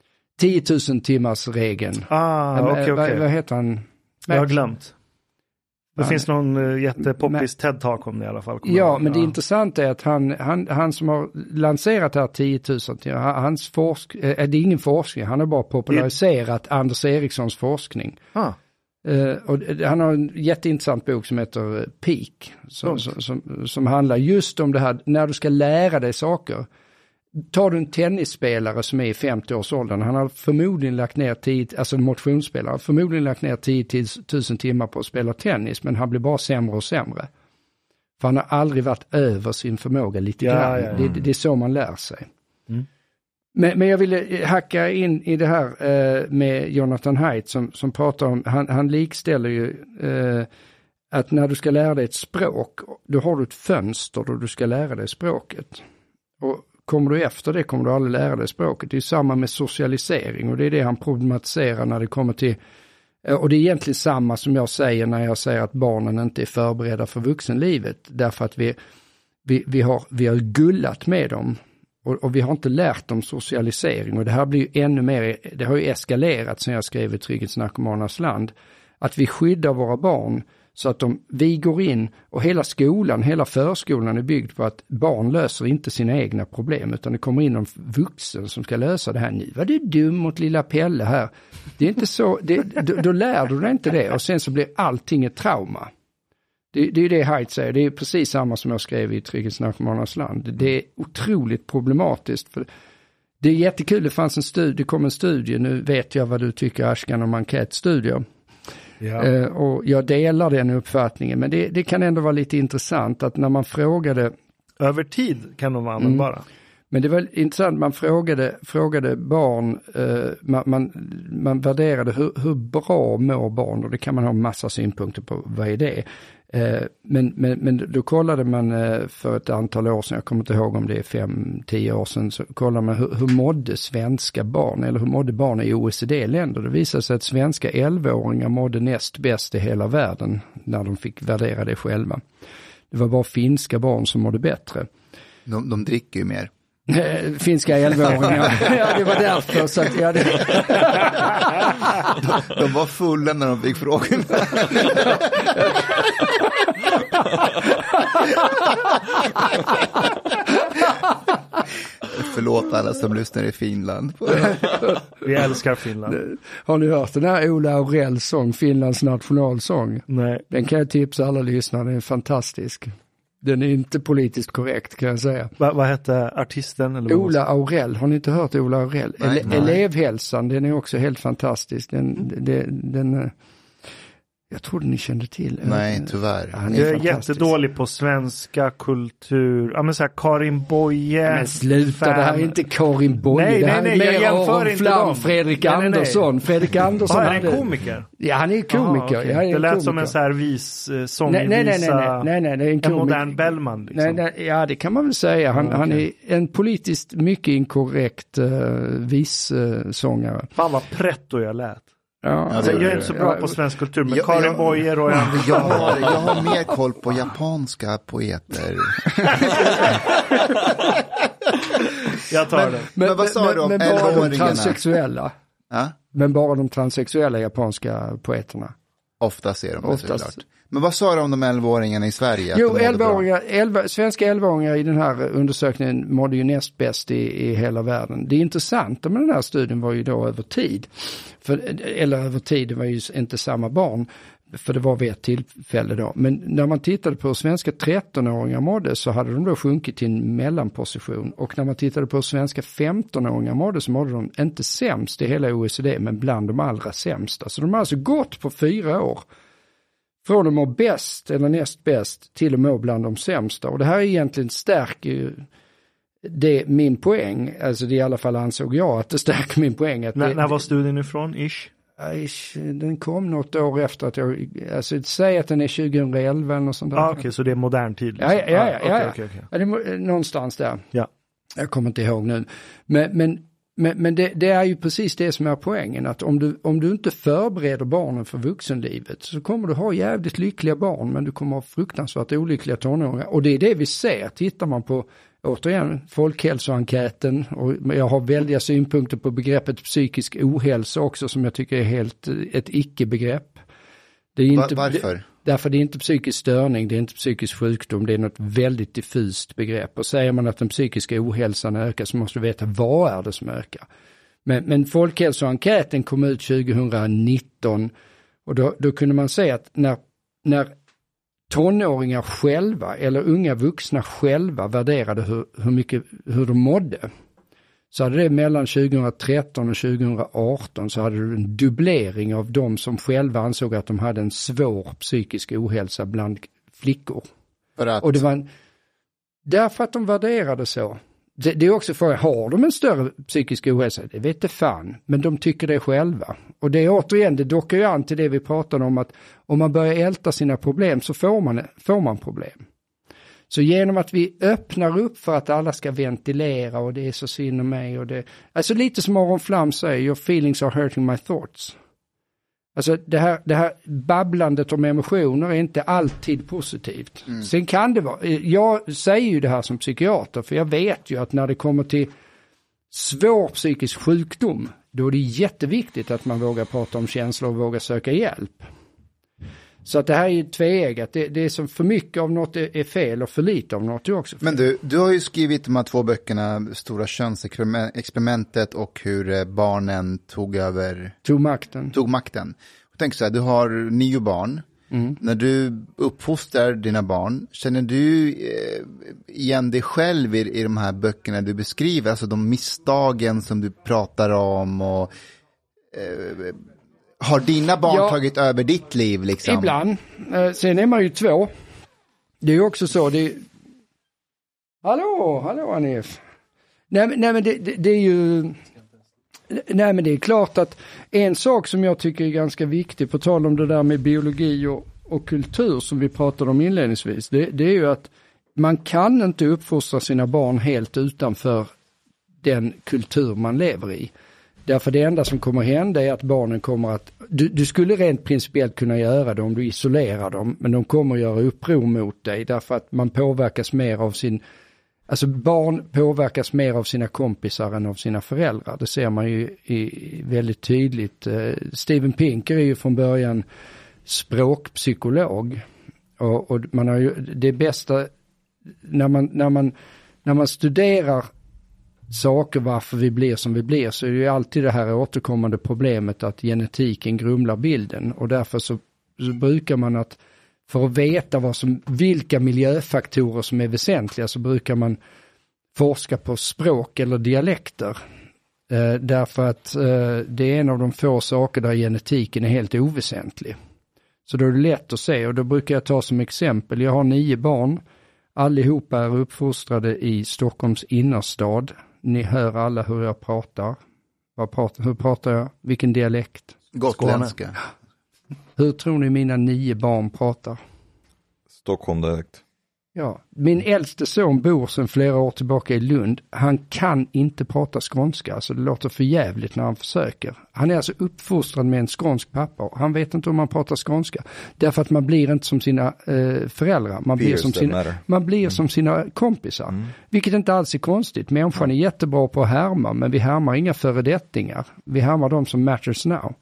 tio tusen timmars regeln. Ah, okej, okay, okej. Okay. Vad, vad heter han? Jag har glömt. Det ja. finns någon uh, jättepoppis TED-talk om det i alla fall. Ja, jag. men ja. det intressanta är att han, han, han som har lanserat det här tio tusen timmar, hans forsk, äh, det är ingen forskning, han har bara populariserat det... Anders Erikssons forskning. Ah. Uh, och han har en jätteintressant bok som heter Peak, som, som, som, som handlar just om det här, när du ska lära dig saker. Tar du en tennisspelare som är i femtio års åldern, han har förmodligen lagt ner tio, alltså en motionsspelare, förmodligen lagt ner tio tusen timmar på att spela tennis, men han blir bara sämre och sämre. För han har aldrig varit över sin förmåga lite ja, grann. Ja, ja. Det, det är så man lär sig. Mm. Men, men jag ville hacka in i det här eh, med Jonathan Haidt som, som pratar om, han, han likställer ju eh, att när du ska lära dig ett språk, då har du ett fönster då du ska lära dig språket. Och kommer du efter det kommer du aldrig lära dig språket. Det är samma med socialisering och det är det han problematiserar när det kommer till, och det är egentligen samma som jag säger när jag säger att barnen inte är förberedda för vuxenlivet. Därför att vi, vi, vi, har, vi har gullat med dem och, och vi har inte lärt dem socialisering. Och det här blir ju ännu mer, det har ju eskalerat sen jag skrev i Trygghetsnarkomanernas land. Att vi skyddar våra barn så att de, vi går in och hela skolan, hela förskolan är byggd på att barn löser inte sina egna problem utan det kommer in en vuxen som ska lösa det här. Nu var det dum mot lilla Pelle här. Det är inte så, det, då, då lär du dig inte det och sen så blir allting ett trauma. Det, det är det Haidt säger, det är precis samma som jag skrev i Trygghetsnarkomanernas land. Det är otroligt problematiskt för det är jättekul, det fanns en studie, det kom en studie, nu vet jag vad du tycker Ashkan om enkätstudier. Ja. Uh, och jag delar den uppfattningen, men det, det kan ändå vara lite intressant att när man frågade... Över tid kan de vara användbara. Mm, men det var intressant, man frågade, frågade barn, uh, man, man, man värderade hur, hur bra mår barn, och det kan man ha massa synpunkter på, vad är det? Uh, men, men, men då kollade man uh, för ett antal år sedan, jag kommer inte ihåg om det är fem, tio år sedan, så kollade man hur, hur mådde svenska barn, eller hur mådde barn i O E C D-länder. Det visade sig att svenska elvaåringar mådde näst bäst i hela världen när de fick värdera det själva. Det var bara finska barn som mådde bättre. De, de dricker ju mer. Finska elvaåringar. Ja, det var därför. Så att jag hade... de, de var fulla när de fick frågan. Förlåt alla som lyssnar i Finland. Vi älskar Finland. Har ni hört den här Ola Aurells sång, Finlands nationalsång? Nej. Den kan jag tipsa alla lyssnare, den är fantastisk. Den är inte politiskt korrekt kan jag säga. Va, vad hette artisten? Eller Ola Aurell, har ni inte hört Ola Aurell? Nej, Ele- nej. Elevhälsan, den är också helt fantastisk. Den, den, den, jag trodde ni kände till. Nej, tyvärr. Han är jag är jättedålig på svenska kultur. Ja, men så här Karin Boye. Men sluta, fan. Det här är inte Karin Boye. Nej, det nej, här nej, är jag mer jämför Aron inte Flam, dem. Fredrik nej, nej, nej. Andersson. Fredrik Andersson ah, är hade... en komiker? Ja, han är komiker. Ah, okay. ja, är det lät komiker. som en så här vis eh, sång nej, nej, nej, visa, nej, nej, nej, nej, en, en modern Bellman. Liksom. Nej, nej, ja, det kan man väl säga. Han, ah, okay. han är en politiskt mycket inkorrekt uh, vissångare. Fan vad pretto jag lät. Ja, alltså, jag är inte så bra på svensk kultur, men jag, Karin jag, Boye och jag, jag, har, jag har mer koll på japanska poeter. jag tar men, det. Men, men vad sa men, du om men bara de elvaåringarna? transsexuella. Ja? Men bara de transsexuella japanska poeterna. Oftast är de Oftast. såklart. Men vad sa du om de elvaåringarna i Sverige? Jo, elvaåringar, elva, svenska elvaåringar i den här undersökningen mådde ju näst bäst i, i hela världen. Det intressanta med den här studien var ju då över tid. För, eller över tid, det var ju inte samma barn. För det var vid ett tillfälle då. Men när man tittade på svenska trettonåringar mådde så hade de då sjunkit till en mellanposition. Och när man tittade på svenska femtonåringar mådde så mådde de inte sämst i hela O E C D men bland de allra sämsta. Så de har alltså gått på fyra år. Från att må bäst eller näst bäst till att må bland de sämsta. Och det här egentligen stärker ju det min poäng. Alltså det i alla fall ansåg jag att det stärker min poäng. Att när, det, när var studien ifrån, ish? Ish, den kom något år efter att jag, alltså säg att den är tjugoelva eller något sånt där. Ah, okej, okay, så det är modern tid. Liksom. Ja, ja, ja. ja, ah, ja. okay, okay, okay. ja det är någonstans där. Ja. Jag kommer inte ihåg nu. Men, men, men, men det, det är ju precis det som är poängen. Att om du, om du inte förbereder barnen för vuxenlivet så kommer du ha jävligt lyckliga barn men du kommer ha fruktansvärt olyckliga tonåringar. Och det är det vi ser. Tittar man på återigen folkhälsoenkäten och jag har väldiga synpunkter på begreppet psykisk ohälsa också som jag tycker är helt ett icke-begrepp. Det är inte, Var, varför? Det, därför det är inte psykisk störning, det är inte psykisk sjukdom, det är något väldigt diffust begrepp. Och säger man att den psykiska ohälsan ökar så måste du veta vad är det som ökar. Men, men folkhälsoenkäten kom ut tjugonitton och då, då kunde man säga att när, när tonåringar själva eller unga vuxna själva värderade hur, hur mycket, hur de mådde. Så hade det mellan tjugotretton och tjugoarton så hade du en dubblering av de som själva ansåg att de hade en svår psykisk ohälsa bland flickor. För att? Och det var en, därför att de värderade så. Det, det är också för har de en större psykisk ohälsa? Det vet det fan. Men de tycker det själva. Och det är återigen, det dockar ju an till det vi pratade om att om man börjar älta sina problem så får man, får man problem. Så genom att vi öppnar upp för att alla ska ventilera och det är så synd om mig och det, alltså lite som Aron Flam säger, your feelings are hurting my thoughts. Alltså det här, det här babblandet om emotioner är inte alltid positivt. Mm. Sen kan det vara, jag säger ju det här som psykiater för jag vet ju att när det kommer till svår psykisk sjukdom då är det jätteviktigt att man vågar prata om känslor och vågar söka hjälp. Så att det här är ju tveeggat. Det, det är som för mycket av något är fel och för lite av något är också fel. Men du, du har ju skrivit de här två böckerna, Stora könsexperimentet och hur barnen tog över... Tog makten. Tog makten. Jag tänker så här, du har nio barn. Mm. När du uppfostrar dina barn, känner du eh, igen dig själv i, i de här böckerna du beskriver? Alltså de misstagen som du pratar om och... Eh, har dina barn ja, tagit över ditt liv liksom? Ibland. Eh, sen är man ju två. Det är ju också så. Det är... Hallå, hallå Anif. Nej, nej men det, det, det är ju... Nej men det är klart att en sak som jag tycker är ganska viktig på tal om det där med biologi och, och kultur som vi pratade om inledningsvis. Det, det är ju att man kan inte uppfostra sina barn helt utanför den kultur man lever i. Därför det enda som kommer hända är att barnen kommer att... Du, du skulle rent principiellt kunna göra det om du isolerar dem. Men de kommer att göra uppror mot dig. Därför att man påverkas mer av sin... Alltså barn påverkas mer av sina kompisar än av sina föräldrar. Det ser man ju i, väldigt tydligt. Steven Pinker är ju från början språkpsykolog. Och, och man har ju det bästa när man, när man, när man studerar saker varför vi blir som vi blir, så är det ju alltid det här återkommande problemet att genetiken grumlar bilden. Och därför så, så brukar man att för att veta vad som, vilka miljöfaktorer som är väsentliga, så brukar man forska på språk eller dialekter. Eh, därför att eh, det är en av de få saker där genetiken är helt oväsentlig. Så då är det lätt att se, och då brukar jag ta som exempel, jag har nio barn, allihopa är uppfostrade i Stockholms innerstad. Ni hör alla hur jag pratar. Vad pratar hur pratar jag? Vilken dialekt? Gotländska. Hur tror ni mina nio barn pratar? Stockholmdialekt. Ja, min äldste son bor sedan flera år tillbaka i Lund. Han kan inte prata skånska, så det låter för jävligt när han försöker. Han är alltså uppfostrad med en skånsk pappa. Han vet inte om man pratar skånska. Därför att man blir inte som sina eh, föräldrar. Man blir, som sina, man blir mm. som sina kompisar. Mm. Vilket inte alls är konstigt. Människan är jättebra på att härma, men vi härmar inga föredettingar. Vi härmar dem som matters now.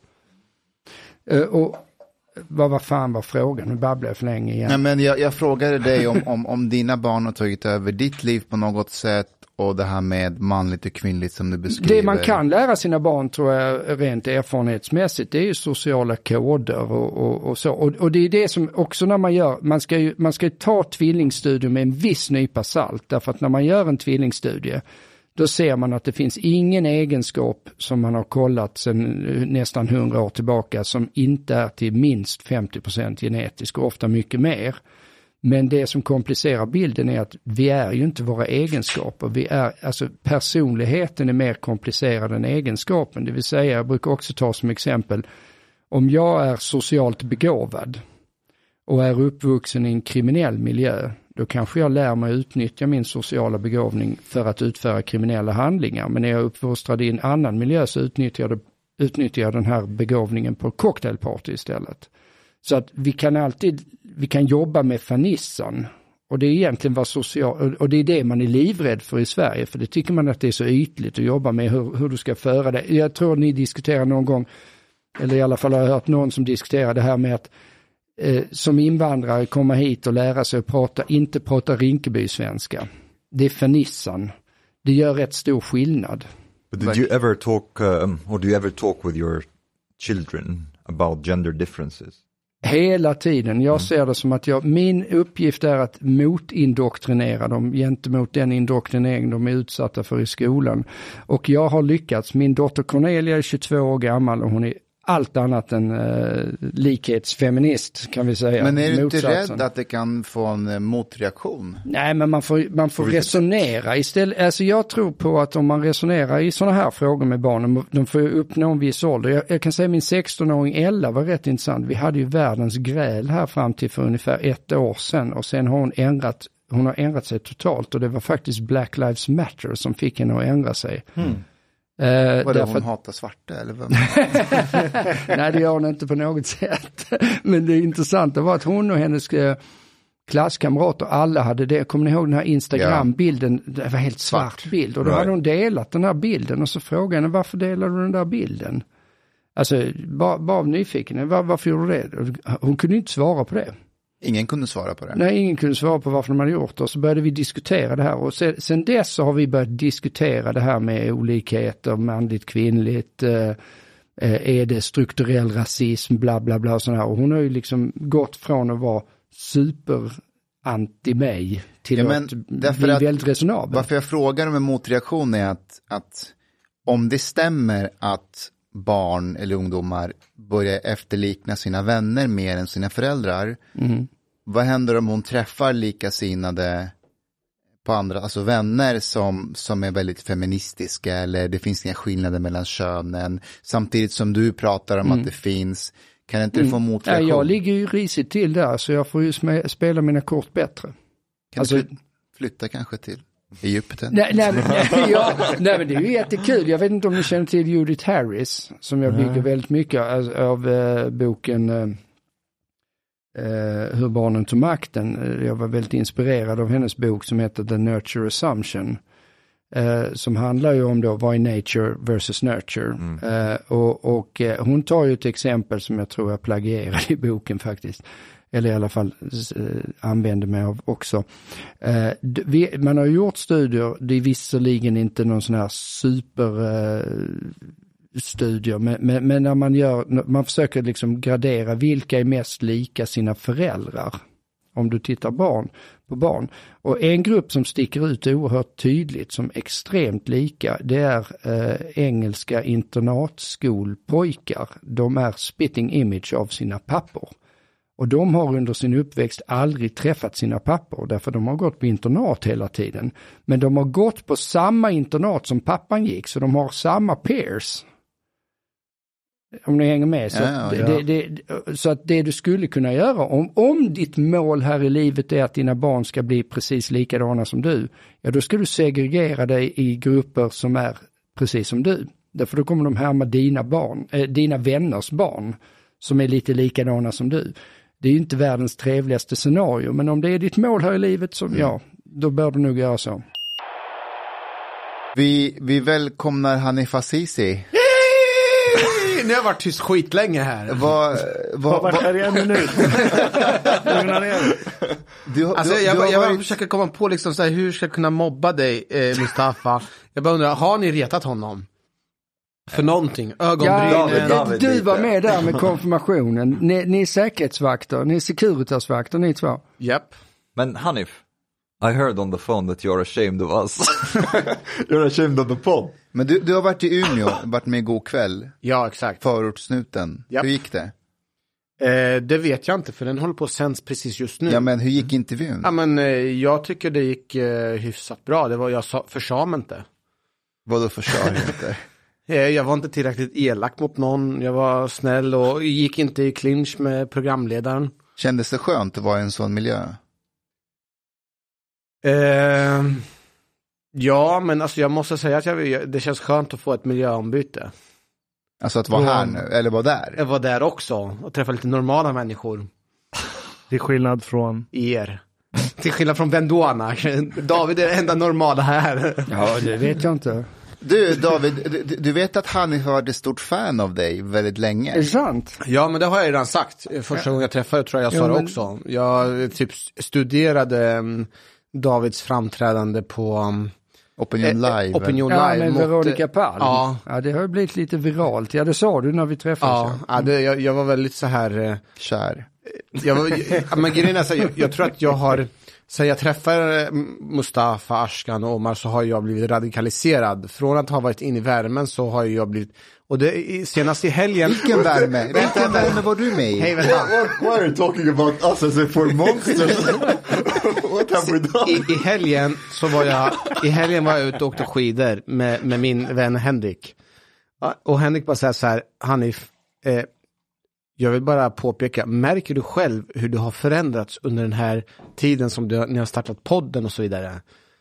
Uh, och vad var fan var frågan? Nu babblar jag för länge igen. Nej, men jag, jag frågade dig om, om, om dina barn har tagit över ditt liv på något sätt, och det här med manligt och kvinnligt som du beskriver. Det man kan lära sina barn, tror jag, rent erfarenhetsmässigt, det är ju sociala koder och, och, och så. Och, och det är det som också när man gör, man ska ju, man ska ju ta tvillingstudier med en viss nypa salt. Därför att när man gör en tvillingstudie, då ser man att det finns ingen egenskap som man har kollat sedan nästan hundra år tillbaka som inte är till minst femtio procent genetisk och ofta mycket mer. Men det som komplicerar bilden är att vi är ju inte våra egenskaper. Vi är, alltså personligheten är mer komplicerad än egenskapen. Det vill säga, jag brukar också ta som exempel, om jag är socialt begåvad och är uppvuxen i en kriminell miljö, då kanske jag lär mig utnyttja min sociala begåvning för att utföra kriminella handlingar. Men när jag är uppfostrad i en annan miljö så utnyttjar jag, utnyttjar jag den här begåvningen på cocktailparty istället. Så att vi kan alltid, vi kan jobba med fernissan. Och det är egentligen vad social, och det är det man är livrädd för i Sverige. För det tycker man att det är så ytligt att jobba med hur, hur du ska föra det. Jag tror ni diskuterar någon gång, eller i alla fall har jag hört någon som diskuterar det här med att Eh, som invandrare komma hit och lära sig att prata, inte prata Rinkeby-svenska. Det är fernissan. Det gör rätt stor skillnad. But did you ever talk, um, or do you ever talk with your children about gender differences? Hela tiden. Jag mm. ser det som att jag, min uppgift är att motindoktrinera dem gentemot den indoktrinering de är utsatta för i skolan. Och jag har lyckats. Min dotter Cornelia är tjugotvå år gammal och hon är allt annat än uh, likhetsfeminist, kan vi säga. Men är du Motsatsen. inte rädd att det kan få en uh, motreaktion? Nej, men man får, man får resonera istället. Alltså jag tror på att om man resonerar i sådana här frågor med barnen, de får ju uppnå en viss ålder. Jag, jag kan säga min sexton-åring Ella var rätt intressant. Vi hade ju världens gräl här fram till för ungefär ett år sedan. Och sen har hon ändrat, hon har ändrat sig totalt. Och det var faktiskt Black Lives Matter som fick henne att ändra sig. Mm. Uh, Vadå, hon hatar svarta eller vad? Nej, det gör hon inte på något sätt. Men det intressanta var att hon och hennes uh, klasskamrater, alla hade det. Kommer ni ihåg den här Instagram-bilden? Det var helt svart, svart. bild. Och då right. hade hon delat den här bilden. Och så frågade henne, varför delade du den där bilden? Alltså, bara, bara av nyfiken. Var, varför gjorde du det? Hon kunde inte svara på det. Ingen kunde svara på det? Nej, ingen kunde svara på varför de hade gjort det. Och så började vi diskutera det här. Och sen, sen dess så har vi börjat diskutera det här med olikheter, manligt, kvinnligt. Eh, är det strukturell rasism, bla bla bla och sådär. Och hon har ju liksom gått från att vara super anti mig till ja, men att bli att, väldigt resonabel. Varför jag frågar om en motreaktion är att, att om det stämmer att barn eller ungdomar börjar efterlikna sina vänner mer än sina föräldrar. Mm. Vad händer om hon träffar likasinnade på andra, alltså vänner som, som är väldigt feministiska, eller det finns inga skillnader mellan könen, samtidigt som du pratar om mm. att det finns, kan inte mm. det få motreaktion? Ja, jag ligger ju risigt till där, så jag får ju sm- spela mina kort bättre. Kan alltså, du flytta kanske till Egypten? Nej, nej, men, nej, ja, nej, men det är ju jättekul. Jag vet inte om ni känner till Judith Harris, som jag bygger väldigt mycket av, av äh, boken äh, eh, hur barnen tog makten. Jag var väldigt inspirerad av hennes bok som heter The Nurture Assumption. Eh, som handlar ju om då vad är nature versus nurture. Mm. Eh, och och eh, hon tar ju ett exempel som jag tror jag plagierade i boken faktiskt. Eller i alla fall eh, använder mig av också. Eh, vi, man har gjort studier, det är visserligen inte någon sån här super eh, studier, men, men, men när man gör, man försöker liksom gradera vilka är mest lika sina föräldrar. Om du tittar barn på barn. Och en grupp som sticker ut oerhört tydligt som extremt lika, det är eh, engelska internatskolpojkar. De är spitting image av sina pappor. Och de har under sin uppväxt aldrig träffat sina pappor därför de har gått på internat hela tiden. Men de har gått på samma internat som pappan gick, så de har samma peers. Om ni hänger med. Så, ja, ja. Det, det, så att det du skulle kunna göra, om, om ditt mål här i livet är att dina barn ska bli precis likadana som du, ja då ska du segregera dig i grupper som är precis som du. Därför då kommer de härma dina barn, äh, dina vänners barn som är lite likadana som du. Det är ju inte världens trevligaste scenario, men om det är ditt mål här i livet så mm. ja, då bör du nog göra så. Vi, vi välkomnar Hanif Azizi. Nu har jag varit tyst skitlänge här. Vad vad vad var här i en minut? du, alltså, du, jag du jag varit... försöker komma på liksom så här, hur ska jag kunna mobba dig eh, Mustafa? Jag bara undrar, har ni retat honom? För någonting, ögonbrynen. Ja, David, du var med där med konfirmationen. Ni, ni är säkerhetsvakter, ni är securitasvakter, ni två. Japp. Men Hanif, I heard on the phone that you're ashamed of us. You're ashamed of the pod. Men du, du har varit i Umeå, varit med i God kväll. Ja, exakt. Förortssnuten. Japp. Hur gick det? Eh, det vet jag inte, för den håller på att sänds precis just nu. Ja, men hur gick intervjun? Ja, men eh, jag tycker det gick eh, hyfsat bra. Det var, jag sa, försade mig inte. Vadå försade mig inte? Jag var inte tillräckligt elak mot någon. Jag var snäll och gick inte i clinch med programledaren. Kändes det skönt att vara i en sån miljö? Eh, ja, men alltså jag måste säga att jag, det känns skönt att få ett miljöombyte. Alltså att vara här nu, eller vara där? Jag var där också och träffa lite normala människor. Till skillnad från? Er. Till skillnad från Vendåna. David är det enda normala här. Ja, det vet jag inte. Du David, du, du vet att han har varit ett stort fan av dig väldigt länge. Är det sant? Ja, men det har jag redan sagt. Första gången jag träffade tror jag jag sa ja, men... det också. Jag typ studerade um, Davids framträdande på um, Opinion Live. Opinion ja, Live med mot, Veronica Palm. Ja. ja, det har ju blivit lite viralt. Ja, det sa du när vi träffades. Ja, ja. ja det, jag, jag var väldigt så här... Uh, Kär. Jag, var, jag, men grejen är så här, jag, jag tror att jag har... Så jag träffar Mustafa, Ashkan och Omar så har jag blivit radikaliserad. Från att ha varit inne i värmen så har jag blivit... Och det senast i helgen... Vilken värme? Vilken värme var du med i? Hej, vänta. Why are you talking about us as if we're monsters? What have we done? I, I helgen så var jag... I helgen var jag ute och åkte skidor med, med min vän Henrik. Och Henrik bara säger så här, Hanif... Eh, Jag vill bara påpeka, märker du själv hur du har förändrats under den här tiden som du, ni har startat podden och så vidare?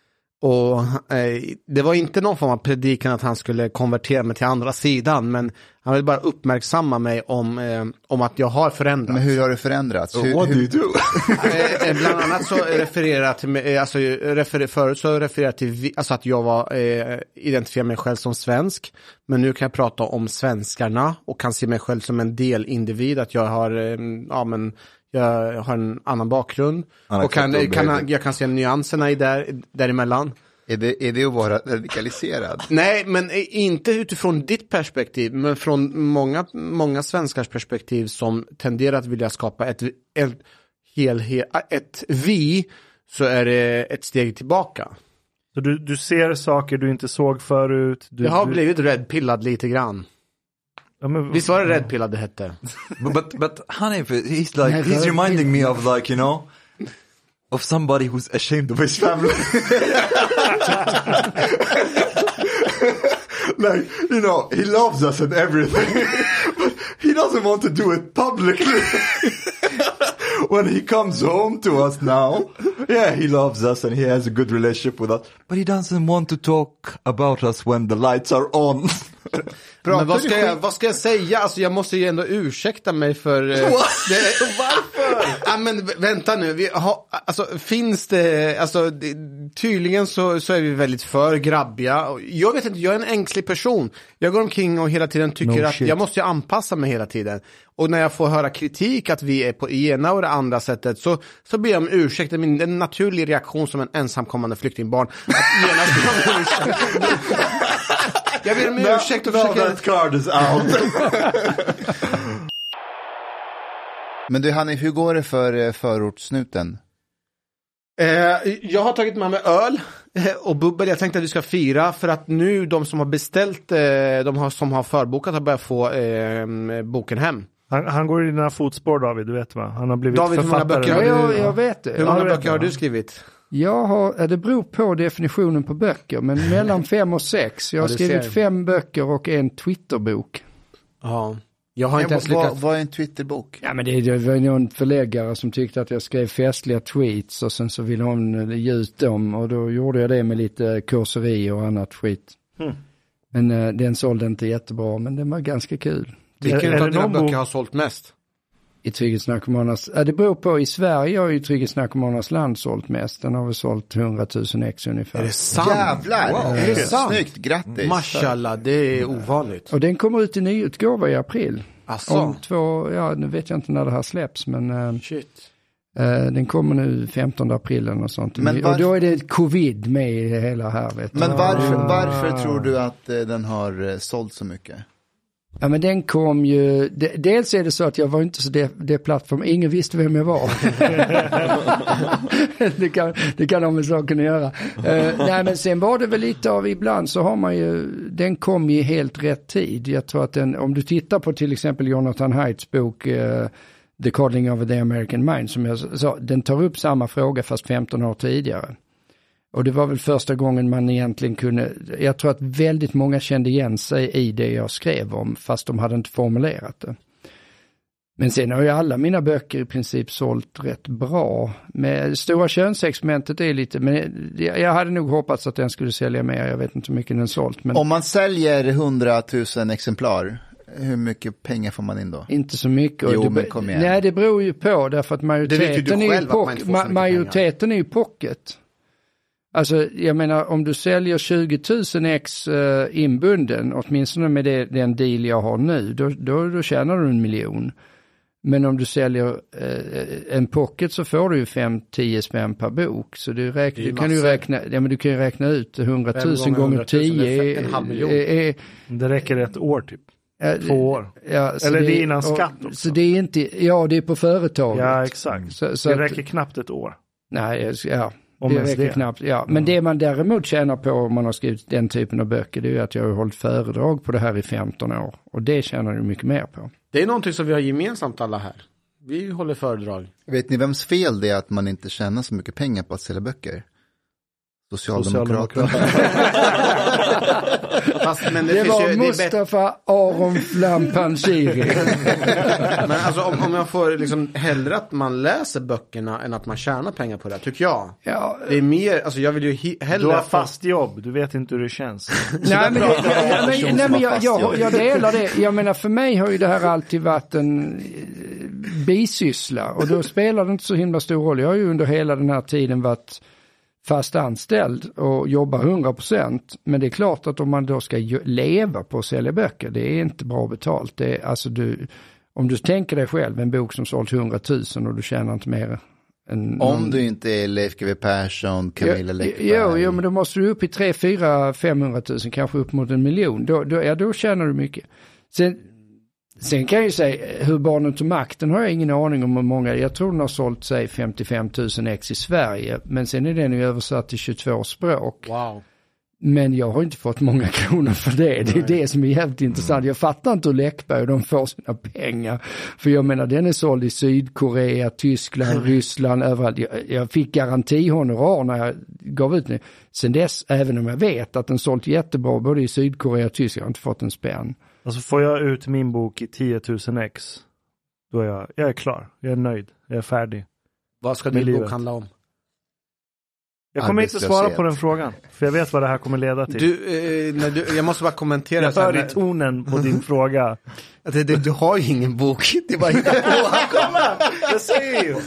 Och eh, det var inte någon form av predikan att han skulle konvertera mig till andra sidan, men han vill bara uppmärksamma mig om, eh, om att jag har förändrats. Men hur har du förändrats? Hur, What do you do? eh, bland annat så refererar jag till, alltså refer, förut så refererar jag till alltså att jag var, eh, identifierar mig själv som svensk, men nu kan jag prata om svenskarna och kan se mig själv som en del individ, att jag har, eh, ja men jag har en annan bakgrund och kan, kan, jag kan se nyanserna i där, däremellan. Är det, är det att vara radikaliserad? Nej, men inte utifrån ditt perspektiv, men från många, många svenskars perspektiv som tenderar att vilja skapa ett, ett, hel, hel, ett vi, så är det ett steg tillbaka. Så du, du ser saker du inte såg förut? Du, jag har du... blivit redpillad lite grann. Ja, men, visst var det redpillad det hette? but, but, but Hanif, he's like, he's reminding me of like, you know, of somebody who's ashamed of his family. Like, you know, he loves us and everything, but he doesn't want to do it publicly. When he comes home to us now, yeah, he loves us and he has a good relationship with us, but he doesn't want to talk about us when the lights are on. Men vad ska, jag, vad ska jag säga? Alltså jag måste ju ändå ursäkta mig för... Eh, det, varför? Ja, men vänta nu. Vi har, alltså, finns det... Alltså, det, tydligen så, så är vi väldigt för grabbiga. Jag vet inte, jag är en ängslig person. Jag går omkring och hela tiden tycker no att shit. jag måste anpassa mig hela tiden. Och när jag får höra kritik att vi är på ena och det andra sättet så, så ber jag om ursäkt. Det är en naturlig reaktion som en ensamkommande flyktingbarn. Att genast jag ber om ursäkt och no, försöker... that card is out. Men du Hanni, hur går det för förortssnuten? Eh, jag har tagit med mig öl och bubbel. Jag tänkte att vi ska fira för att nu de som har beställt, eh, de har, som har förbokat har börjat få eh, boken hem. Han, han går i dina fotspår, David, du vet va? Han har blivit David, författare. Hur många böcker har ja, du, jag, jag vet det. Hur många ja, böcker har du skrivit? Jag har, det beror på definitionen på böcker, men mellan fem och sex. Jag har ja, skrivit ser. fem böcker och en Twitterbok. Ja. Jag har inte ens lyckats... Vad, vad är en Twitterbok? Ja, men det, det var någon förläggare som tyckte att jag skrev festliga tweets och sen så ville hon ge ut dem och då gjorde jag det med lite kurseri och annat skit. Mm. Men uh, den sålde inte jättebra, men den var ganska kul. Vilken av dina böcker har sålt mest? I Trygghetsnarkomanernas... Ja, det beror på. I Sverige har ju Trygghetsnarkomanernas land sålt mest. Den har väl sålt hundratusen ex ungefär. Är det sant? Jävlar! Wow. Är det sant? Snyggt, grattis. Mashallah, det är ovanligt. Och den kommer ut i nyutgåva i april. Asså. Om två... Ja, nu vet jag inte när det här släpps, men... Uh, Shit. Uh, den kommer nu femtonde april och sånt. Men varför... Och då är det covid med i det hela här. Vet men varför, varför tror du att uh, den har uh, sålt så mycket? Ja, men den kom ju... De, dels är det så att jag var inte så det, det plattform. Ingen visste vem jag var. det, kan, det kan de med saken göra. Uh, nej, men sen var det väl lite av... Ibland så har man ju... Den kom i helt rätt tid. Jag tror att den... Om du tittar på till exempel Jonathan Haidts bok... Uh, The Coddling of the American Mind, som jag sa, den tar upp samma fråga fast femton år tidigare. Och det var väl första gången man egentligen kunde, jag tror att väldigt många kände igen sig i det jag skrev om, fast de hade inte formulerat det. Men sen har ju alla mina böcker i princip sålt rätt bra. Med stora könsexperimentet är lite, men jag hade nog hoppats att den skulle sälja mer, jag vet inte hur mycket den sålt. Men... Om man säljer hundratusen exemplar, hur mycket pengar får man in då? Inte så mycket. Jo, det, men kom igen. Nej, det beror ju på, därför att majoriteten, är ju, pock, ma- majoriteten är ju pocket. Alltså, jag menar, om du säljer tjugo tusen ex uh, inbunden, åtminstone med det, den deal jag har nu, då, då, då tjänar du en miljon. Men om du säljer uh, en pocket så får du ju fem till tio spänn per bok. Så du, räkna, du, kan ju räkna, ja, men du kan ju räkna ut hundratusen gånger tio. En halv miljon. Är, är, det räcker ett år typ. Två år. Ja, eller det är innan och, skatt också. Så det är inte, ja, det är på företaget. Ja, exakt. Så, så det räcker att, knappt ett år. Nej, ja. Om det räcker det. knappt, ja. Men mm. det man däremot tjänar på om man har skrivit den typen av böcker, det är ju att jag har hållit föredrag på det här i femton år. Och det tjänar du mycket mer på. Det är någonting som vi har gemensamt alla här. Vi håller föredrag. Vet ni vems fel det är att man inte tjänar så mycket pengar på att sälja böcker? Socialdemokraterna. Fast, men det, det var ju, Mustafa det Aron Flampanchiri. Men alltså om, om jag får liksom hellre att man läser böckerna än att man tjänar pengar på det, tycker jag. Ja. Det är mer, alltså jag vill ju he- hellre... Du har fast jobb, du vet inte hur det känns. nej, men, jag, jag, nej, nej, men jag, jag, jag delar det. Jag menar, för mig har ju det här alltid varit en bisyssla. Och då spelar det inte så himla stor roll. Jag har ju under hela den här tiden varit fast anställd och jobbar hundra procent. Men det är klart att om man då ska leva på att sälja böcker, det är inte bra betalt. Det är, alltså du, om du tänker dig själv, en bok som sålt hundratusen och du tjänar inte mer än... Om någon... du inte är Leif G W Persson, Camilla Läckberg. Jo, jo, men då måste du upp i tre, fyra, femhundratusen, kanske upp mot en miljon. Då, då, ja, då tjänar du mycket. Sen... Sen kan jag ju säga, hur Barnen tog makten har jag ingen aning om hur många, jag tror den har sålt sig femtiofem tusen ex i Sverige, men sen är den ju översatt till tjugotvå språk. Wow. Men jag har inte fått många kronor för det, det är Nej. det som är jävligt intressant. Jag fattar inte hur Läckberg och de får sina pengar, för jag menar den är såld i Sydkorea, Tyskland, Ryssland, överallt. Jag, jag fick garantihonorar när jag gav ut den. Sen dess, även om jag vet att den sålt jättebra både i Sydkorea och Tyskland, jag har inte fått en spänn. Alltså får jag ut min bok i tio tusen ex, då är jag, jag är klar. Jag är nöjd. Jag är färdig. Vad ska din bok handla om? Jag kommer inte svara på den frågan, för jag vet vad det här kommer leda till. Du, eh, när du, jag måste bara kommentera. Jag hör i tonen på din fråga. Det, det, du har ju ingen bok, det är bara hitta på. Han kommer! Jag säger ju.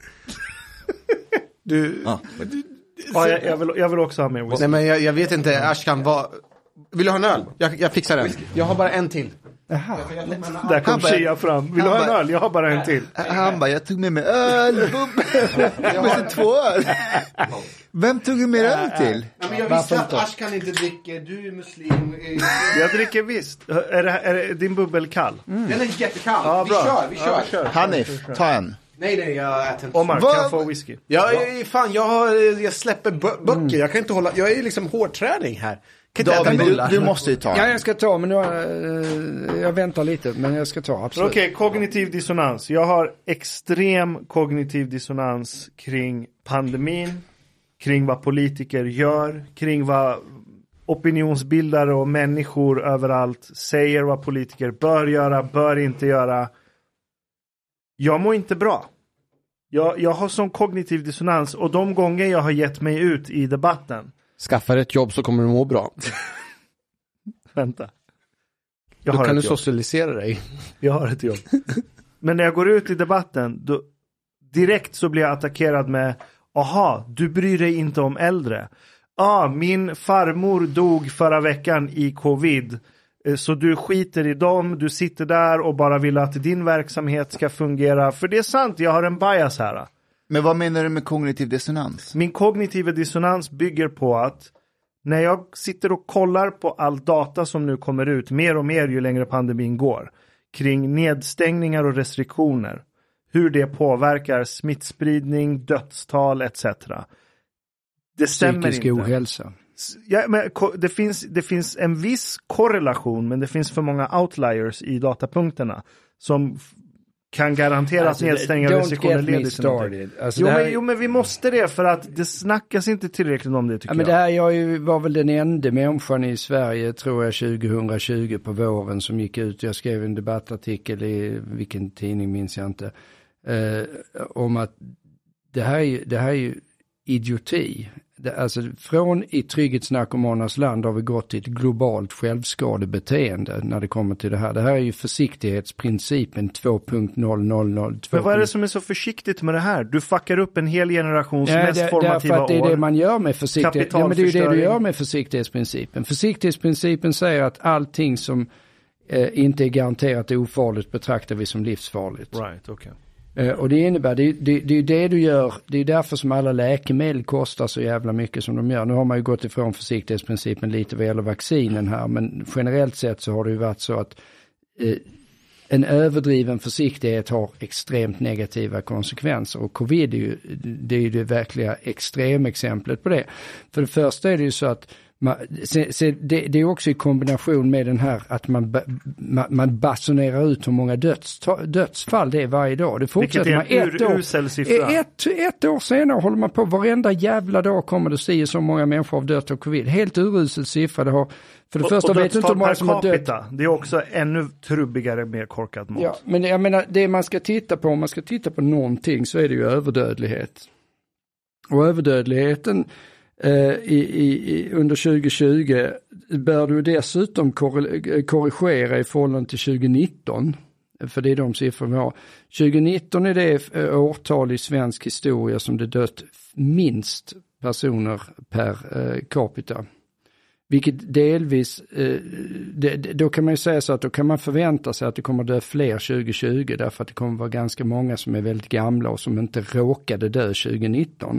Du, Ah. du ja, jag, jag, vill, jag vill också ha med whisky. Nej, men jag, jag vet inte, Ashkan, vad... Vill du ha en öl? Jag, jag fixar den. Jag har bara en till. Jaha. Där kom Shia fram. Vill du ha en öl? Jag har bara en till. Han bara, jag tog med mig öl. Jag måste två öl. Vem tog du med öl till? Ja, men jag visste att Ashkan inte dricker. Du är muslim. Jag dricker visst. Är, det, är det din bubbel kall? Mm. Den är jättekall. Ja, vi bra. kör, vi kör. Ja, kör. Hanif, ta en. Nej, nej, jag äter inte. Omar, kan jag få whisky? Ja, fan, jag, har, jag släpper bö- böcker. Mm. Jag kan inte hålla... Jag är liksom hårdträning här. David, du, du måste ju ta. Ja, jag ska ta, men nu, äh, jag väntar lite, men jag ska ta, absolut. Okej, okay, kognitiv dissonans. Jag har extrem kognitiv dissonans kring pandemin, kring vad politiker gör, kring vad opinionsbildare och människor överallt säger vad politiker bör göra, bör inte göra. Jag mår inte bra. Jag, jag har sån kognitiv dissonans, och de gånger jag har gett mig ut i debatten. Skaffa ett jobb så kommer du må bra. Vänta. Jag då har kan du jobb. socialisera dig. Jag har ett jobb. Men när jag går ut i debatten, då, direkt så blir jag attackerad med: aha, du bryr dig inte om äldre. Ja, ah, min farmor dog förra veckan i covid. Så du skiter i dem, du sitter där och bara vill att din verksamhet ska fungera. För det är sant, jag har en bias här. Men vad menar du med kognitiv dissonans? Min kognitiva dissonans bygger på att när jag sitter och kollar på all data som nu kommer ut, mer och mer ju längre pandemin går, kring nedstängningar och restriktioner, hur det påverkar smittspridning, dödstal et cetera. Det stämmer Psykisk inte. ohälsa. Ja, men det finns, det finns en viss korrelation, men det finns för många outliers i datapunkterna som kan garantera alltså, att nedstängningar och restriktioner leder till någonting. Alltså, jo, här... men, jo, men vi måste det, för att det snackas inte tillräckligt om det, tycker ja, men jag. Det här, jag var väl den enda människan i Sverige, tror jag, tjugohundratjugo på våren som gick ut. Jag skrev en debattartikel i vilken tidning minns jag inte. Eh, om att det här, är, det här är ju idioti. Det, alltså från i trygghetsnarkomanernas land har vi gått till ett globalt självskadebeteende när det kommer till det här. Det här är ju försiktighetsprincipen två punkt noll noll noll. Men vad är det som är så försiktigt med det här? Du fuckar upp en hel generations ja, mest det, formativa år. Därför att det är det man gör med försiktighet. Ja, men det är ju det du gör med försiktighetsprincipen. Försiktighetsprincipen säger att allting som eh, inte är garanterat ofarligt betraktar vi som livsfarligt. Right, okay. Uh, och det innebär, det, det, det är det du gör, det är därför som alla läkemedel kostar så jävla mycket som de gör. Nu har man ju gått ifrån försiktighetsprincipen lite vad gäller vaccinen här, men generellt sett så har det ju varit så att uh, en överdriven försiktighet har extremt negativa konsekvenser, och covid är ju det, är ju det verkliga extremexemplet på det. För det första är det ju så att man, se, se, det, det är också i kombination med den här att man, man, man basunerar ut hur många döds, dödsfall det är varje dag. Det fortsätter man ett år, ett, ett år senare håller man på, varenda jävla dag kommer det se så många människor av dött av covid. Helt urusel siffra. Det har, för det och, första och vet inte hur många som har dött. Det är också ännu trubbigare, mer korkat mått. Ja, men jag menar, det man ska titta på, om man ska titta på någonting, så är det ju överdödlighet. Och överdödligheten Uh, i, i, under tjugohundratjugo bör du dessutom korrigera i förhållande till tjugonitton, för det är de siffror vi har. tjugonitton är det årtal i svensk historia som det dött minst personer per uh, capita. Vilket delvis, uh, det, då kan man ju säga så att då kan man förvänta sig att det kommer dö fler tjugohundratjugo, därför att det kommer vara ganska många som är väldigt gamla och som inte råkade dö tjugonitton.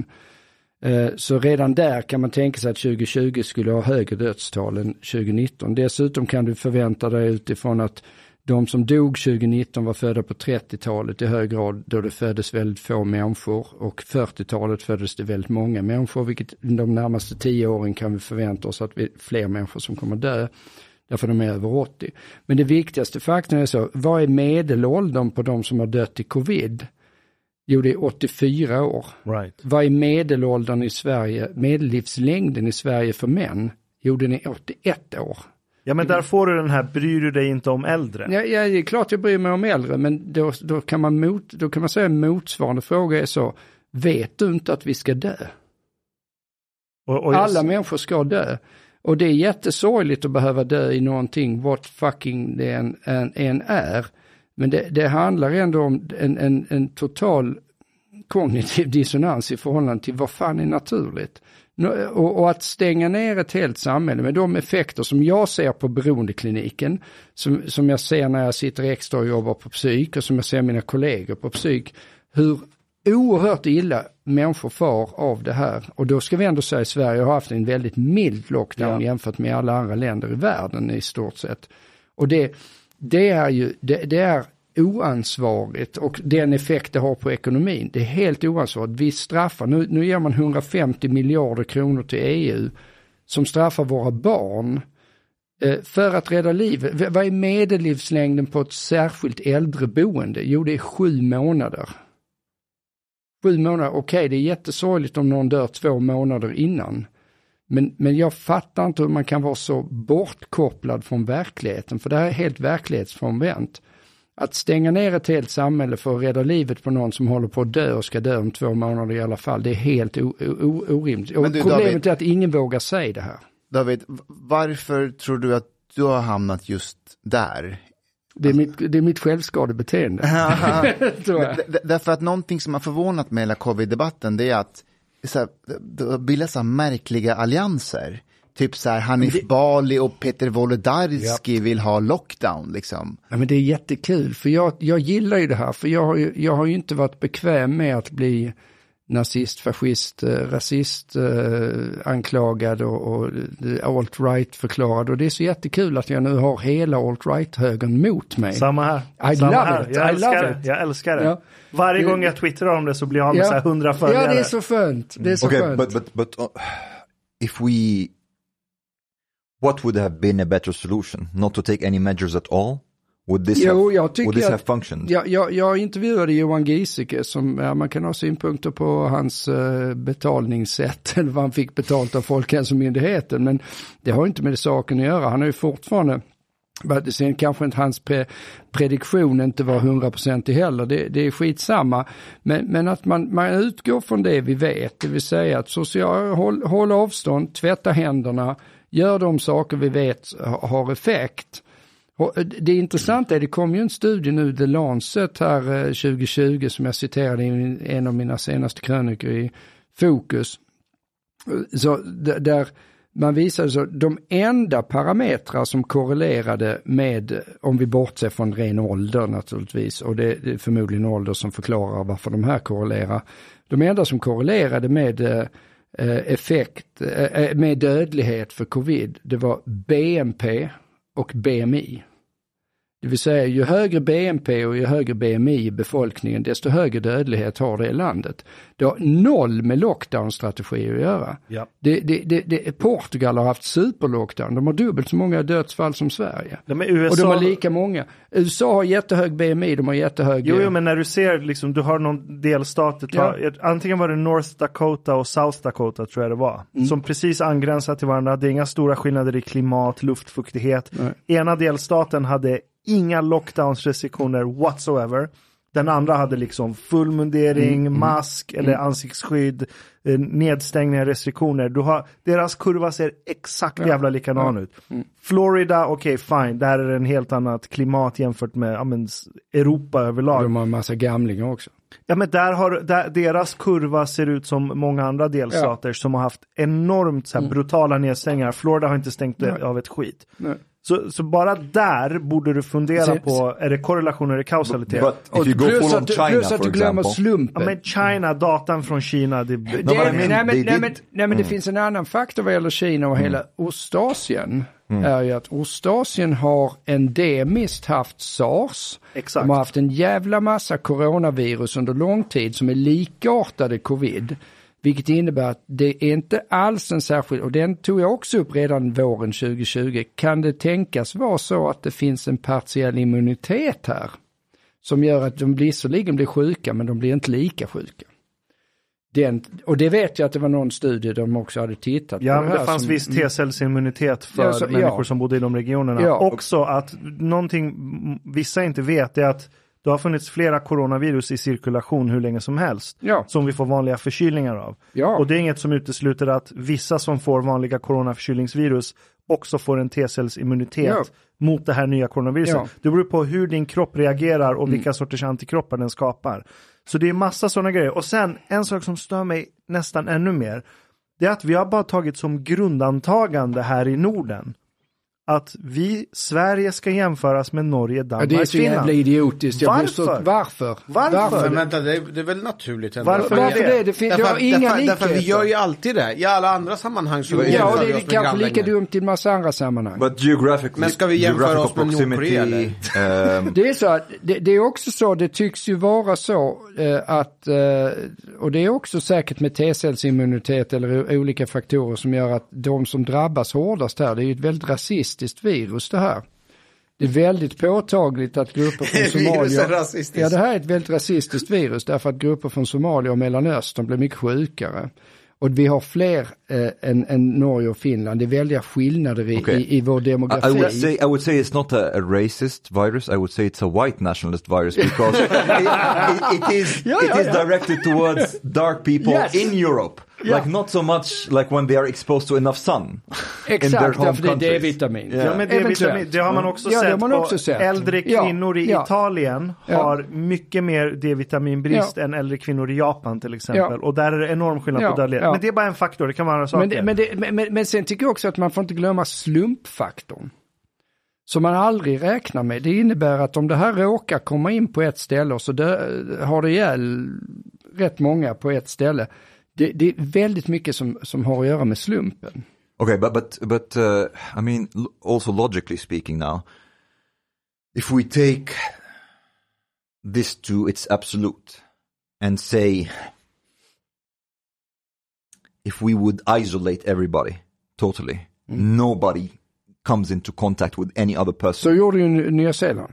Så redan där kan man tänka sig att tjugohundratjugo skulle ha högre dödstal än tjugonitton. Dessutom kan du förvänta dig utifrån att de som dog tjugonitton var födda på trettiotalet i hög grad, då det föddes väldigt få människor, och fyrtiotalet föddes det väldigt många människor, vilket de närmaste tio åren kan vi förvänta oss att vi fler människor som kommer dö, därför de är över åttio. Men det viktigaste faktorn är så, vad är medelåldern på de som har dött i covid? Jo, det är åttiofyra år. Right. Vad är medelåldern i Sverige, medellivslängden i Sverige för män? Jo, den är åttioett år. Ja, men där får du den här, bryr du dig inte om äldre? Ja, ja, det är klart jag bryr mig om äldre, men då, då, kan man mot, då kan man säga en motsvarande fråga är så, vet du inte att vi ska dö? Och, och Alla människor ska dö. Och det är jättesorgligt att behöva dö i någonting, what fucking det än, än, än är. Men det, det handlar ändå om en, en, en total kognitiv dissonans i förhållande till vad fan är naturligt. Och, och att stänga ner ett helt samhälle med de effekter som jag ser på beroendekliniken, som, som jag ser när jag sitter extra och jobbar på psyk och som jag ser mina kollegor på psyk, hur oerhört illa människor far av det här. Och då ska vi ändå säga att Sverige har haft en väldigt mild lockdown ja. jämfört med alla andra länder i världen i stort sett. Och det, det är ju det, det är oansvarigt, och den effekt det har på ekonomin, det är helt oansvarigt. Vi straffar, nu, nu ger man hundrafemtio miljarder kronor till E U som straffar våra barn eh, för att rädda liv. V- vad är medellivslängden på ett särskilt äldreboende? Jo, det är sju månader. Sju månader, okej, okay, det är jättesorgligt om någon dör två månader innan. Men, men jag fattar inte hur man kan vara så bortkopplad från verkligheten, för det här är helt verklighetsfrånvänt. Att stänga ner ett helt samhälle för att rädda livet på någon som håller på att dö och ska dö om två månader i alla fall, det är helt o- o- orimligt. Och du, problemet David, är att ingen vågar säga det här. David, varför tror du att du har hamnat just där? Det är mitt, det är mitt självskadebeteende. D- därför att någonting som har förvånat med hela covid-debatten, det är att så här, det bildas så märkliga allianser. Typ så här Hanif det... Bali och Peter Wolodarski ja. vill ha lockdown liksom. Ja, men det är jättekul, för jag, jag gillar ju det här. För jag har ju, jag har ju inte varit bekväm med att bli nazist, fascist, eh, rasist eh, anklagad och, och alt-right förklarad. Och det är så jättekul att jag nu har hela alt-right-högern mot mig. Samma här. I Samma love här. it. Jag I älskar love det. it. Jag älskar det. Ja. Varje gång jag twittrar om det så blir jag med ja. så här hundra följare. Ja, det är så skönt. Det är så okay, skönt. but, but, but uh, if we... What would have been a better solution? Not to take any measures at all? Would this jo, have, jag would this att, have functioned? Jag, jag, jag intervjuade Johan Giesecke som, ja, man kan ha synpunkter på hans uh, betalningssätt eller vad han fick betalt av Folkhälsomyndigheten, men det har inte med det saken att göra. Han har ju fortfarande, sen kanske inte hans pre, prediktion inte var hundra procent heller, det, det är skitsamma, men, men att man, man utgår från det vi vet, det vill säga att social, håll, håll avstånd, tvätta händerna, gör de saker vi vet har effekt. Och det intressanta är, det kom ju en studie nu, The Lancet här tjugo tjugo, som jag citerade i en av mina senaste krönikor i Fokus. Så där man visade så de enda parametrar som korrelerade med, om vi bortser från ren ålder naturligtvis, och det är förmodligen ålder som förklarar varför de här korrelerar. De enda som korrelerade med effekt, med dödlighet för covid, det var B N P och B M I. Det vill säga, ju högre B N P och ju högre B M I i befolkningen, desto högre dödlighet har det i landet. Det har noll med lockdown-strategier att göra. Ja. Det, det, det, det, Portugal har haft superlockdown. De har dubbelt så många dödsfall som Sverige. Ja, men U S A... Och de har lika många. U S A har jättehög B M I, de har jättehög... Jo, jo men när du ser, liksom, du har någon delstat, tar, ja. antingen var det North Dakota och South Dakota tror jag det var, mm. som precis angränsar till varandra. Det är inga stora skillnader i klimat, luftfuktighet. Nej. Ena delstaten hade inga lockdownsrestriktioner whatsoever. Den andra hade liksom full mundering, mm, mask mm, eller mm. ansiktsskydd, eh, nedstängningar, restriktioner. Du har, deras kurva ser exakt ja. jävla likadan ja. ut. Mm. Florida, okej okay, fine. Där är det en helt annat klimat jämfört med ja, men, Europa överlag. De har en massa gamlingar också. Ja, men där har där, deras kurva ser ut som många andra delstater ja. som har haft enormt så här, brutala mm. nedstängningar. Florida har inte stängt Nej. av ett skit. Nej. Så, så bara där borde du fundera så, på, är det korrelation eller kausalitet? But, but if you go plus, full on att, China, plus att du glömmer slumpen. Ja, men China, datan från Kina. Det, det, det, nej, men, nej, men, nej, men mm. det finns en annan faktor vad gäller Kina och mm. hela Ostasien. Mm. Är ju att Ostasien har endemiskt haft SARS. Exakt. De har haft en jävla massa coronavirus under lång tid som är likartade covid. Vilket innebär att det är inte alls en särskild, och den tog jag också upp redan våren tjugo tjugo. Kan det tänkas vara så att det finns en partiell immunitet här? Som gör att de visserligen blir sjuka, men de blir inte lika sjuka. Den, och det vet jag att det var någon studie de också hade tittat ja, på. Det, det fanns som, viss T-cellsimmunitet för ja, så, människor ja. som bodde i de regionerna. Ja. Också att någonting vissa inte vet är att Det har funnits flera coronavirus i cirkulation hur länge som helst. Ja. Som vi får vanliga förkylningar av. Ja. Och det är inget som utesluter att vissa som får vanliga coronaförkylningsvirus också får en T-cellsimmunitet Ja. mot det här nya coronaviruset. Ja. Det beror på hur din kropp reagerar och Mm. vilka sorters antikroppar den skapar. Så det är massa sådana grejer. Och sen, en sak som stör mig nästan ännu mer, det är att vi har bara tagit som grundantagande här i Norden att vi, Sverige ska jämföras med Norge, Danmark, ja, det är så jävla idiotiskt. Jag varför? Så, varför? Varför? Varför? Vänta, det är, det är väl naturligt ändå. Varför, Varför det? Det finns Därför, inga därför, likheter. därför vi gör ju alltid det. I alla andra sammanhang så Ja, jämför och det vi är oss med kanske lika grannländerna. dumt i en massa andra sammanhang. But geographically, Men ska vi jämföra oss med Nordkorea, um, Det är så att det, det är också så, det tycks ju vara så eh, att, eh, och det är också säkert med T-cellsimmunitet eller olika faktorer som gör att de som drabbas hårdast här, det är ju ett väldigt rasistiskt virus det här. Det är väldigt påtagligt att grupper från Somalia... Virus är rasistiskt. Ja, det här är ett väldigt rasistiskt virus därför att grupper från Somalia och Mellanöstern blir mycket sjukare. Och vi har fler eh, än, än Norge och Finland. Det är väldiga skillnader i, Okay. i, i vår demografi. I, I would say I would say it's not a, a racist virus. I would say it's a white nationalist virus because it, it, it is Ja, it ja, is ja. directed towards dark people Yes. in Europe. Ja. Like not so much like when they are exposed to enough sun. in their Exakt, home därför det är countries. D-vitamin. Yeah. Ja, men det, vitamin, det har man också Ja, det sett har man på också sett. äldre Ja, kvinnor i ja. Italien Ja. har mycket mer D-vitaminbrist Ja. än äldre kvinnor i Japan till exempel. Ja. Och där är det enorm skillnad Ja, på dödlighet. ja. Men det är bara en faktor, det kan vara andra saker. Men, det, men, det, men, men, men sen tycker jag också att man får inte glömma slumpfaktorn. Som man aldrig räknar med. Det innebär att om det här råkar komma in på ett ställe och så det, har det ihjäl rätt många på ett ställe. Det, det är väldigt mycket som, som har att göra med slumpen. Okay, but but but uh, I mean, l- also logically speaking, now, if we take this to its absolute and say, if we would isolate everybody totally, nobody comes into contact with any other person. Så gjorde ju Nya Zeeland.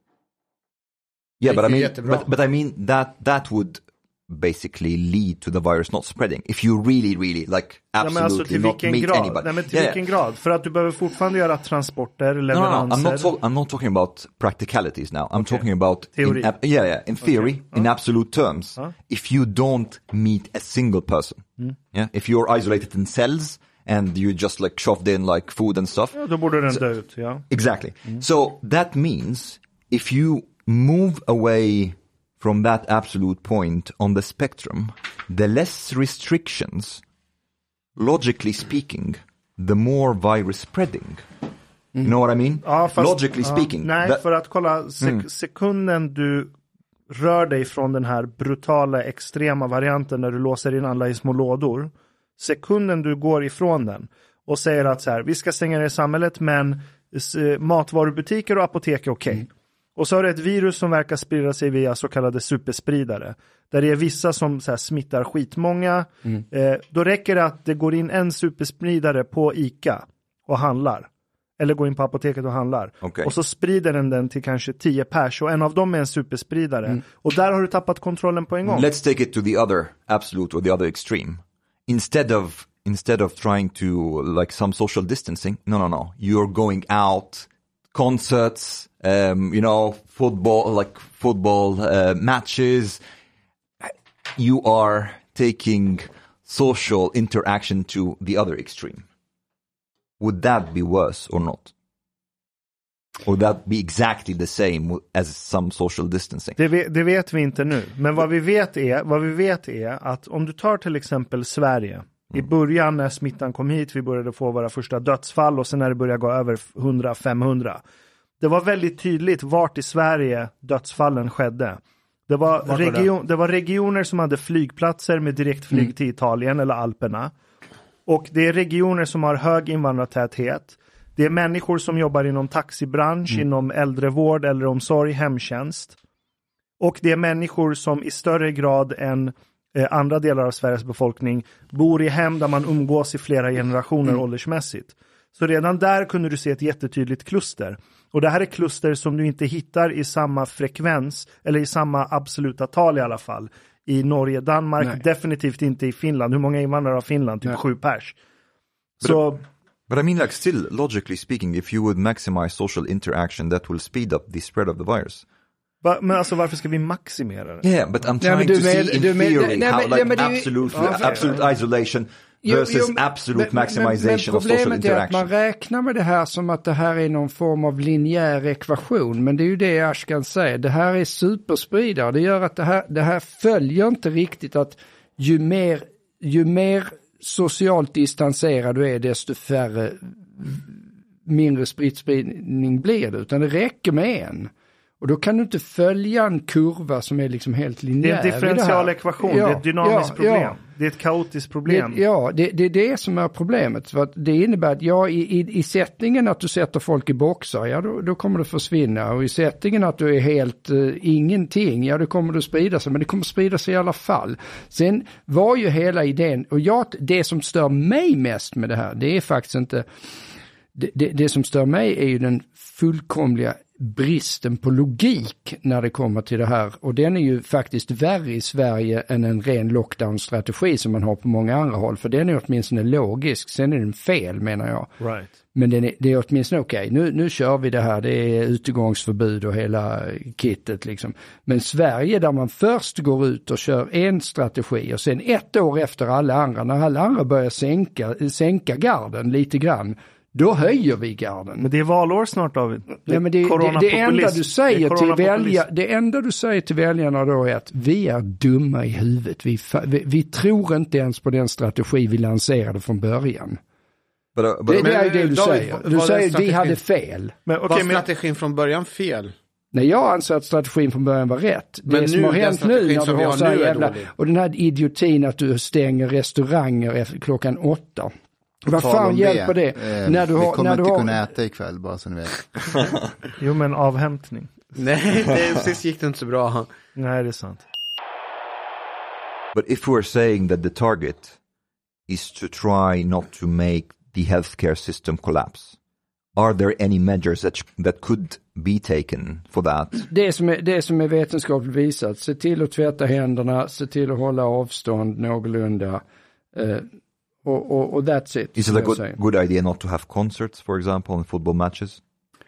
Yeah, but I Det är mean, jättebra. but, but I mean that that would basically lead to the virus not spreading. If you really, really like Ja, men absolutely alltså till not vilken meet grad? anybody. Nej, men till Yeah, vilken grad? För att du behöver fortfarande göra transporter, No, no, leveranser. no. I'm not, talk- I'm not talking about practicalities now. I'm Okay. talking about Theory. In ab- yeah, yeah. In theory, Okay. in Uh. absolute terms, Uh. if you don't meet a single person, Mm. yeah, if you're isolated in cells and you just like shoved in like food and stuff, Ja, då borde den dö ut, ja. exactly. So that means if you move away from that absolute point on the spectrum, the less restrictions, logically speaking, the more virus spreading. You know what I mean? Ja, fast, Logically ja, speaking. Nej, that- för att kolla sek- Mm. sekunden du rör dig från den här brutala extrema varianten när du låser in alla i små lådor. Sekunden du går ifrån den och säger att så här, vi ska stänga ner samhället men s- matvarubutiker och apotek är okej. Okay. Och så har du ett virus som verkar sprida sig via så kallade superspridare. Där det är vissa som så här, smittar skitmånga. Mm. Eh, då räcker det att det går in en superspridare på ICA och handlar. Eller går in på apoteket och handlar. Okay. Och så sprider den den till kanske tio pers. Och en av dem är en superspridare. Mm. Och där har du tappat kontrollen på en gång. Let's take it to the other absolute or the other extreme. Instead of instead of trying to like some social distancing, no, no, no. You're going out, concerts, um, you know, football, like football uh, matches. You are taking social interaction to the other extreme. Would that be worse or not? Or would that be exactly the same as some social distancing? Det vet, det vet vi inte nu. Men vad vi vet är, vad vi vet är att om du tar till exempel Sverige. Mm. I början när smittan kom hit, vi började få våra första dödsfall och sen när det började gå över hundra till femhundra. Det var väldigt tydligt vart i Sverige dödsfallen skedde. Det var, var region, det var regioner som hade flygplatser med direktflyg Mm. till Italien eller Alperna. Och det är regioner som har hög invandrartäthet. Det är människor som jobbar inom taxibransch, mm. inom äldrevård, äldreomsorg, hemtjänst. Och det är människor som i större grad än eh, andra delar av Sveriges befolkning bor i hem där man umgås i flera generationer mm. åldersmässigt. Så redan där kunde du se ett jättetydligt kluster. Och det här är kluster som du inte hittar i samma frekvens eller i samma absoluta tal i alla fall. I Norge, Danmark, Nej. definitivt inte i Finland. Hur många invandrare har Finland? Typ Nej. sju pers. But, Så... but I mean, like, still, logically speaking, if you would maximize social interaction, that will speed up the spread of the virus. Va, men alltså varför ska vi maximera det? Yeah, but I'm trying nej, to med, see in med, theory nej, how men, like nej, det, absolute, okay. absolute isolation versus jo, jo, absolute men, maximization men, men of social problemet är att man interaction. räknar med det här som att det här är någon form av linjär ekvation. Men det är ju det Ashkan säger. Det här är superspridare. Det gör att det här, det här följer inte riktigt att ju mer, ju mer socialt distanserad du är, desto färre, mindre spridning blir det. Utan det räcker med en. Och då kan du inte följa en kurva som är liksom helt linjär. Det är en differential ekvation, ja, det är ett dynamiskt ja, problem. Ja. Det är ett kaotiskt problem. Det, ja, det, det är det som är problemet. För att det innebär att ja, i, i, i sättningen att du sätter folk i boxar, ja då, då kommer det försvinna. Och i sättningen att du är helt uh, ingenting, ja då kommer det sprida sig. Men det kommer sprida sig i alla fall. Sen var ju hela idén, och jag, det som stör mig mest med det här, det är faktiskt inte, det, det, det som stör mig är ju den fullkomliga bristen på logik när det kommer till det här. Och den är ju faktiskt värre i Sverige än en ren lockdown-strategi som man har på många andra håll. För den är åtminstone logisk. Sen är den fel, menar jag. Right. Men den är, det är åtminstone okej. Okay. Nu, nu kör vi det här. Det är utegångsförbud och hela kittet liksom. Men Sverige där man först går ut och kör en strategi och sen ett år efter alla andra, när alla andra börjar sänka, sänka garden lite grann, då höjer vi garden. Men det är valår snart, David. Det, ja, men det, det, det, enda du säger till välja, det enda du säger till väljarna då är att vi är dumma i huvudet. Vi, vi, vi tror inte ens på den strategi vi lanserade från början. But, uh, but, det, det är ju det du David, säger. Du säger att vi hade fel. Men, okay, var strategin men... från början fel? Nej, jag anser att strategin från början var rätt. Men det som nu, har hänt nu när du har så här jävla... Och den här idiotin att du stänger restauranger efter klockan åtta. Vad fan hjälper det? Eh, när du vi har, kommer när inte du har... kunna äta ikväll, bara så ni vet. Jo, men avhämtning. Nej, det precis gick det inte så bra. Nej, det är sant. But if we're saying that the target is to try not to make the healthcare system collapse, are there any measures that, that could be taken for that? Det som är, det som är vetenskapligt visat, se till att tvätta händerna, se till att hålla avstånd någorlunda. Eh, Och, och, och that's it. Is it a good, good idea not to have concerts, for example, in football matches?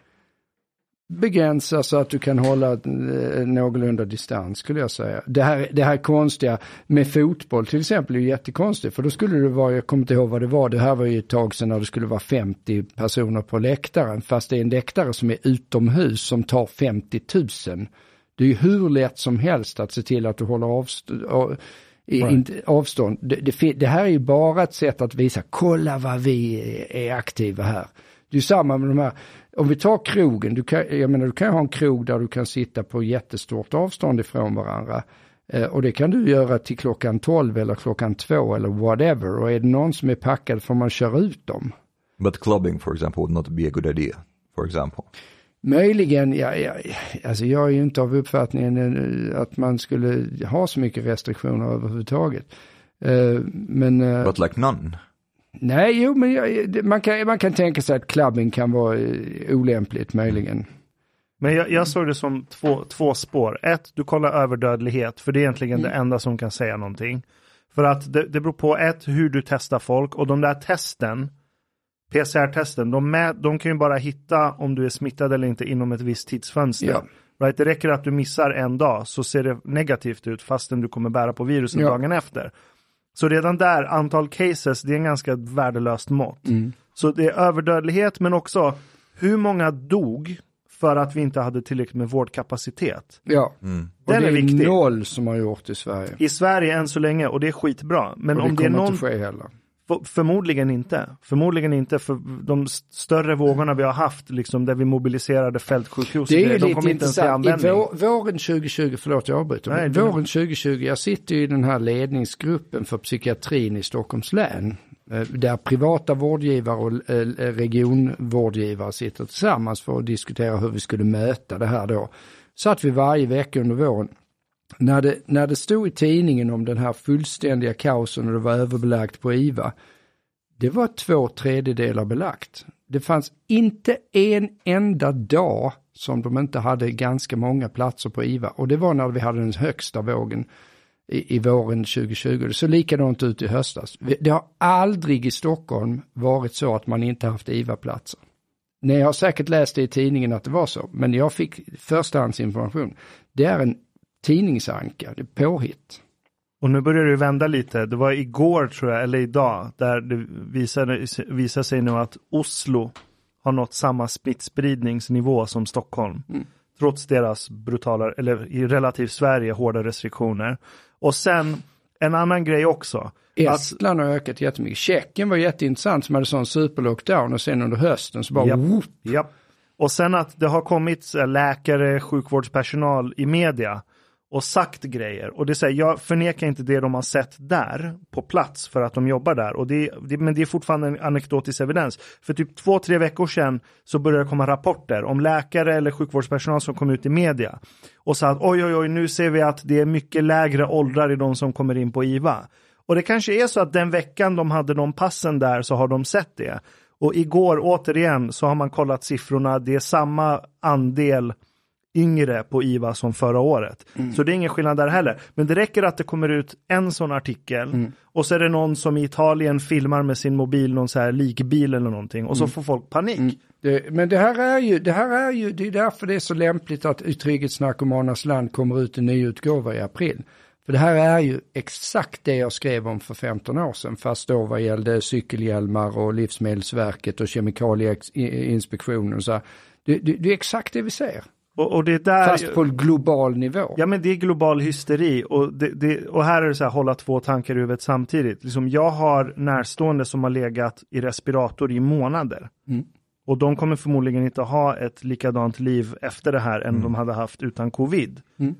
Begränsa så att du kan hålla eh, någorlunda distans, skulle jag säga. Det här, det här konstiga med fotboll till exempel är ju jättekonstigt. För då skulle det vara, jag kommer inte ihåg vad det var, det här var ju ett tag sedan när det skulle vara femtio personer på läktaren. Fast det är en läktare som är utomhus som tar femtio tusen. Det är ju hur lätt som helst att se till att du håller avstånd. I, right. inte, avstånd. Det, det, det här är ju bara ett sätt att visa, kolla vad vi är, är aktiva här. Det är ju samma med de här, om vi tar krogen, du kan, jag menar, du kan ha en krog där du kan sitta på jättestort avstånd ifrån varandra. Eh, och det kan du göra till klockan tolv eller klockan två eller whatever. Och är det någon som är packad får man köra ut dem. But clubbing, for example, would not be a good idea, for example. Möjligen, ja, ja, alltså jag är ju inte av uppfattningen att man skulle ha så mycket restriktioner överhuvudtaget. Uh, men, uh, But like none? Nej, jo, men jag, man, kan, man kan tänka sig att clubbing kan vara uh, olämpligt möjligen. Men jag, jag såg det som två, två spår. Ett, du kollar överdödlighet, för det är egentligen mm. det enda som kan säga någonting. För att det, det beror på ett, hur du testar folk, och de där testen, P C R-testen, de, med, de kan ju bara hitta om du är smittad eller inte inom ett visst tidsfönster. Ja. Right? Det räcker att du missar en dag så ser det negativt ut fastän du kommer bära på viruset ja. dagen efter. Så redan där, antal cases, det är en ganska värdelöst mått. Mm. Så det är överdödlighet, men också hur många dog för att vi inte hade tillräckligt med vårdkapacitet. Ja, mm. och den det är, är viktig. Noll som har gjort i Sverige. I Sverige än så länge, och det är skitbra. Men och det om det är någon... inte ske heller. För, förmodligen inte. Förmodligen inte, för de större vågorna vi har haft, liksom, där vi mobiliserade fältsjukhus. Det är ju de lite intressant. I vår, våren tjugo tjugo, förlåt jag avbryter, Nej, men våren tjugo tjugo, jag sitter i den här ledningsgruppen för psykiatrin i Stockholms län. Där privata vårdgivare och regionvårdgivare sitter tillsammans för att diskutera hur vi skulle möta det här då. Så att vi varje vecka under våren, när det, när det stod i tidningen om den här fullständiga kaosen och det var överbelagt på I V A, det var två tredjedelar belagt. Det fanns inte en enda dag som de inte hade ganska många platser på I V A. Och det var när vi hade den högsta vågen i, i våren tjugo tjugo. Det såg likadant ut i höstas. Det har aldrig i Stockholm varit så att man inte haft I V A-platser. Ni har säkert läst det i tidningen att det var så, men jag fick förstahandsinformation. Det är en tidningsanka, det är påhitt. Och nu börjar det vända lite. Det var igår tror jag, eller idag, där det visade, visade sig nu att Oslo har nått samma smittspridningsnivå som Stockholm. Mm. Trots deras brutala, eller i relativt Sverige, hårda restriktioner. Och sen en annan grej också. Estland har ökat jättemycket. Tjeckien var jätteintressant som hade sån superlockdown och sen under hösten så bara japp, whoop. Japp. Och sen att det har kommit läkare, sjukvårdspersonal i media och sagt grejer. Och det säger, jag förnekar inte det de har sett där på plats för att de jobbar där. Och det, det, men det är fortfarande en anekdotisk evidens. För typ två, tre veckor sedan så började det komma rapporter om läkare eller sjukvårdspersonal som kom ut i media. Och sa att oj, oj, oj, nu ser vi att det är mycket lägre åldrar i de som kommer in på I V A. Och det kanske är så att den veckan de hade de passen där så har de sett det. Och igår återigen så har man kollat siffrorna. Det är samma andel yngre på I V A som förra året. Mm. Så det är ingen skillnad där heller. Men det räcker att det kommer ut en sån artikel mm. och så är det någon som i Italien filmar med sin mobil någon så här likbil eller någonting och så mm. får folk panik. Mm. Det, men det här är ju, det här är ju, det är därför det är så lämpligt att i Trygghetsnarkomanernas land kommer ut en ny utgåva i april. För det här är ju exakt det jag skrev om för femton år sedan, fast då vad gällde cykelhjälmar och Livsmedelsverket och kemikalieinspektionen och så här. Det, det, det är exakt det vi ser. Och, och det där, fast på global nivå. Ja, men det är global hysteri. Och, det, det, och här är det så här, hålla två tankar i huvudet samtidigt. Liksom, jag har närstående som har legat i respirator i månader. Mm. Och de kommer förmodligen inte ha ett likadant liv efter det här än mm. de hade haft utan covid. Mm.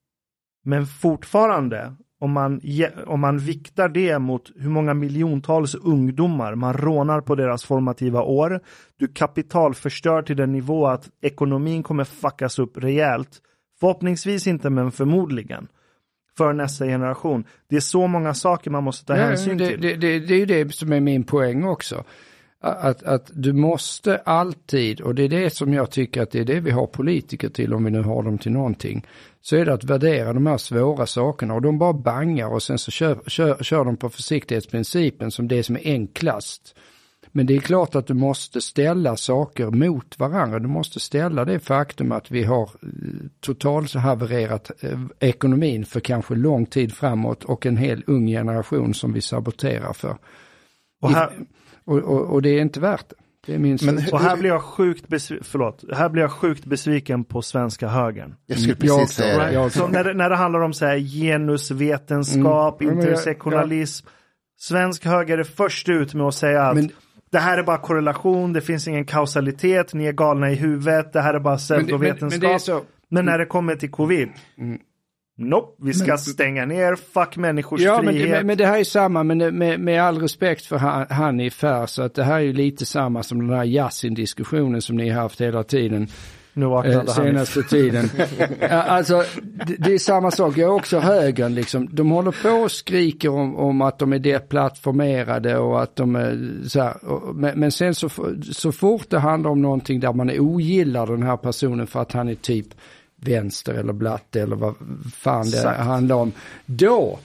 Men fortfarande, om man, om man viktar det mot hur många miljontals ungdomar man rånar på deras formativa år, du kapitalförstör till den nivå att ekonomin kommer fuckas upp rejält. Förhoppningsvis inte, men förmodligen. För nästa generation. Det är så många saker man måste ta Nej, hänsyn det, till. Det, det, det är ju det som är min poäng också. Att, att du måste alltid, och det är det som jag tycker att det är det vi har politiker till om vi nu har dem till någonting, så är det att värdera de här svåra sakerna och de bara bangar och sen så kör, kör, kör de på försiktighetsprincipen som det som är enklast. Men det är klart att du måste ställa saker mot varandra. Du måste ställa det faktum att vi har totalt havererat ekonomin för kanske lång tid framåt och en hel ung generation som vi saboterar för. Och här... Och, och, och det är inte värt det. Det är min Men, och här blir jag sjukt besviken, förlåt, här blir jag sjukt besviken på svenska högern. Jag skulle precis jag, säga det. Jag, så när, det, när det handlar om så här genusvetenskap, mm. intersektionalism, ja. Svensk höger är först ut med att säga att men, det här är bara korrelation, det finns ingen kausalitet, ni är galna i huvudet, det här är bara pseudovetenskap. Men, men, men, men när det kommer till covid... Mm. Nope, vi ska men, stänga ner, fuck människors ja, frihet. Ja, men, men det här är samma, men med, med all respekt för han, han är fär, så att det här är ju lite samma som den här Yasin-diskussionen som ni har haft hela tiden. Nu eh, senaste tiden. Alltså, det, det är samma sak. Jag är också högern liksom. De håller på och skriker om, om att de är deplattformerade och att de är så här. Och, men, men sen så, så fort det handlar om någonting där man ogillar den här personen för att han är typ vänster eller blatte eller vad fan det Exakt. handlar om. Då,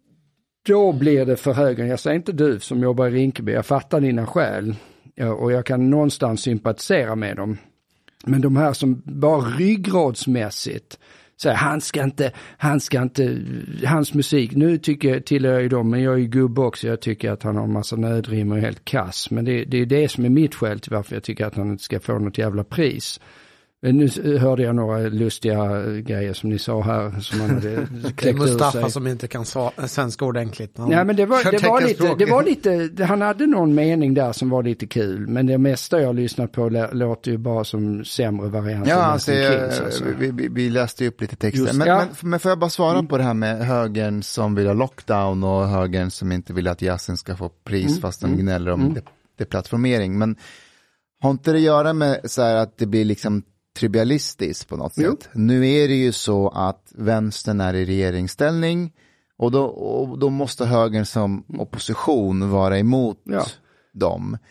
då blir det för högern. Jag säger inte du som jobbar i Rinkeby. Jag fattar dina skäl. Ja, och jag kan någonstans sympatisera med dem. Men de här som bara ryggradsmässigt säger han ska inte, han ska inte, hans musik, nu tycker jag, tillhör jag ju dem, men jag är ju gubbe också. Jag tycker att han har en massa nödrim och helt kass. Men det, det är det som är mitt skäl till varför jag tycker att han inte ska få något jävla pris. Nu hörde jag några lustiga grejer som ni sa här som man hade kläckt Mustafa ur sig. Som inte kan svenska ordentligt. Nej, men det var, det var lite, det var lite, han hade någon mening där som var lite kul, men det mesta jag lyssnat på l- låter ju bara som sämre varianter. Ja, alltså, Kings, alltså. Vi, vi, vi läste upp lite texter. Men, ja. men, men får jag bara svara mm. på det här med högern som vill ha lockdown och högern som inte vill att Yasin ska få pris mm. fast de mm. gnäller om mm. det, det plattformering. Men har inte det att göra med så här att det blir liksom trivialistiskt på något jo. sätt. Nu är det ju så att vänstern är i regeringsställning och då, och då måste högern som opposition vara emot ja. dem.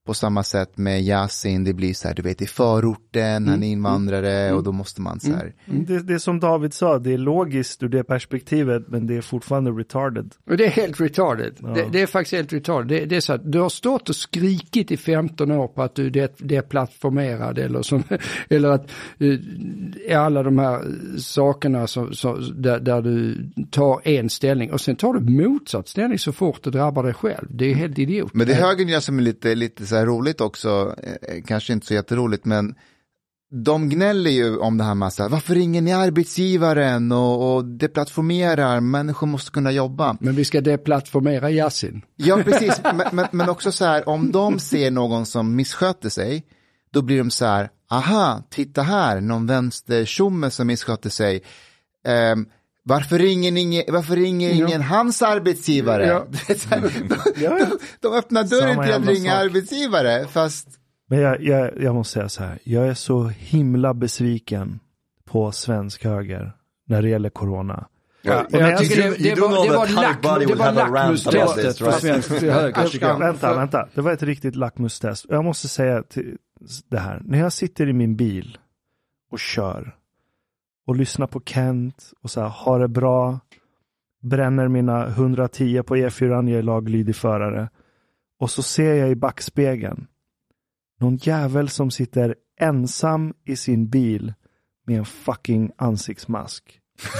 på samma sätt med Yasin, det blir så här, du vet, i förorten, mm. han är invandrare mm. och då måste man så här. Mm. Det, det är som David sa, det är logiskt ur det perspektivet, men det är fortfarande retarded. Och det är helt retarded. Ja. Det, det är faktiskt helt retarded. Det, det är så att du har stått och skrikit i femton år på att du det, det är plattformerad eller, som, eller att uh, alla de här sakerna som, som, där, där du tar en ställning och sen tar du motsatt ställning så fort du drabbar dig själv. Det är helt idiot. Men det är högern jag som är lite, lite så här roligt också, eh, kanske inte så jätteroligt, men de gnäller ju om det här massa, varför ringer ni arbetsgivaren och, och deplattformerar, människor måste kunna jobba. Men vi ska deplattformera Yasin. Ja, precis, men, men, men också så här, om de ser någon som missköter sig, då blir de så här, aha, titta här, någon vänstertjomme som missköter sig. Um, Varför ringer ingen, varför ringer ingen ja. hans arbetsgivare? Ja. de, de, de öppnar dörren till att ringa sak. arbetsgivare, fast... Men jag, jag, jag måste säga så här, jag är så himla besviken på svensk höger när det gäller corona. Ja, jag, jag tycker det, det, det var, det var, lack, det var lackmustestet för svensk höger. Vänta, vänta, det var ett riktigt lackmustest. Jag måste säga till det här, när jag sitter i min bil och kör och lyssnar på Kent och så här, har det bra, bränner mina hundratio på E fyra, jag är laglydig förare, och så ser jag i backspegeln någon jävel som sitter ensam i sin bil med en fucking ansiktsmask.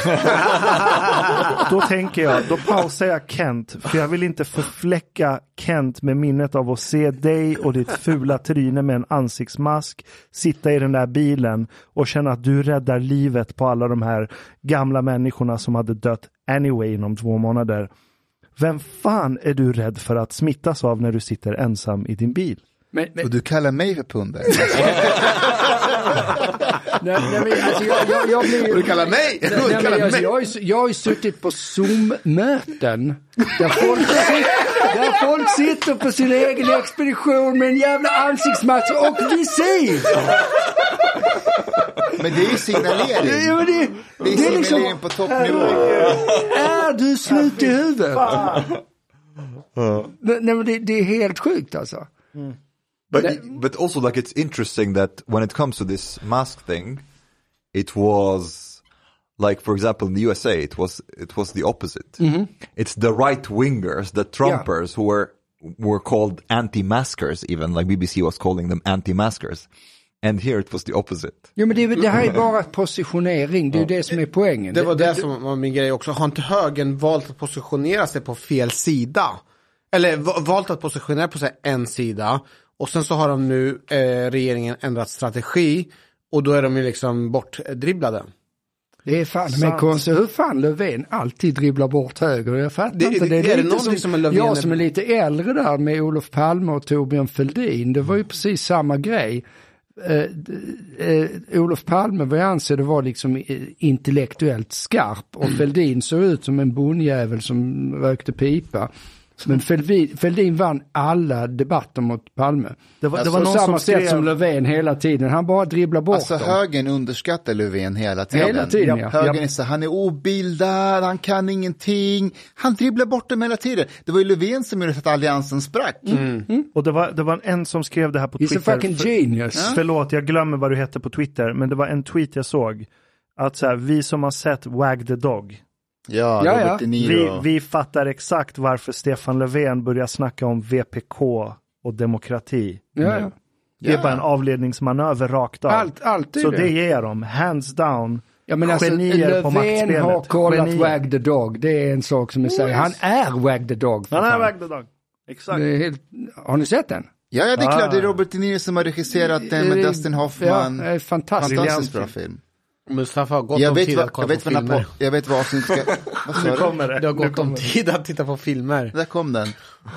Då tänker jag, då pausar jag Kent, för jag vill inte förfläcka Kent med minnet av att se dig och ditt fula tryne med en ansiktsmask sitta i den där bilen och känna att du räddar livet på alla de här gamla människorna som hade dött anyway inom två månader. Vem fan är du rädd för att smittas av när du sitter ensam i din bil? Men, men... Och du kallar mig för pundare. nej, nej, men, alltså, jag, jag, jag blir, du kallar mig? Nej, nej, men, alltså, mig. Jag, har, jag har ju suttit på Zoom-möten där folk, sitter, där folk sitter på sin egen expedition med en jävla ansiktsmask och visir. Men det är ju signalering. Ja, det, det är signalering liksom, på toppnivå. Är du slut i huvudet? Nej, men det, det är helt sjukt alltså. Mm. But but also like it's interesting that when it comes to this mask thing, it was like, for example, in the U S A, it was it was the opposite. Mm-hmm. It's the right wingers, the Trumpers, yeah. who were were called anti-maskers, even like B B C was calling them anti-maskers. And here it was the opposite. Ja, men det, det här är bara positionering, det är ju det som är poängen. Det var det, det som var min grej också. Har inte högern valt att positionera sig på fel sida? Eller valt att positionera på sig en sida. Och sen så har de nu eh, regeringen ändrat strategi. Och då är de ju liksom bortdribblade. Det är fan, men konstigt hur fan Löfven alltid dribblar bort höger. Jag fattar det, inte. Det, det är, är det som, som är Löfven... Jag som är lite äldre där med Olof Palme och Torbjörn Fälldin. Det var ju precis samma grej. Uh, uh, Olof Palme, vad jag anser det var liksom uh, intellektuellt skarp. Och Fälldin såg ut som en bonjävel som rökte pipa. Men Fälldin, Fälldin vann alla debatter mot Palme. Det var, alltså, det var någon samma som skrev... sätt som Löfven hela tiden. Han bara dribblar bort alltså, dem. Högern underskattar Löfven hela tiden. Hela tiden, ja. Högern ja. är så, han är obildad, han kan ingenting. Han dribblar bort dem hela tiden. Det var ju Löfven som gjorde att alliansen sprack. Mm. Mm. Och det var, det var en som skrev det här på He's Twitter. A fucking genius. För, förlåt, jag glömmer vad du hette på Twitter. Men det var en tweet jag såg. Att så här, vi som har sett Wag the Dog. Ja, ja, ja. Vi, vi fattar exakt varför Stefan Löfven börjar snacka om V P K och demokrati. Ja, ja. Det är ja. bara en avledningsmanöver rakt av. Allt, allt Så det. det ger dem, hands down, ja, men alltså, genier på maktspelet. Löfven har kollat genier. Wag the Dog. Det är en sak som är säger. Han är Wag the Dog. Han är Wag the Dog. Exakt. Det är helt... Har ni sett den? Ja, ja, det är ah. klart. Det är Robert De Niro som har regisserat den med Dustin Hoffman. Ja, det är fantastiskt. Fantastiskt bra film. Mustafa har gått jag om vet tid vad, att kolla jag vet på filmer. På, jag vet vad som ska... Vad nu kommer det. Det har gått om det. tid att titta på filmer. Där kom den.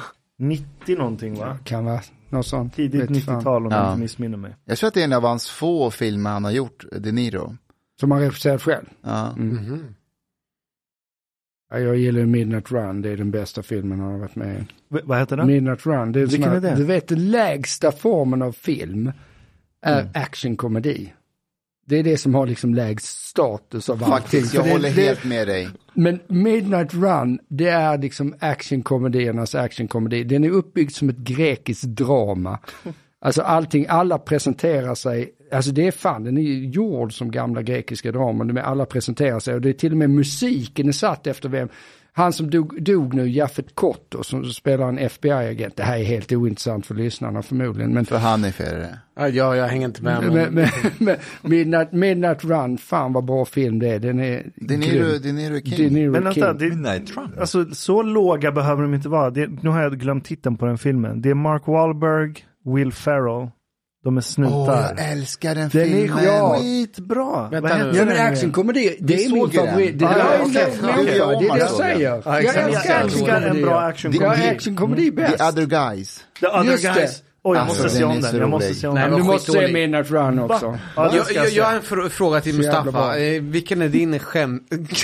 nittio någonting, va? Kan vara något sånt. Tidigt nittiotal om ja. jag inte missminner mig. Jag tror att det är en av hans få filmer han har gjort, De Niro. Som han regisserat själv? Ja. Mm. Mm-hmm. Ja, jag gillar Midnight Run, det är den bästa filmen han har varit med i. V- vad heter den? Midnight Run, det är Vilken här, är det? Du vet, den lägsta formen av film är mm. actionkomedi. Det är det som har liksom lägst status av Faktiskt, allting. jag håller det, helt det, med dig. Men Midnight Run, det är liksom actionkomediernas actionkomedi. Den är uppbyggd som ett grekiskt drama. Alltså allting, alla presenterar sig, alltså det är fan, den är gjord som gamla grekiska draman, med alla presenterar sig och det är till och med musiken är satt efter vem. Han som dog, dog nu, Jaffet Kotto, som spelar en F B I-agent. Det här är helt ointressant för lyssnarna förmodligen. Men för han är för ja, jag, jag hänger inte med. Men, men, men, men Midnight, Midnight Run, fan vad bra film det är. Den är De Niro, De Niro King. De Niro men King. Det, Midnight Run. Alltså så låga behöver de inte vara. Det, nu har jag glömt titeln på den filmen. Det är Mark Wahlberg, Will Ferrell. De är snutar. Åh, oh, jag älskar den, den filmen. Den är skitbra. Vänta nu. Ja, men actionkomedi, det är min favorit. Det är det jag säger. Jag älskar en bra actionkomedi. Ja, actionkomedi bäst. The Other Guys. The Other Guys. Oj, jag måste se om den. Jag måste se om den. Du måste se Midnight Run också. Jag, jag, jag har en fr- fråga till Mustafa. Eh, vilken är din skäm...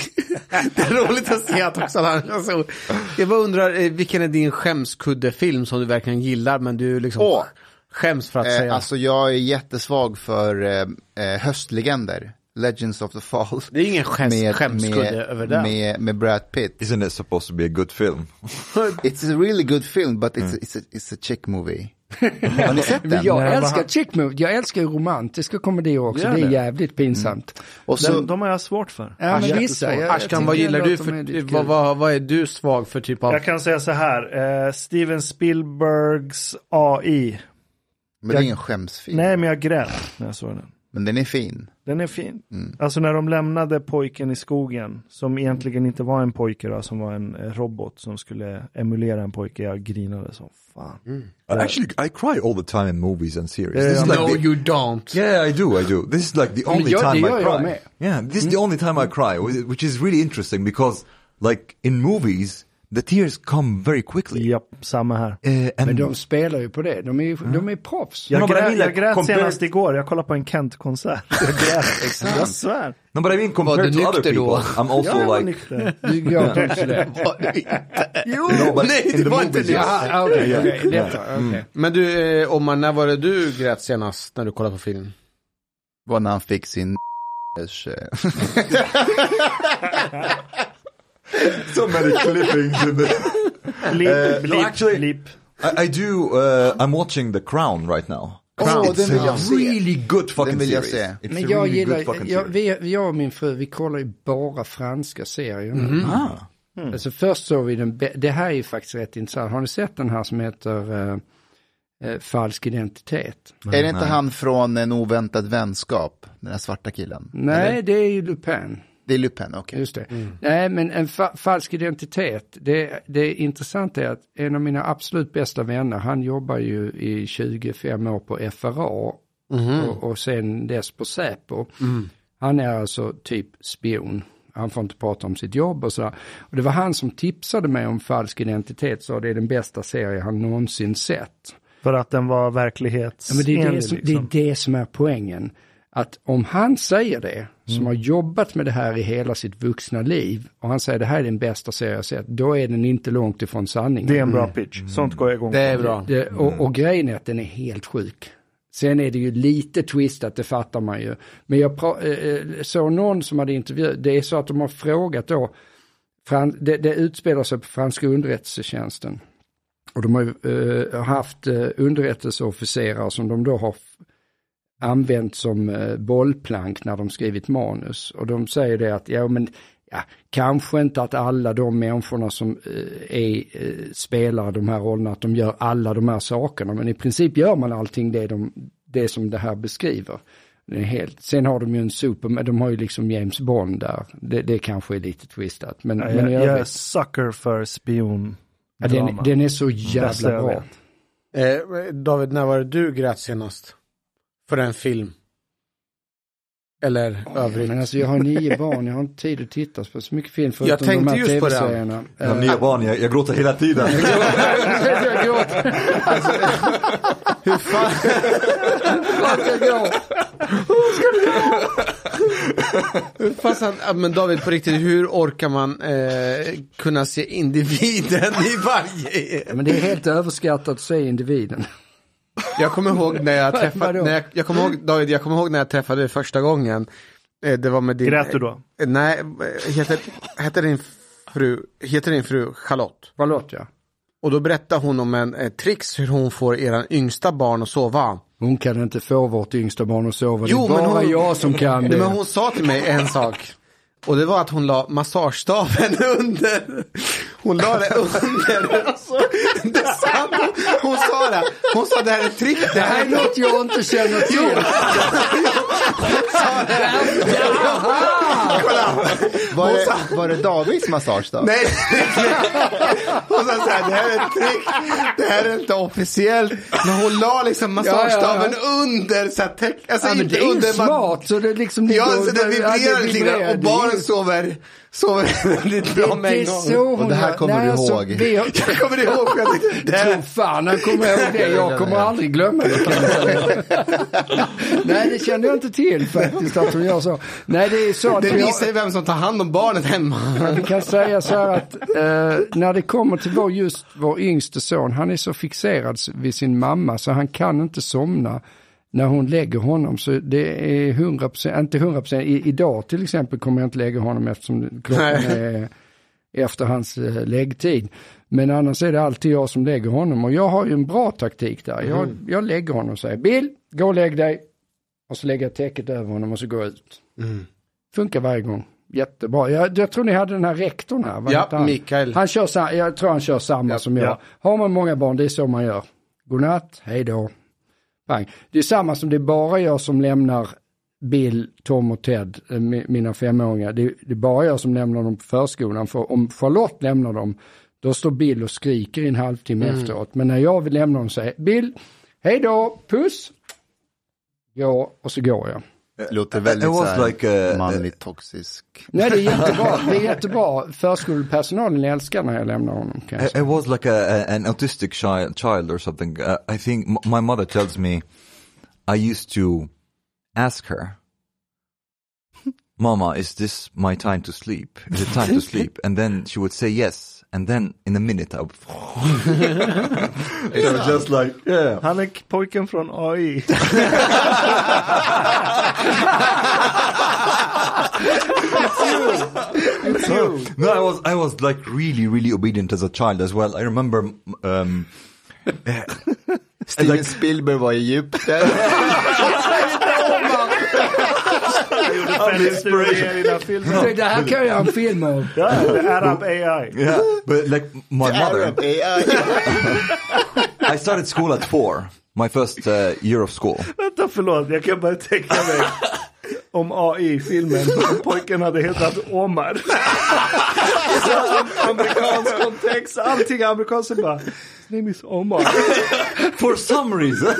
Det är roligt att se att också. Alltså, jag bara undrar, eh, vilken är din skämskuddefilm som du verkligen gillar, men du liksom... Oh. Skäms för att eh, säga. Alltså jag är jättesvag för eh, höstlegender. Legends of the Fall. Det är ingen skäms, med, skämskudde med, över det. Med, med Brad Pitt. Isn't it supposed to be a good film? It's a really good film, but it's, mm. a, it's, a, it's a chick movie. Har ni sett den? Jag älskar chick movie. Jag älskar romantiska komedier också. Det är det. Jävligt pinsamt. Mm. Och så, de, de har jag svårt för. Ja, men vissa. Ashkan, vad gillar du för, vad, vad, vad är du svag för typ av? Jag kan säga så här. Eh, Steven Spielbergs A I. Men det är ingen skämsfilm. Nej, men jag grät när jag såg den. Men den är fin. Den är fin. Mm. Alltså när de lämnade pojken i skogen, som egentligen inte var en pojke då, som var en robot som skulle emulera en pojke, jag grinade så fan. Mm. Actually, I cry all the time in movies and series. Uh, this is like no, the, you don't. Yeah, I do, I do. This is like the only jag, time I cry. Jag med. Yeah, this is mm. the only time I cry, which is really interesting because, like in movies, the tears come very quickly. Japp, samma här. Uh, men de spelar ju på det. De är ju mm. de är proffs. Jag, no, grät, jag grät compared... senast igår. Jag kollade på en Kent-konsert. Jag grät. Jag svär. No, but I mean compared to other people, då? I'm also jag like... nykter. Du gör inte det. Jo, no, nej, det var inte det. Ja, okej, okej. Detta, okej. Men du, eh, Omar, när var det du grät senast när du kollade på film? Var när han fick sin... So many clippings in the... Bleep, uh, bleep, no, actually, bleep. I, I do, uh, I'm watching The Crown right now. Crown. Oh, it's den vill jag a se. really good fucking den vill jag series. Se. It's men a jag really gillar, good fucking jag, series. vi, jag och min fru, vi kollar ju bara franska serier. Mm. Ah. Mm. Alltså först såg vi den, det här är ju faktiskt rätt intressant. Har ni sett den här som heter uh, uh, Falsk identitet? Mm. Är det inte Nej. han från En oväntad vänskap? Den här svarta killen? Nej, Eller? det är ju Lupin. Det är Lupin, okej. Okay. Just det. Mm. Nej, men en fa- falsk identitet. Det, det intressanta är att en av mina absolut bästa vänner, han jobbar ju i tjugofem år på F R A mm. och, och sen dess på Säpo. Mm. Han är alltså typ spion. Han får inte prata om sitt jobb och så. Och det var han som tipsade mig om Falsk identitet, så det är den bästa serie han någonsin sett. För att den var verklighetsenlig. Ja, men det, är det, som, liksom. det är det som är poängen. Att om han säger det, som mm. har jobbat med det här i hela sitt vuxna liv, och han säger det här är den bästa serie jag sett, då är den inte långt ifrån sanningen. Det är en bra pitch. Mm. Sånt går jag igång. Det är bra. Det, och, och grejen är att den är helt sjuk. Sen är det ju lite twistat, det fattar man ju. Men jag pra- äh, såg någon som hade intervjuat, det är så att de har frågat då, fran- det, det utspelar sig på franska underrättelsetjänsten. Och de har äh, haft äh, underrättelseofficerare som de då har f- använt som äh, bollplank när de skrivit manus. Och de säger det att, ja men, ja, kanske inte att alla de människorna som äh, är, äh, spelar de här rollerna, att de gör alla de här sakerna. Men i princip gör man allting det, de, det som det här beskriver. Det är helt. Sen har de ju en super, men de har ju liksom James Bond där. Det, det kanske är lite twistat. Men, ja, men jag, jag, jag är sucker för spion. Ja, den, den är så jävla bra. Eh, David, när var det du grät senast? För en film? Eller oh, övrigt? Men alltså jag har nio barn, jag har inte tid att titta på så mycket film förutom jag tänkte de här just tv-serierna. Jag har nio barn, jag, jag gråter hela tiden. jag gråter. Alltså, hur fan? Vart ska jag gå? Hur ska du gå? Fast att, men David, på riktigt, hur orkar man eh, kunna se individen i varje... Men det är helt överskattat att se individen. Jag kommer ihåg när jag träffade, när jag, jag kommer ihåg, David, jag kommer ihåg när jag träffade dig första gången. Det var med din... Grät du då? Nej, heter, heter din fru, heter din fru Charlotte? Charlotte, ja. Och då berättade hon om en eh, tricks hur hon får era yngsta barn att sova. Hon kan inte få vårt yngsta barn att sova. Jo, det är bara men hon, jag som kan det. Men hon sa till mig en sak. Och det var att hon la massagestaven under. Hon la det under. Alltså, det sant. Hon sa det. Hon sa det här är ett trick. Det här är något jag inte känner till. Hon sa det. Kolla. Var det, var det Davids massagestav? Nej. Hon sa så här, det här är ett trick. Det här är inte officiellt. Men hon la liksom massagestaven ja, ja, ja. under. Så att täck, alltså ja, men inte det är under, smart. Så det liksom ja, så det vibrerar lite grann. Och barnen sover, sover lite bra med en gång. Och det här kommer nej, du ihåg. Alltså, vi har... Jag kommer det ihåg. Det här... fan, jag kommer ihåg det. Jag kommer aldrig glömma det. Kan jag nej, det kände jag inte till faktiskt att hon gör så. Nej, det är så att det visar jag... vem som tar hand om barnet hemma. Vi kan säga så här att eh, när det kommer till vår, just vår yngste son, han är så fixerad vid sin mamma så han kan inte somna när hon lägger honom. Så det är hundra procent, inte hundra procent. I, idag till exempel kommer jag inte lägga honom eftersom klockan är efter hans eh, läggtid. Men annars är det alltid jag som lägger honom. Och jag har ju en bra taktik där. Jag, mm. jag lägger honom och säger, Bill, gå och lägg dig. Och så lägger jag täcket över honom och så går jag ut. Mm. Funkar varje gång. Jättebra. Jag, jag tror ni hade den här rektorn här. Ja, han? Mikael. Han kör, jag tror han kör samma ja, som jag. Ja. Har man många barn, det är så man gör. Godnatt, hej då. Bang. Det är samma som det är bara jag som lämnar Bill, Tom och Ted, mina femåringar. Det är, det är bara jag som lämnar dem på förskolan. För om Charlotte lämnar dem, då står Bill och skriker i en halvtimme mm. efteråt. Men när jag vill lämna dem säger Bill, hej då, puss. Ja, och så går jag. Det låter väldigt så här like a, manligt toxisk. Nej, det är jättebra. Det är jättebra. Förskolepersonalen älskar när jag lämnar honom. It, it was like a, a, an autistic child, child or something. Uh, I think m- my mother tells me I used to ask her, Mama, is this my time to sleep? Is it time to sleep? And then she would say yes. And then in a minute I would... It was just like, yeah. Han är pojken från A I. It's you. It's you. No, I was, I was like really, really obedient as a child as well. I remember... Um, Steven like, Spielberg var i Egypten. Det här kan jag göra en film av. Yeah, the Arab A I. Yeah, but like my the mother. Arab A I. I started school at four. My first uh, year of school. Vänta, förlåt. Jag kan bara tänka mig om A I-filmen. Pojken hade hetat Omar. Amerikansk kontext. Allting amerikanskt bara. His name is Omar. For some reason.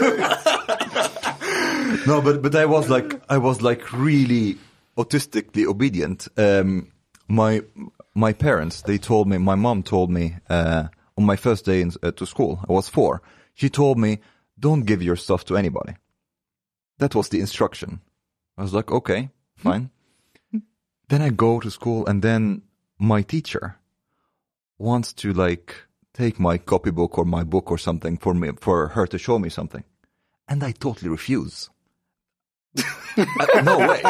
No, but but I was like I was like really autistically obedient. Um, my my parents, they told me, my mom told me uh, on my first day in, uh, to school, I was four. She told me, "Don't give your stuff to anybody." That was the instruction. I was like, okay, fine. Then I go to school, and then my teacher wants to like take my copybook or my book or something for me, for her to show me something, and I totally refuse. uh, no way.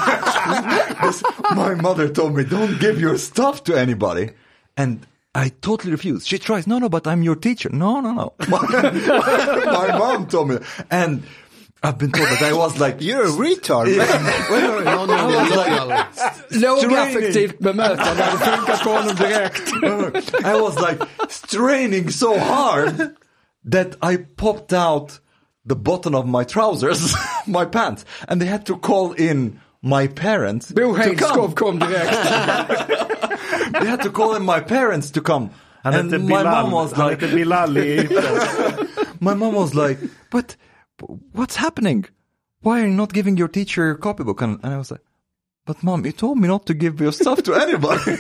My mother told me, don't give your stuff to anybody. And I totally refused. She tries, no, no, but I'm your teacher. No, no, no. My mom told me. And I've been told that I was like... You're a retard. no, no, no, no. Lågaffektivt bemötande hade funkat på honom direkt. I was like straining so hard that I popped out the button of my trousers, my pants, and they had to call in my parents Bo Henskov kom direkt. They had to call in my parents to come. Han and my Bilal. Mom was like, Bilal. My mom was like, but what's happening? Why are you not giving your teacher your copybook? And, and I was like, but mom, you told me not to give your stuff to anybody.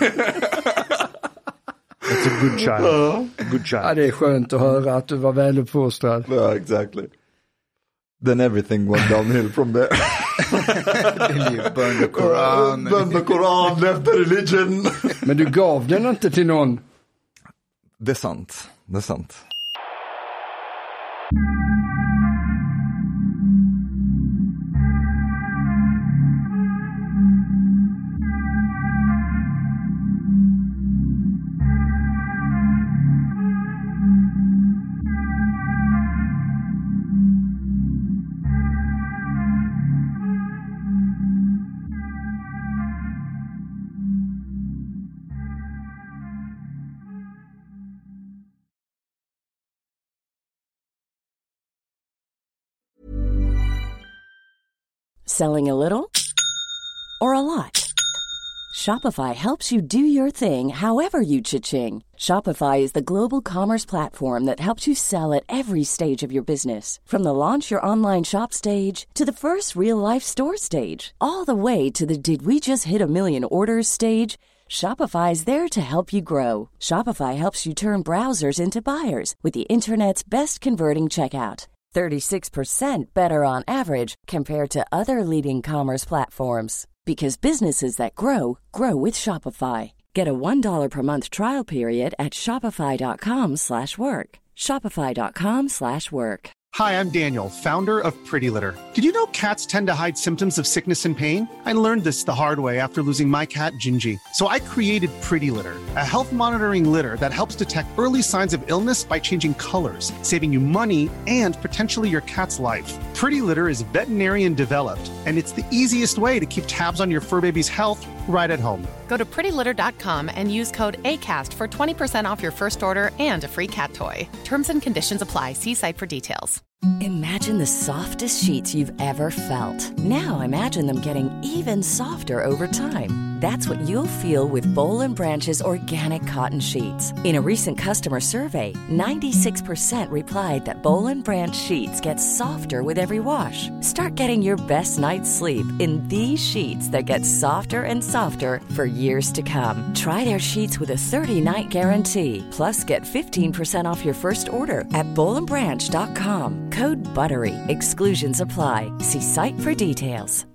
It's a good child. Uh, good child. Ja, det är skönt att höra att du var väluppfostrad. Yeah, exactly. Then everything went downhill from there. You burned the Quran. Burned the Quran, left the religion. Men du gav den inte till någon? Det är sant. Det är sant. Selling a little or a lot? Shopify helps you do your thing however you cha-ching. Shopify is the global commerce platform that helps you sell at every stage of your business. From the launch your online shop stage to the first real-life store stage, all the way to the did we just hit a million orders stage. Shopify is there to help you grow. Shopify helps you turn browsers into buyers with the internet's best converting checkout. thirty-six percent better on average compared to other leading commerce platforms. Because businesses that grow, grow with Shopify. Get a one dollar per month trial period at shopify.com slash work. Shopify.com slash work. Hi, I'm Daniel, founder of Pretty Litter. Did you know cats tend to hide symptoms of sickness and pain? I learned this the hard way after losing my cat, Gingy. So I created Pretty Litter, a health monitoring litter that helps detect early signs of illness by changing colors, saving you money and potentially your cat's life. Pretty Litter is veterinarian developed, and it's the easiest way to keep tabs on your fur baby's health right at home. Go to pretty litter dot com and use code ACAST for twenty percent off your first order and a free cat toy. Terms and conditions apply. See site for details. Imagine the softest sheets you've ever felt. Now imagine them getting even softer over time. That's what you'll feel with Boll and Branch's organic cotton sheets. In a recent customer survey, ninety-six percent replied that Boll and Branch sheets get softer with every wash. Start getting your best night's sleep in these sheets that get softer and softer for years to come. Try their sheets with a thirty-night guarantee. Plus, get fifteen percent off your first order at boll and branch dot com. Code BUTTERY. Exclusions apply. See site for details.